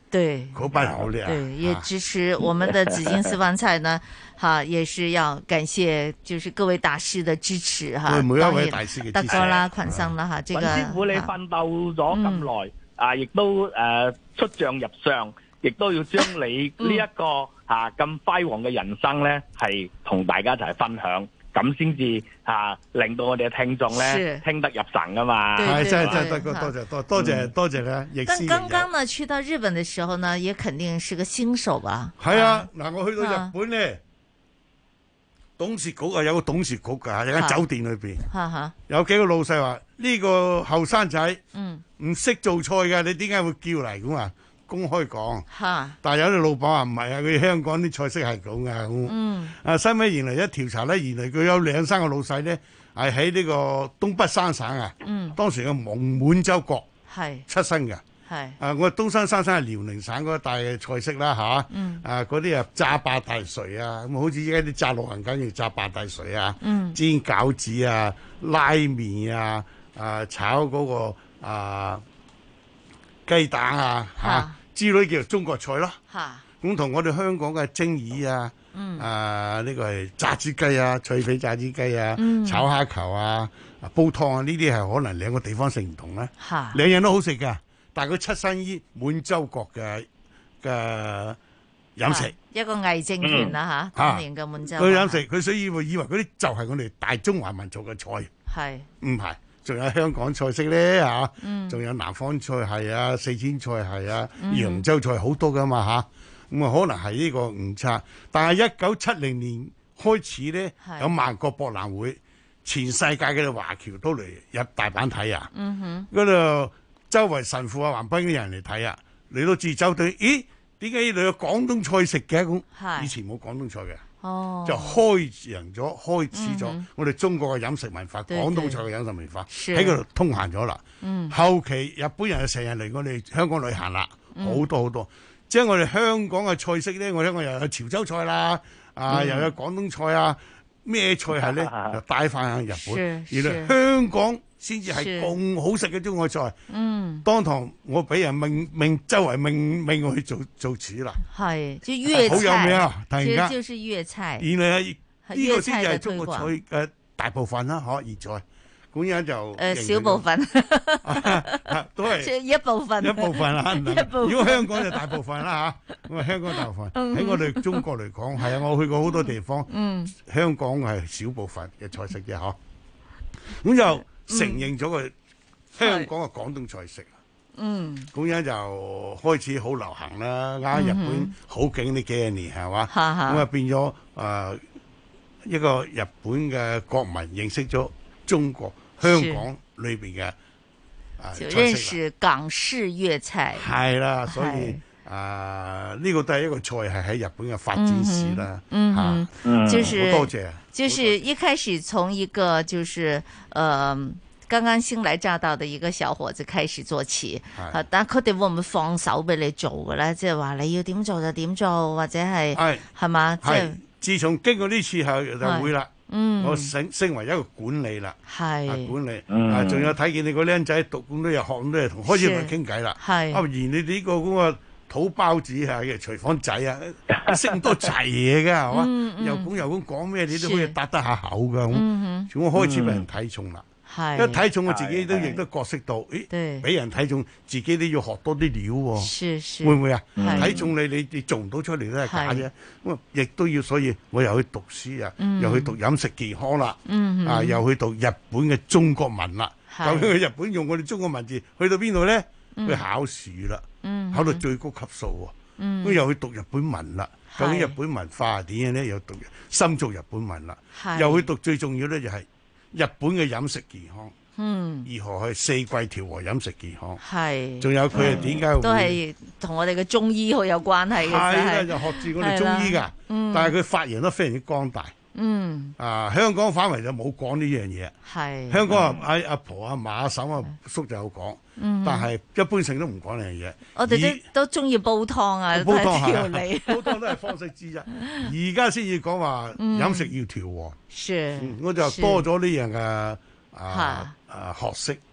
Speaker 8: 對，
Speaker 7: 嗰班好叻。
Speaker 8: 對，也支持我們的紫荊私房菜呢，也是要感謝就是各位大師的支持哈。
Speaker 7: 每一位大師嘅支持。
Speaker 8: 德哥啦、群生啦這個
Speaker 10: 雲師傅你奮鬥咗咁耐，亦都出將入相，亦都要將你呢一個咁輝煌嘅人生咧，係同大家一齊分享。咁先至令到我哋嘅聽眾咧聽得入神噶嘛。
Speaker 7: 係真係德哥，多謝你。
Speaker 8: 但剛剛呢去到日本嘅時候呢，也肯定是個新手吧？
Speaker 7: 係啊，嗱，我去到日本咧，董事局有個董事局㗎，有間酒店裏邊，有幾個老細話呢個後生仔唔識做菜㗎，你點解會叫嚟咁啊？公開講，但係有啲老闆話唔係啊，佢香港啲菜式係咁噶。收尾原來一調查咧，原來佢有2、3個老細咧，係喺呢個東北三省啊。當時嘅蒙滿洲國出身嘅。我東山三省係遼寧省嗰一帶嘅菜式啦嗰啲炸八大錘啊，咁好似依家啲炸六行梗要炸八大錘啊，煎餃子啊，拉麵啊，炒嗰個雞蛋之類叫做中國菜咯，咁同我哋香港嘅蒸魚呢個係炸豬雞啊、脆皮炸豬雞啊、炒蝦球啊、煲湯啊，呢啲係可能2個地方食唔同咧，2樣都好食㗎，但係佢出身於滿洲國嘅飲食，
Speaker 8: 一個偽政權啦當年嘅滿洲。
Speaker 7: 佢飲食，佢所以以為嗰啲就係我哋大中華民族嘅菜，唔係。仲有香港菜式咧仲有南方菜系啊、四川菜系啊、揚州菜好多噶嘛咁可能係呢個誤差。但係1970年開始咧，有萬國博覽會，全世界嘅華僑都嚟入大阪睇啊！嗰度周圍神父橫濱啲人嚟睇啊，嚟到自州對，咦？點解呢度有廣東菜食嘅咁？以前冇廣東菜嘅。就開始咗我哋中國嘅飲食文化，廣東菜嘅飲食文化喺嗰度通行咗啦。後期日本人就成日嚟我哋香港旅行啦，好多，即係我哋香港嘅菜式咧，我香港又有潮州菜啦，又有廣東菜啊，咩菜係咧就帶翻去日本。原來香港先至係咁好食嘅中國菜。當堂我俾人周圍命我去做廚啦。
Speaker 8: 係，就粵菜，
Speaker 7: 好有名啊！突然間，
Speaker 8: 其實就是粵菜。
Speaker 7: 原來呢個先至係中國菜嘅大部分啦，現在咁樣就
Speaker 8: 小部分，
Speaker 7: 都係
Speaker 8: 一部分
Speaker 7: 啦。如果香港就大部分啦咁香港大部分喺我哋中國嚟講，係啊，我去過好多地方，香港係小部分嘅菜式啫，咁就承認咗佢香港嘅廣東菜式。咁樣就開始好流行啦。啱日本好景呢幾年係嘛，咁啊變咗一個日本嘅國民認識咗中國香港裏邊嘅
Speaker 8: 就認識港式粵菜。
Speaker 7: 係啦，所以呢個都係一個菜係喺日本嘅發展史啦。
Speaker 8: 就是
Speaker 7: 好多謝。
Speaker 8: 就是一開始從一個就是剛剛新來乍到的一個小伙子開始做起，但佢哋會唔會放手俾你做嘅咧？即係話你要點做就點做，或者係嘛？即係
Speaker 7: 自從經過呢次後就會啦。我升為一個管理啦，管理仲有睇見你個僆仔讀咁多嘢，學咁多嘢，同開始同佢傾偈啦。而你呢個咁嘅土包子嘅廚房仔啊，識咁多齊嘢㗎係嘛？又講咩你都可以答得下口㗎咁。我開始俾人睇重啦。一睇重我自己亦都覺識到，咦？俾人睇重自己都要學多啲料喎，會唔會啊？睇重你做唔到出嚟都係假啫。咁亦都要，所以我又去讀書啊，又去讀飲食健康啦，又去讀日本嘅中國文啦。究竟去日本用我哋中國文字去到邊度咧？去考試啦，考到最高級數喎。咁又去讀日本文啦。究竟日本文化係點樣咧？又讀深造日本文啦，又去讀最重要咧就係日本嘅飲食健康，如何去四季調和飲食健康，仲有佢係點解會
Speaker 8: 都係同我哋嘅中醫好有關係嘅，
Speaker 7: 係啦，就學住我哋中醫噶，但係佢發揚得非常之光大。香港反為就冇講呢樣嘢，香港阿婆阿嫲阿嬸阿叔就有講，但係一般性都唔講呢樣嘢。
Speaker 8: 我哋都中意煲湯啊，
Speaker 7: 煲湯
Speaker 8: 調理，
Speaker 7: 煲湯都係方式之一。而家先至講話飲食要調和，我就多咗呢樣嘅學識，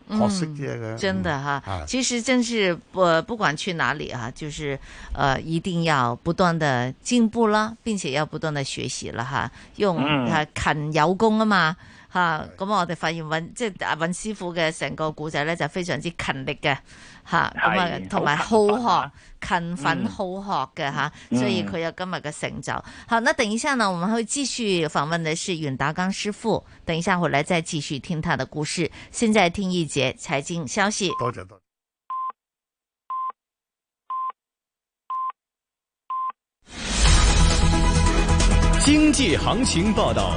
Speaker 7: 學識啫嘅。
Speaker 8: 真的哈，其實真是不管去哪裡哈，就是一定要不斷的進步啦，並且要不斷的學習啦哈，用勤有功啊嘛。咁我哋發現即係尹師傅嘅成個故仔咧，就非常之勤力嘅咁啊，同埋好學、勤奮好學嘅所以佢有今日嘅成就。好，那等一下呢，我們會繼續訪問的是阮達剛師傅，等一下回來再繼續聽他的故事。現在聽一節財經消息。
Speaker 7: 多謝。
Speaker 16: 經濟行情報道。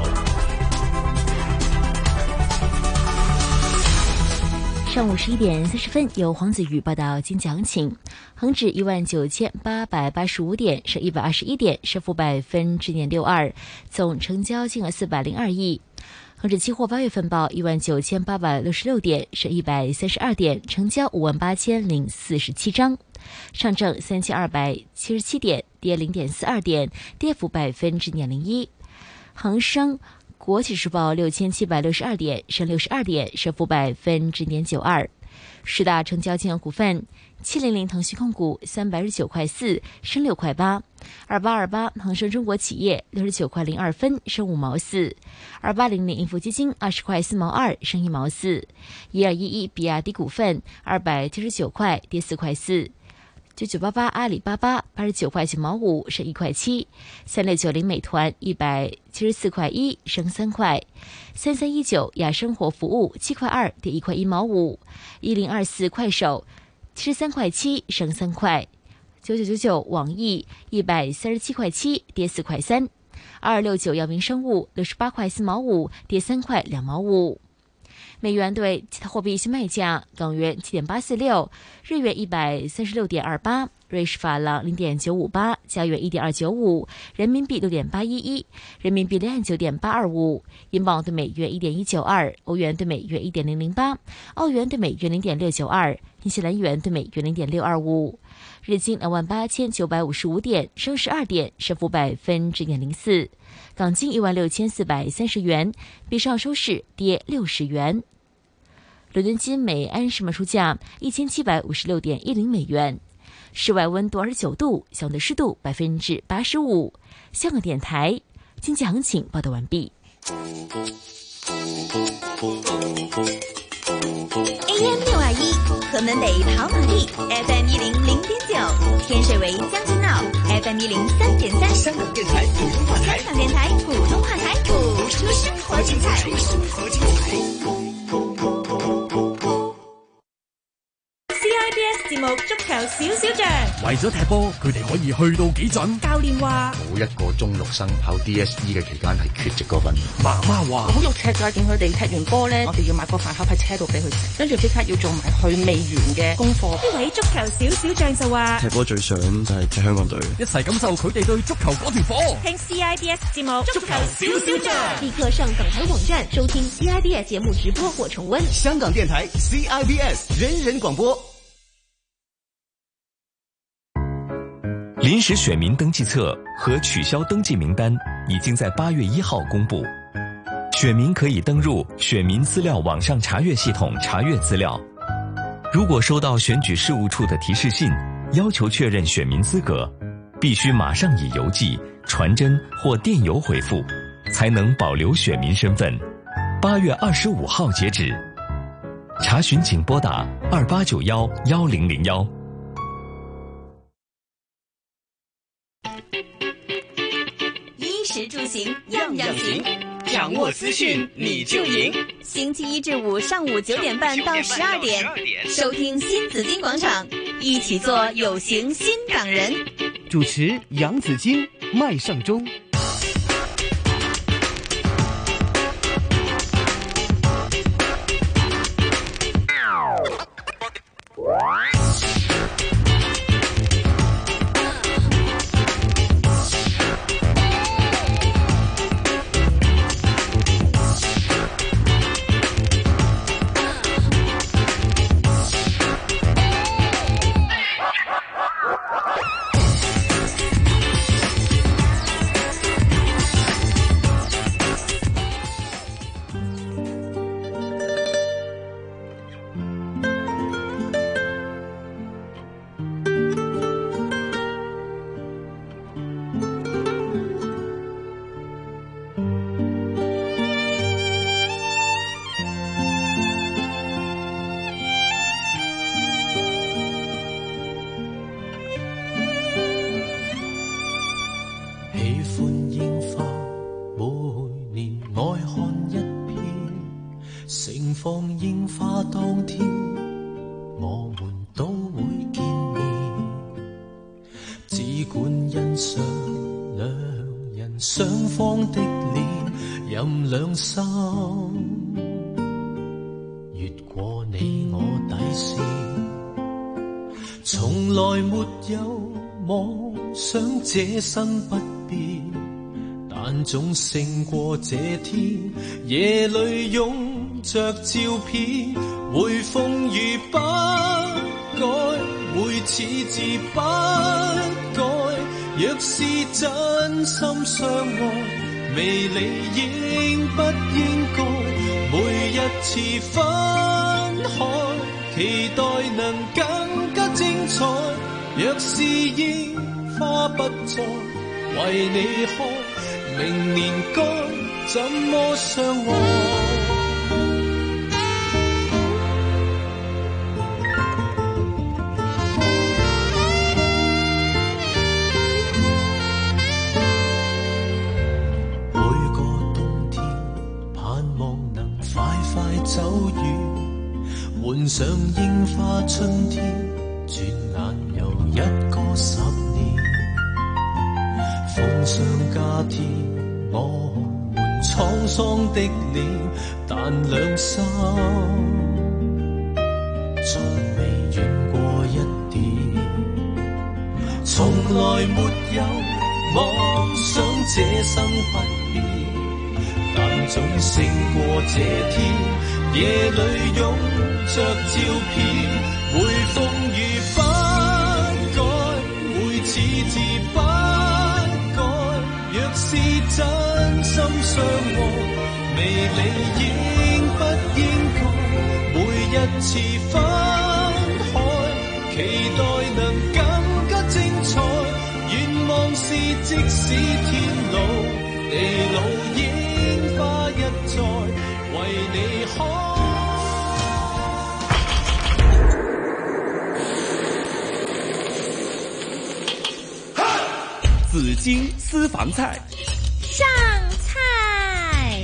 Speaker 11: 上午11點30分，由黃子瑜報道經濟行情。恒指19885點，升121點，升幅0.62%，總成交金額402億。恒指期貨8月份報19866點，升132點，成交58047張。上證3277點，跌0.42點，跌幅0.01%。恒生國企指數報6762點，升62點，升幅0.92%。十大成交金額股份：700騰訊控股329塊4，升6塊8；2828恒生中國企業69塊02分，升5毛4；2800盈富基金20塊4毛2，升1毛4；1211比亞迪股份279塊，跌4塊4；9988阿里巴巴89塊9毛5，升1塊7；3690美團174塊1，升3塊；3319雅生活服務7塊2，跌1塊1毛5；1024快手73塊7，升3塊；9999網易137塊7，跌4塊3；2269藥明生物68塊4毛5，跌3塊2毛5。美元對其他貨幣新賣價：港元7.846，日元136.28，瑞士法郎0.958，加元1.295，人民幣6.811，人民幣209.825，英鎊對美元1.192，歐元對美元1.008，澳元對美元0.692，新西蘭元對美元0.625。日經28955點，升12點，升幅0.04%。港金16430元，比上收市跌60元。伦敦金每安士賣出價1756.10美元。室外溫度29度，相對濕度85%。香港電台經濟行情報道完畢。
Speaker 2: AM621河門北跑馬地 FM 100.9，天水圍將軍澳 FM 103.3，
Speaker 3: 香港電台普通話台，
Speaker 2: 香港電台普通話台，播出生活精彩。CIBS 節目足球小小將，
Speaker 5: 為咗踢波，佢哋可以去到幾準？
Speaker 2: 教練話：
Speaker 15: 冇一個中六生考 DSE 嘅期間係缺席嗰份。
Speaker 5: 媽媽話：
Speaker 17: 好肉赤㗎，見佢哋踢完波咧，我哋要買個飯盒喺車度俾佢食，跟住即刻要做埋佢未完嘅功課。
Speaker 2: 呢位足球小小將就話：
Speaker 15: 踢波最想就係踢香港隊，
Speaker 5: 一齊感受佢哋對足球嗰條火。
Speaker 2: 聽 CIBS 節目足球小小將，
Speaker 18: 立刻上港台網站收聽 CIBS 節目直播或重溫。
Speaker 3: 香港電台 CIBS 人人廣播。
Speaker 24: 臨時選民登記冊和取消登記名單已經在8月1號公布，選民可以登入選民資料網上查閱系統查閱資料。如果收到選舉事務處的提示信，要求確認選民資格，必須馬上以郵寄、傳真或電郵回復，才能保留選民身份。8月25號截止。查詢請撥打28911001。
Speaker 2: 食住行樣樣行，
Speaker 3: 掌握資訊你就贏。
Speaker 2: 星期一至5上午9點半到12點，收聽新紫荊廣場，一起做有型新港人。
Speaker 16: 主持楊紫荊、麥尚中。
Speaker 4: 放櫻花當天，我們都會見面。只管欣賞兩人雙方的臉，任兩心越過你我底線。從來沒有妄想這生不變，但總勝過這天。夜裏擁着照片，會風雨不改，會此志不改。若是真心相愛，未理應不應該。每一次分開，期待能更加精彩。若是櫻花不再為你開，明年該怎麼相愛？每個冬天盼望能快快走遠，換上櫻花春天，轉眼又一個10年。奉上夏天我們滄桑的臉，但兩心從未遠過一點。從來沒有妄想這生不變，但總勝過這天。夜裏擁着照片，會風雨不改，會此志不改。若是真心相愛，未理應不應該。每一次分開，期待能更加精彩。願望是即使天老地老，櫻花一再為你開。
Speaker 16: 紫金私房菜
Speaker 2: 上菜。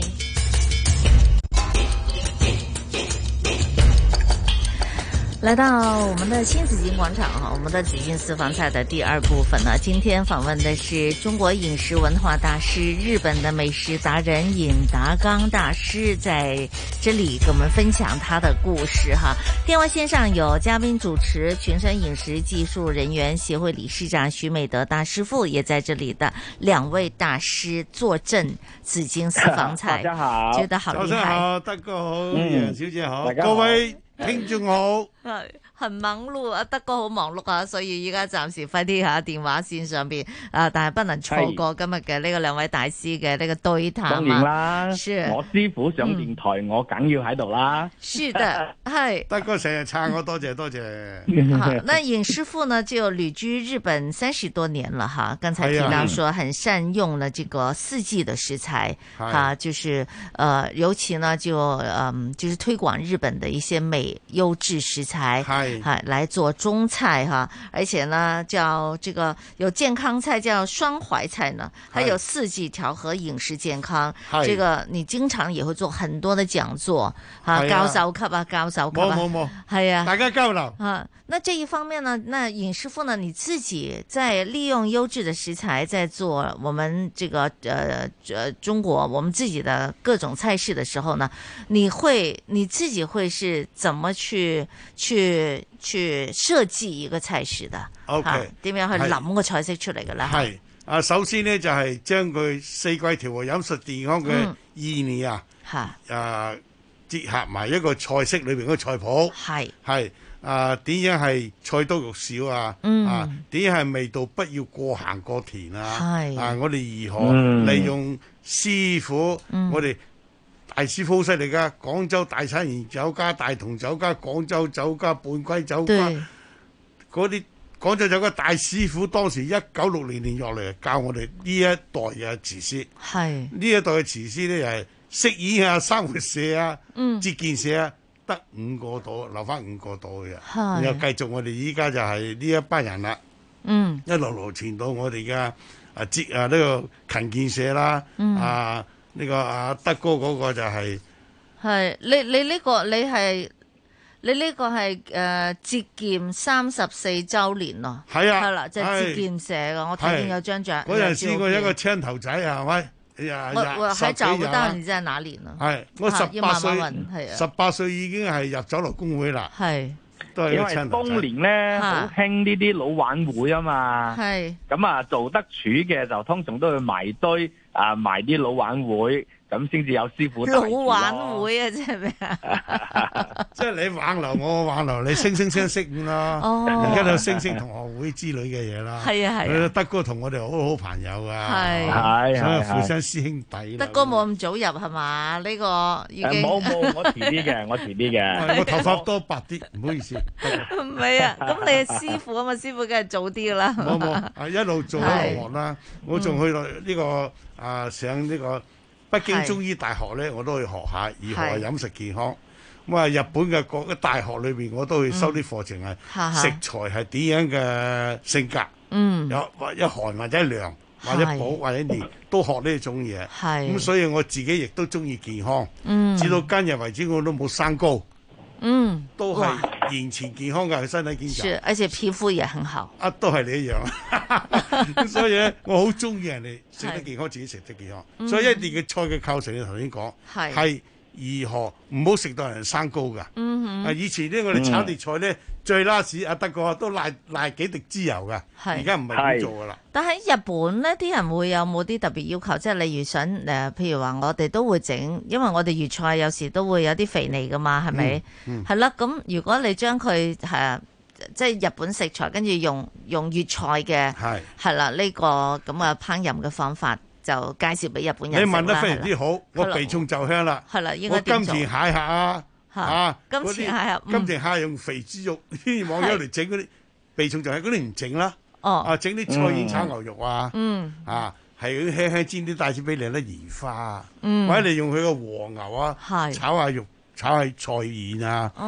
Speaker 8: 来到我们的新紫金广场哈，我们的紫金私房菜的第二部分呢，今天访问的是中国饮食文化大师、日本的美食达人尹达刚大师，在这里跟我们分享他的故事哈。电话线上有嘉宾主持，群生饮食技术人员协会理事长徐美德大师傅也在这里的2位大师坐镇紫金私房菜。
Speaker 10: 大家好，
Speaker 8: 觉得好厉害。
Speaker 7: 早上好，德哥好，楊小姐好，各位聽眾好。
Speaker 8: 很忙碌啊，德哥好忙碌啊，所以依家暫時快啲喺電話線上邊啊，但係不能錯過今日嘅呢個2位大師嘅呢個對談。
Speaker 10: 當然啦，
Speaker 8: 是
Speaker 10: 我師傅上電台，我梗要喺度啦。
Speaker 8: 是的，係
Speaker 7: 德哥成日撐我，多謝多謝。
Speaker 8: 好，那尹師傅呢就旅居日本30多年了哈，剛才提到說很善用了這個4季的食材，哈，就是尤其呢就是推廣日本的一些美優質食材。來做中菜哈，而且呢叫這個有健康菜叫雙懷菜呢，還有4季調和飲食健康，這個你經常也會做很多的講座啊，教授級啊，
Speaker 7: 冇，
Speaker 8: 係啊，
Speaker 7: 大家交流
Speaker 8: 啊。那這一方面呢，那尹師傅呢，你自己在利用優質的食材，在做我們這個中國我們自己的各種菜式的時候呢，你自己會是怎麼去設計一個菜式的 ？OK， 點樣去諗個菜式出嚟嘅咧？
Speaker 7: 係啊，首先呢，就係將佢4季調和飲食健康嘅意念結合埋一個菜式裏邊嘅菜譜，係點樣係菜多肉少啊？點樣係味道不要過鹹過甜啊？我哋如何利用師傅？我哋大師傅好犀利㗎，廣州大產園酒家、大同酒家、廣州酒家、半歸酒家嗰啲廣州酒家大師傅，當時1960年落嚟教我哋呢一代嘅廚師。呢一代嘅廚師咧，又係飾演啊、生活社啊、節儉社啊。得5個度，留翻5個度嘅，然後繼續我哋依家就係呢一班人啦，一路傳到我哋嘅呢個勤儉社啦，呢個德哥嗰個就係
Speaker 8: 係你呢個你呢個係節儉34週年咯。係啊，係啦，就係節儉社嘅。我睇見有張相。
Speaker 7: 嗰陣試過一個青頭仔係咪？
Speaker 8: 我還找不到你在哪裡呢？
Speaker 7: 係我18歲已經係入酒樓工會啦。係。
Speaker 10: 因為當年咧好興呢啲老玩會啊嘛，咁啊做得處嘅就通常都會埋堆埋啲老玩會，咁先至有師傅帶住咯。老玩
Speaker 8: 會啊，即係咩啊？
Speaker 7: 即係你挽留我挽留你，惺惺相惜咁啦。而家有星星同學會之類嘅嘢啦。係啊係。德哥同我哋好朋友啊。係。所以互相師兄弟。
Speaker 8: 德哥冇咁早入係嘛？呢個已經。
Speaker 10: 冇，我遲啲嘅，我
Speaker 7: 我頭髮多白啲，唔好意思。
Speaker 8: 唔係啊，咁你係師傅啊嘛，師傅梗係早啲啦。
Speaker 7: 冇，一路做一路學啦。我仲去到呢個上呢個北京中醫大學咧，我都去學下如何飲食健康。咁啊，日本嘅各個大學裏邊，我都去收啲課程係食材係點樣嘅性格。有一寒或者涼或者補或者黏，都學呢種嘢。咁所以我自己亦都中意健康。至到今日為止，我都冇生高。都係完全健康嘅身體檢查，
Speaker 8: 是，而且皮膚也很好。
Speaker 7: 都係你一樣，所以咧，我好中意人哋食得健康，自己食得健康。所以一年嘅菜嘅構成，你頭先講係如何唔好食到人生高噶。以前咧，我哋炒碟菜咧，最 last 德哥都賴幾滴豉油噶，而家唔係咁做噶啦。
Speaker 8: 但喺日本咧，啲人會有冇啲特別要求？即係例如想譬如話我哋都會整，因為我哋粵菜有時都會有啲肥膩噶嘛，係咪？係啦，咁如果你將佢即係日本食材，跟住用粵菜嘅係啦呢個咁嘅烹飪嘅方法，就介紹俾日本人。
Speaker 7: 你問得非常之好，我避重就輕啦。係啦，應該點做？我金田蟹客金田蟹用肥豬肉啲網友嚟整嗰啲避重就輕，嗰啲唔整啦。整啲菜莧炒牛肉係輕輕煎啲帶子俾你咧，鹽花或者你用佢個和牛炒下肉，炒下菜莧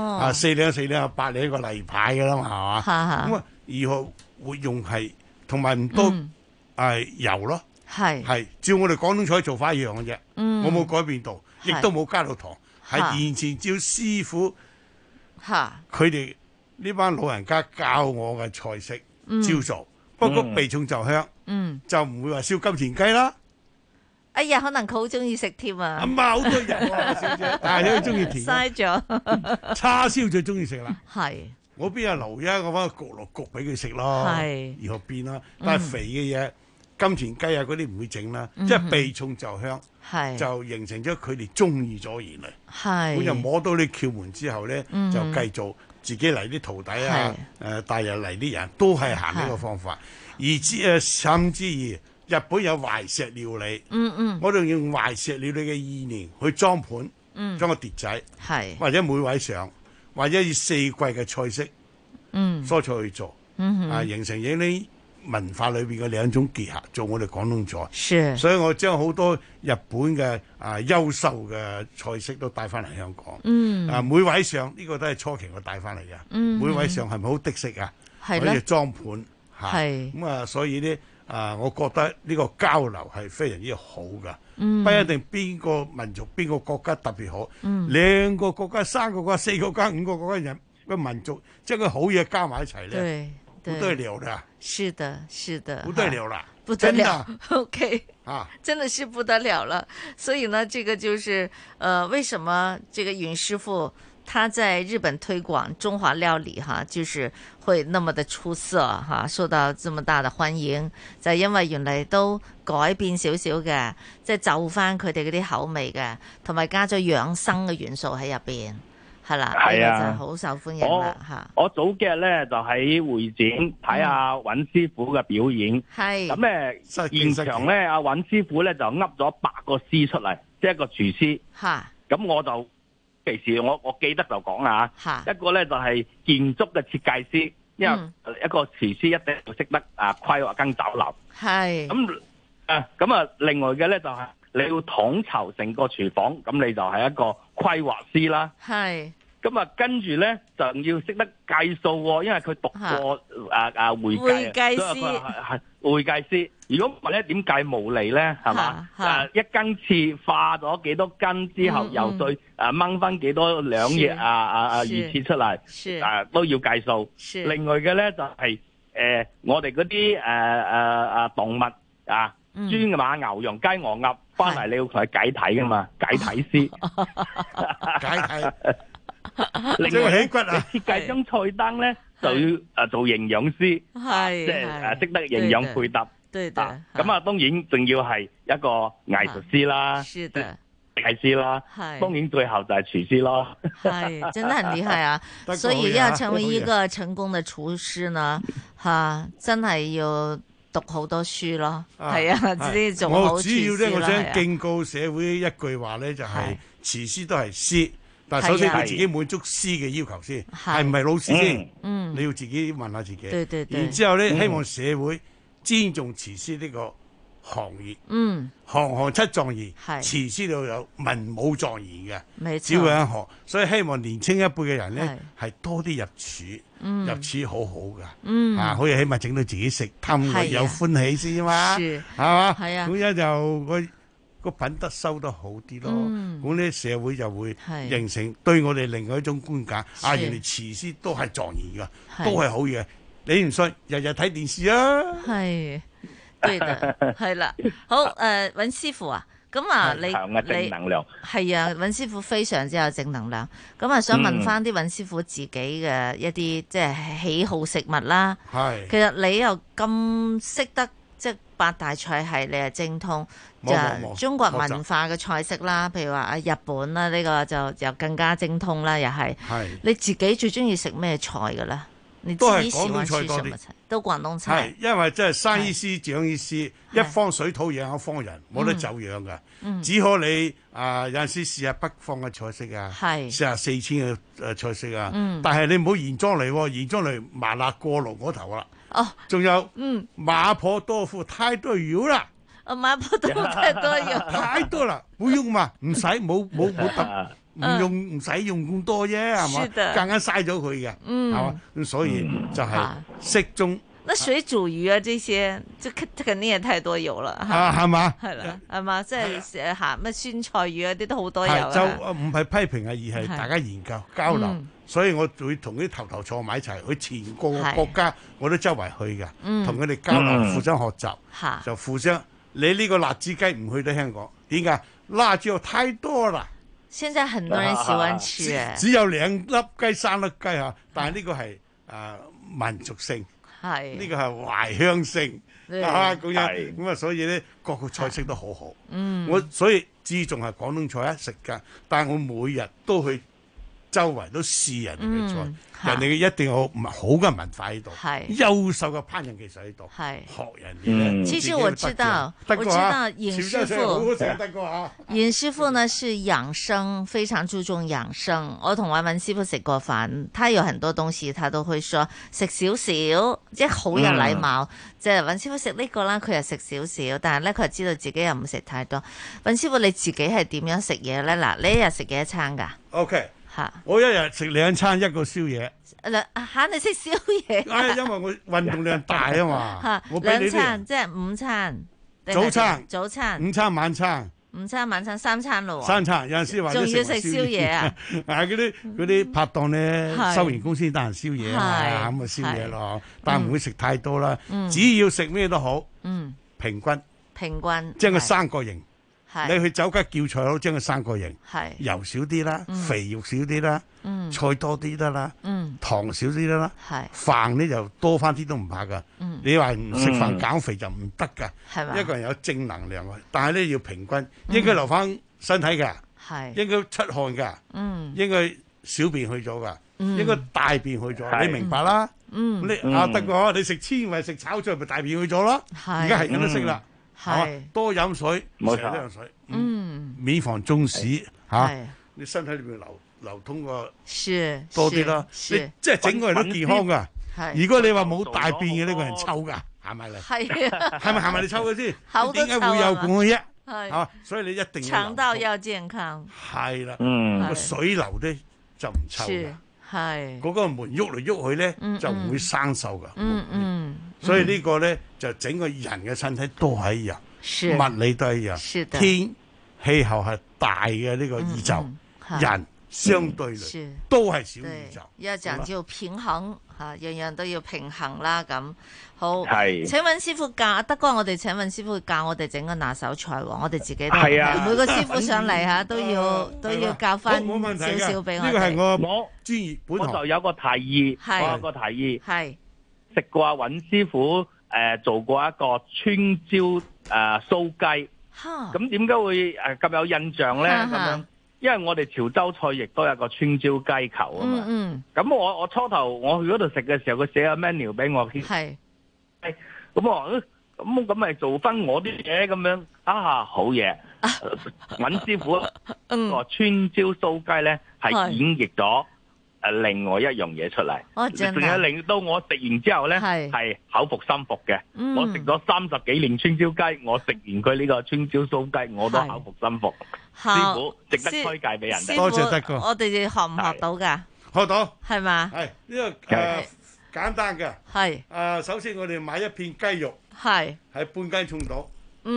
Speaker 7: 4兩8兩一個例牌噶啦嘛，係嘛？咁如何會用係同埋唔多油咯？係照我哋廣東菜做法一樣嘅啫，我冇改變到，亦都冇加到糖，係完全照師傅佢哋呢班老人家教我嘅菜式照做。不過避重就輕，就唔會話燒金田雞啦。
Speaker 8: 哎呀，可能佢好中意食添啊！
Speaker 7: 好多人小姐，但係佢中意甜。
Speaker 8: 嘥咗
Speaker 7: 叉燒最中意食啦。
Speaker 8: 係
Speaker 7: 我邊有留一我翻個焗爐焗俾佢食咯。係如何變啦？但係肥嘅嘢，金田雞嗰啲唔會整啦。即係避重就輕，就形成咗佢哋中意咗而嚟。係咁就摸到啲竅門之後咧，就繼續。自己嚟啲徒弟帶入嚟啲人都係行呢個方法，甚至日本有懷石料理，我哋用懷石料理嘅意念去裝盤，裝個碟仔，或者每位上，或者以4季嘅菜式，蔬菜去做，形成咗啲文化裏邊嘅2種結合，做我哋廣東菜。所以我將好多日本嘅優秀嘅菜式都帶翻嚟香港。每位上呢個都係初期我帶翻嚟嘅。每位上係咪好的色啊？可以裝盤咁所以呢，我覺得呢個交流係非常之好噶。不一定邊個民族邊個國家特別好，2個國家、3個國家、4個國家、5個國家人個民族，即係個好嘢加埋一齊咧。不得了的，
Speaker 8: 是的，是的，
Speaker 7: 不得了了，
Speaker 8: 不得了。OK，真的是不得了了。所以呢，這個就是為什麼這個尹師傅他在日本推廣中華料理就是會那麼的出色受到這麼大的歡迎，就係因為原來都改變少少嘅，即係就翻佢哋嗰啲口味嘅，同埋加咗養生嘅元素喺入邊。係啦，就好受歡迎啦吓。
Speaker 10: 我早幾日咧就喺會展睇下尹師傅嘅表演，咁咧現場咧阿尹師傅咧就噏咗8個師出嚟，即係一個廚師。咁我就其時我記得就講啦吓，一個咧就係建築嘅設計師，因為一個廚師一定要識得規劃間酒樓。咁另外嘅咧就係你要統籌成個廚房，咁你就係一個規劃師啦。 咁啊，跟住咧就要識得計數喎，因為佢讀過會計師，係會計師。如果唔係咧，點計毛利咧？係嘛？一斤次化咗幾多斤之後，又再掹翻幾多兩葉魚翅出嚟，都要計數。另外嘅咧就係我哋嗰啲動物豬馬牛羊雞鵝鴨翻嚟，你要同佢解體噶嘛？解體師，
Speaker 7: 解體。
Speaker 10: 另外起骨啊！設計張菜單咧，就要做營養師，即係識得營養配搭。
Speaker 8: 對的。
Speaker 10: 咁啊，當然仲要係一個藝術師啦，設計師啦，當然最後就係廚師咯。
Speaker 8: 係，真的很厲害啊！所以要成為一個成功的廚師呢，真係要讀好多書咯。係啊，自己做好廚師啦。我主要咧，
Speaker 7: 我想警告社會一句話咧，就係廚師都係師。但係首先佢自己滿足師嘅要求先，係唔係老師先？你要自己問下自己。對對對。然之後咧，希望社會尊重廚師呢個行業。行行出狀元，廚師都有文武狀元嘅，只會一學。所以希望年青一輩嘅人咧，係多啲入廚，入廚好好噶。可以起碼整到自己食，氹佢有歡喜先嘛，係嘛？係啊。咁樣就個品德收得好啲咯，咁呢社會就會形成對我哋另外一種觀感。原來廚師都係狀元噶，都係好嘢。你唔信，日日睇電視啊。係，
Speaker 8: 對的，係啦。好，尹師傅啊，咁啊，你
Speaker 10: 正能量
Speaker 8: 係啊，尹師傅非常之有正能量。咁啊，想問翻啲尹師傅自己嘅一啲即係喜好食物啦。係，其實你又咁識得即係八大菜系，你係精通。就中國文化嘅菜式啦，譬如話日本啦，呢個就更加精通啦，又係。係。你自己最中意食咩菜嘅咧？
Speaker 7: 都係廣東菜多啲。
Speaker 8: 都廣東菜。係，因
Speaker 7: 為即係生於斯長於斯，一方水土養一方人，冇得走樣噶。只可你有陣時試下北方嘅菜式啊，試下四川嘅菜式啊。但係你唔好原裝嚟喎，原裝嚟麻辣過龍嗰頭啦。哦。仲有麻婆豆腐太多油啦。
Speaker 8: 麻婆豆腐太多油，
Speaker 7: 太多啦，唔用嘛，唔使冇特，唔使用咁多啫，係嘛，夾硬嘥咗佢嘅，係嘛，咁所以就係適中。
Speaker 8: 那水煮魚啊，這些就肯定也太多油了，
Speaker 7: 係嘛，
Speaker 8: 係啦，係嘛，即係咩酸菜魚啊啲都好多油。
Speaker 7: 就唔係批評啊，而係大家研究交流，所以我會同啲頭坐埋一齊，去全個國家我都周圍去嘅，同佢哋交流，互相學習，就互相。你呢個辣子雞唔去得香港，點解？辣椒太多啦！
Speaker 8: 現在很多人喜歡吃，
Speaker 7: 只有2粒雞、3粒雞嚇，但係呢個係民族性，係呢個係懷鄉性咁樣咁啊，所以咧各個菜式都好好。我所以注重係廣東菜一食㗎，但係我每日都去周圍都試人哋嘅菜。人哋一定有好嘅文化喺度，優秀嘅烹飪技術喺度，學人哋。
Speaker 8: 其實我知道尹師傅，尹師傅呢是養生，非常注重養生。我同尹師傅食過飯，他有很多東西，他都會說食少少，即係好有禮貌。即係尹師傅食呢個啦，佢又食少少，但係咧佢又知道自己又唔食太多。尹師傅你自己係點樣食嘢咧？嗱，你一日食幾多餐㗎
Speaker 7: ？OK。我一日食2餐，一個宵夜。
Speaker 8: 你食宵夜？
Speaker 7: 因為我運動量大啊嘛。我
Speaker 8: 2餐即係5餐。
Speaker 7: 早餐、
Speaker 8: 午
Speaker 7: 餐、晚餐。
Speaker 8: 午餐、晚餐3餐咯喎。
Speaker 7: 3餐有陣時或者
Speaker 8: 仲要食宵夜啊？
Speaker 7: 嗰啲拍檔咧，收完工先得閒宵夜啊，咁啊宵夜咯。但係唔會食太多啦。只要食咩都好，平均。將佢3個形。你去酒家叫菜佬，將佢3個形，油少啲啦，肥肉少啲啦，菜多啲得啦，糖少啲得啦，飯呢就多翻啲都唔怕噶。你話唔食飯減肥就唔得噶，一個人有正能量啊，但係咧要平均，應該留翻身體噶，應該出汗噶，應該小便去咗噶，應該大便去咗，你明白啦？你得個，你食纖維食炒菜咪大便去咗咯？而家係咁都識啦。多飲水，成日都飲水，免防中暑嚇。你身體裏邊流通個多啲啦，你即係整個人都健康噶。如果你話冇大便嘅呢個人臭噶，係咪咧？係咪你臭嘅先？點解會有咁嘅啫？係所以你一定要腸道要健康。係啦，個水流咧就唔臭嘅。
Speaker 8: 係
Speaker 7: 嗰個門喐嚟喐去咧，就唔會生鏽噶。所以呢個咧就整個人嘅身體都係一樣，物理都係一樣。天氣候係大嘅呢個宇宙，人相對嚟都係小宇宙。
Speaker 8: 要講究平衡嚇，樣樣都要平衡啦。咁好，請問師傅教德哥，我哋請問師傅教我哋整個拿手菜喎。我哋自己都每個師傅上嚟嚇都要教翻少少俾我哋。
Speaker 7: 呢個係我專業本行。
Speaker 10: 我就有個提議，我有個提議係食過阿尹師傅做過一個川椒酥雞。咁點解會咁有印象咧？咁樣，因為我哋潮州菜亦都有個川椒雞球啊嘛。咁我初頭我去嗰度食嘅時候，佢寫個 menu 俾我，係，咁我咁咪做翻我啲嘢咁樣啊，好嘢！尹師傅個川椒酥雞咧係演繹咗另外一樣嘢出嚟，仲有令到我食完之後咧係口服心服嘅。我食咗30幾年川椒雞，我食完佢呢個川椒酥雞，我都口服心服。師傅值得推介俾人哋。
Speaker 7: 多謝德哥。
Speaker 8: 我哋學唔學到㗎？
Speaker 7: 學到
Speaker 8: 係嘛？
Speaker 7: 係呢個簡單嘅。係首先我哋買一片雞肉，係半斤重到。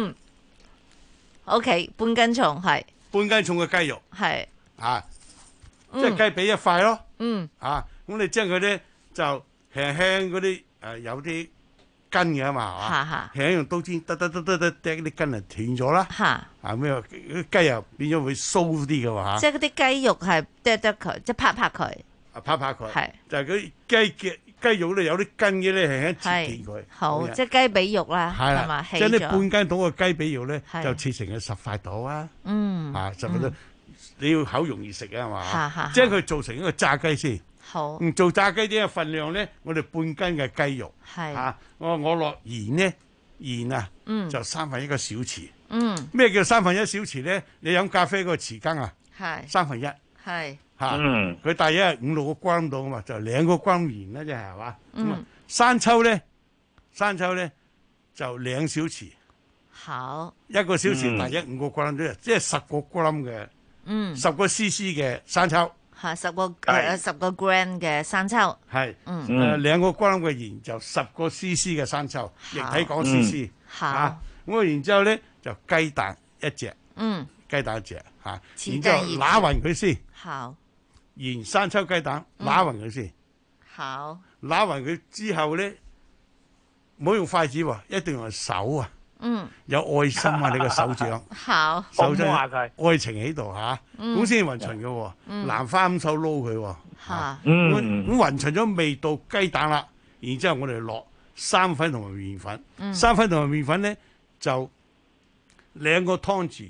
Speaker 8: OK， 半斤重係
Speaker 7: 半斤重嘅雞肉，係即係雞髀一塊咯。咁你將佢咧就輕輕嗰啲有啲筋嘅嘛，輕輕用刀尖剁啲筋啊斷咗啦。咩雞又變咗會酥啲嘅喎。
Speaker 8: 即係嗰啲雞肉係剁佢，即係拍拍佢。
Speaker 7: 拍拍佢。係就係嗰雞肉咧有啲筋嘅咧，輕輕切斷佢。
Speaker 8: 好，即係雞髀肉啦，係嘛？
Speaker 7: 即係你半斤到嘅雞髀肉咧，就切成佢10塊到啊。10塊到。你要口容易食啊嘛，將佢做成一個炸雞先。好，做炸雞啲嘅份量咧，我哋半斤嘅雞肉，我落鹽咧，鹽就1/3個小匙。咩叫1/3小匙咧？你飲咖啡嗰個匙羹啊，1/3。係佢大約係5-6個 gram 到啊嘛，就2個 gram 鹽啦，即係係嘛。生抽咧就2小匙。好，1個小匙大約5個 gram 啫，即係10個 gram 嘅。10個 cc 嘅生抽，係10個 gram 嘅生抽，係2個 gram 嘅鹽就10個 cc 嘅生抽，液體講 cc，咁然之後咧就雞蛋1隻，雞蛋1隻，然之後揦勻佢先，好，鹽生抽雞蛋揦勻佢先，好，揦勻佢之後咧，唔好用筷子喎，一定用手啊。有愛心啊！你個手掌，好，手掌愛情喺度吓，咁先勻勻嘅，蘭花咁手撈佢，吓，咁勻勻咗味道雞蛋啦，然之後我哋落生粉同埋麵粉，生粉同埋麵粉咧就2個湯匙，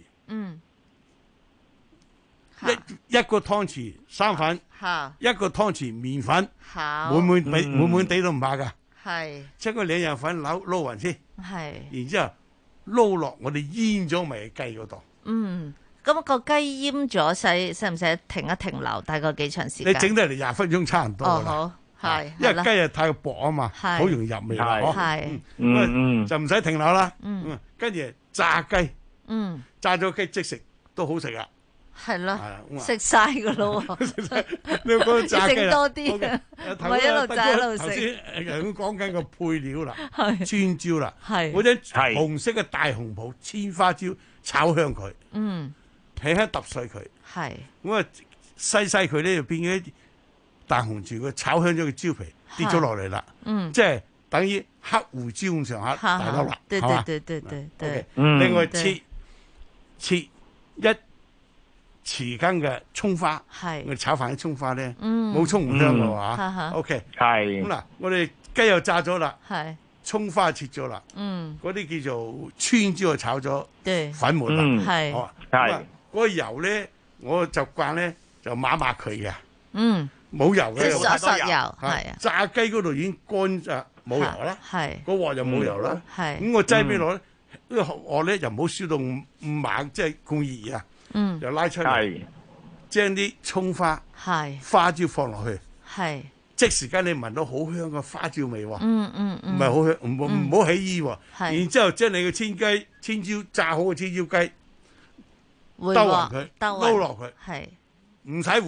Speaker 7: 一個湯匙生粉，1個湯匙麵粉，滿滿地都唔怕噶。係，將嗰2樣粉撈勻先，係，然之後撈落我哋醃咗味嘅雞嗰度。
Speaker 8: 咁個雞醃咗使唔使停一停留？大概幾長時間？
Speaker 7: 你整得嚟20分鐘差唔多啦。好，係，因為雞係太薄啊嘛，好容易入味啦。係，就唔使停留啦。跟住炸雞，炸咗雞即食都好食啊。係咯，食晒噶咯， 你講炸雞啦，
Speaker 8: 食多啲，我一路炸一路食。頭
Speaker 7: 先人講緊個配料啦，川椒啦，嗰隻紅色嘅大紅袍千花椒炒香佢，輕輕揼碎佢，咁啊細細佢咧就變咗大紅椒，佢炒香咗個椒皮跌咗落嚟啦，即係等於黑胡椒咁上下大粒啦，係嘛？對，另外切一匙羹嘅蔥花，我哋炒飯啲蔥花咧，冇蔥唔香嘅話，OK，係咁嗱，我哋雞又炸咗啦，蔥花切咗啦，嗰啲叫做川椒就炒咗粉末啦，係，咁啊嗰個油咧，我習慣咧就抹佢嘅，冇油嘅，
Speaker 8: 實油，係
Speaker 7: 炸雞嗰度已經乾咗冇油啦，個鑊又冇油啦，咁我擠邊落咧？呢個鑊咧就唔好燒到咁猛，即係咁熱啊！就拉出嚟，將啲蔥花、花椒放落去，即時間你聞到好香嘅花椒味喎，唔係好香，唔好起衣喎。然之後將你嘅千椒炸好嘅千椒雞兜勻佢，撈落佢，唔使回鑊，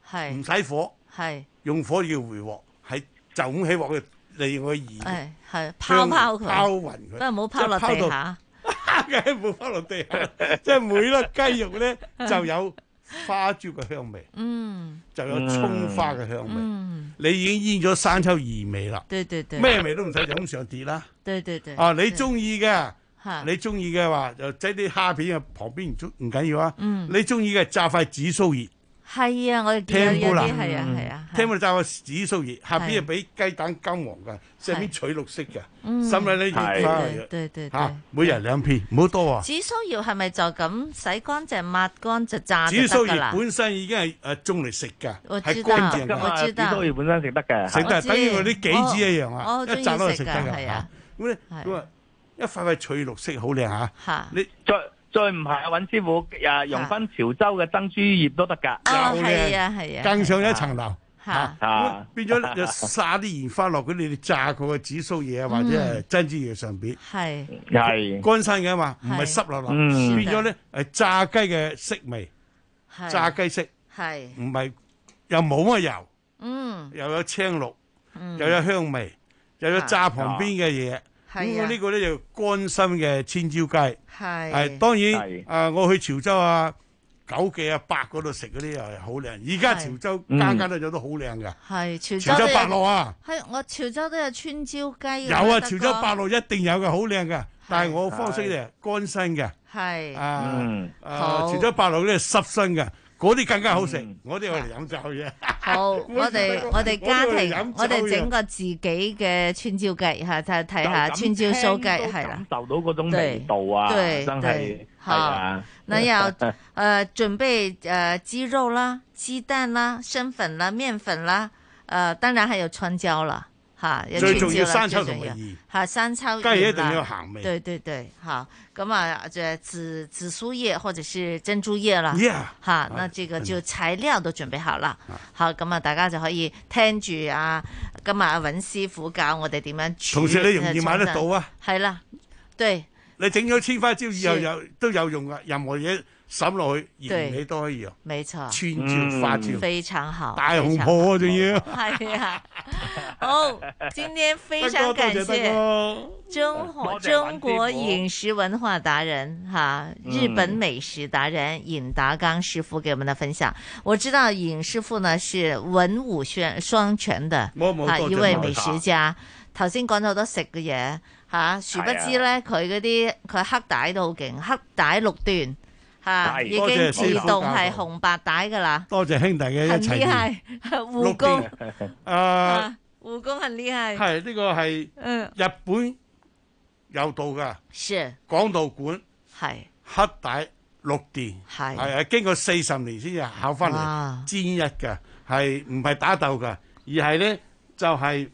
Speaker 8: 係
Speaker 7: 唔使火，
Speaker 8: 係
Speaker 7: 用火要回鑊，係就咁起鑊嘅，利用個熱，
Speaker 8: 係拋佢，
Speaker 7: 拋勻佢，
Speaker 8: 不過唔好拋落地下，
Speaker 7: 梗係冇拋落地下，即係每粒雞肉咧就有花椒嘅香味，就有葱花嘅香味，你已經醃咗生抽二味啦，
Speaker 8: 對對對，
Speaker 7: 咩味都唔使就咁上碟啦，
Speaker 8: 對對對，
Speaker 7: 你中意嘅。你中意嘅話就擠啲蝦片啊，旁邊唔緊要啊。你中意嘅炸塊紫蘇葉，
Speaker 8: 係啊，我哋見有啲係啊，
Speaker 7: 聽冇炸個紫蘇葉，下邊係俾雞蛋金黃嘅，上邊取綠色嘅，甚至你熱花
Speaker 8: 對
Speaker 7: 嚇，每人2片，唔好多啊。
Speaker 8: 紫蘇葉係咪就咁洗乾淨抹乾就炸就得㗎啦？
Speaker 7: 紫蘇葉本身已經係種嚟食㗎，係乾淨㗎。
Speaker 10: 我知道紫蘇葉本身食得嘅，
Speaker 7: 食得等於嗰啲杞子一樣啊，
Speaker 8: 一
Speaker 7: 炸都係食得
Speaker 8: 㗎
Speaker 7: 㗎。咁咧咁啊。一塊塊翠綠色好靚嚇，你
Speaker 10: 再唔係啊，尹師傅用翻潮州嘅珍珠葉都得㗎，
Speaker 8: 係啊，
Speaker 7: 更上一層樓嚇，變咗就撒啲鹽花落嗰啲炸過嘅紫蘇葉啊，或者係珍珠葉上邊，
Speaker 8: 係
Speaker 7: 乾身嘅嘛，唔係濕落落，變咗咧係炸雞嘅色味，炸雞色，唔係又冇乜油，又有青綠，又有香味，又有炸旁邊嘅嘢。咁我呢個咧就乾身嘅千椒雞，係當然我去潮州啊、九記啊、百嗰度食嗰啲又係好靚。而家潮州間間都有都好靚㗎，
Speaker 8: 係
Speaker 7: 潮州白蘿啊，
Speaker 8: 係我潮州都有川椒雞，
Speaker 7: 有啊，潮州白蘿一定有嘅，好靚㗎。但係我方式咧乾身嘅，
Speaker 8: 係
Speaker 7: 潮州白蘿咧濕身嘅。嗰啲更加好食，我哋嚟飲酒嘅。
Speaker 8: 好，我哋家庭，我哋整個自己嘅川椒雞嚇，就睇下川椒酥雞係啦。
Speaker 10: 感受到嗰種味道啊，真係係啊。
Speaker 8: 那要準備雞肉啦、雞蛋啦、生粉啦、麵粉啦，當然還有川椒啦。
Speaker 7: 最重要生抽同埋鹽，
Speaker 8: 嚇生抽
Speaker 7: 雞一定要鹹味。
Speaker 8: 對對對，好，咁啊，紫蘇葉或者是珍珠葉啦，嚇，那這個就材料都準備好啦。好，咁啊，大家就可以聽住啊，今日阿尹師傅教我哋點樣煮。
Speaker 7: 同時你容易買得到啊。
Speaker 8: 係啦，對。
Speaker 7: 你整咗千花椒以後都有用噶，任何嘢滲落去鹽你都可以用。
Speaker 8: 沒錯，
Speaker 7: 川椒、花椒，
Speaker 8: 非常好。
Speaker 7: 大紅袍仲要。
Speaker 8: 係啊，好，今天非常感謝中國飲食文化達人日本美食達人尹達剛師傅給我們的分享。我知道尹師傅呢是文武雙全的一位美食家。頭先講咗好多食嘅嘢。殊不知咧，佢黑帶都好勁，黑帶6段，已經自動係紅白帶噶啦。
Speaker 7: 多謝兄弟嘅一齊。
Speaker 8: 很厲害，武功。武功很厲害。
Speaker 7: 係呢個係日本有道噶，
Speaker 8: 是
Speaker 7: 講道館
Speaker 8: 係
Speaker 7: 黑帶6段，係經過40年先至考翻嚟專一嘅，係唔係打鬥噶，而係咧就係。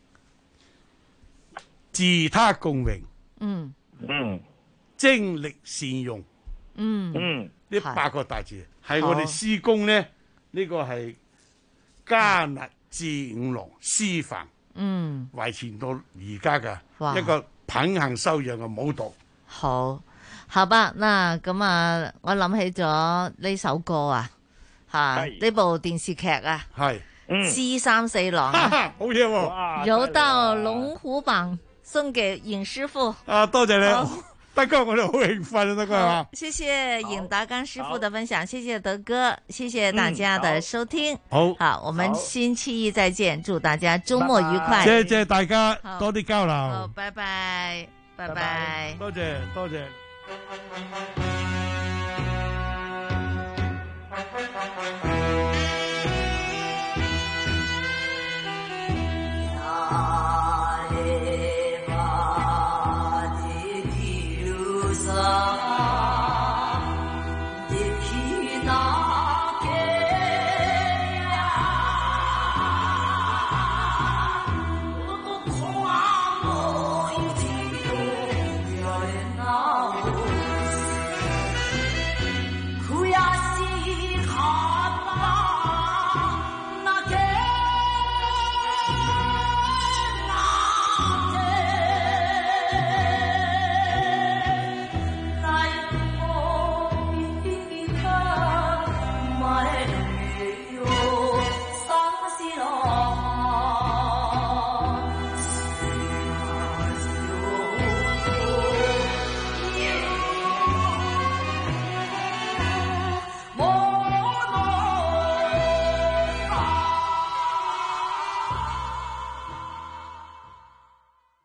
Speaker 7: 自他共榮，精力善用，呢8個大字係我哋師公咧，呢個係加勒志五郎師範，遺傳到而家嘅一個品行修養嘅武道。
Speaker 8: 好吧，咁啊，我諗起咗呢首歌啊，呢部電視劇啊，
Speaker 7: 係
Speaker 8: 獅三四郎，
Speaker 7: 好嘢喎，
Speaker 8: 柔道龍虎榜。送給尹師傅
Speaker 7: 多謝你，德哥，我哋好興奮啊，德哥係嘛？
Speaker 8: 謝謝尹達剛師傅的分享，謝謝德哥，謝謝大家的收聽。好，我們星期一再見，祝大家周末愉快。
Speaker 7: 謝謝大家多啲交流。
Speaker 8: 好，拜拜，拜拜，
Speaker 7: 多謝多謝。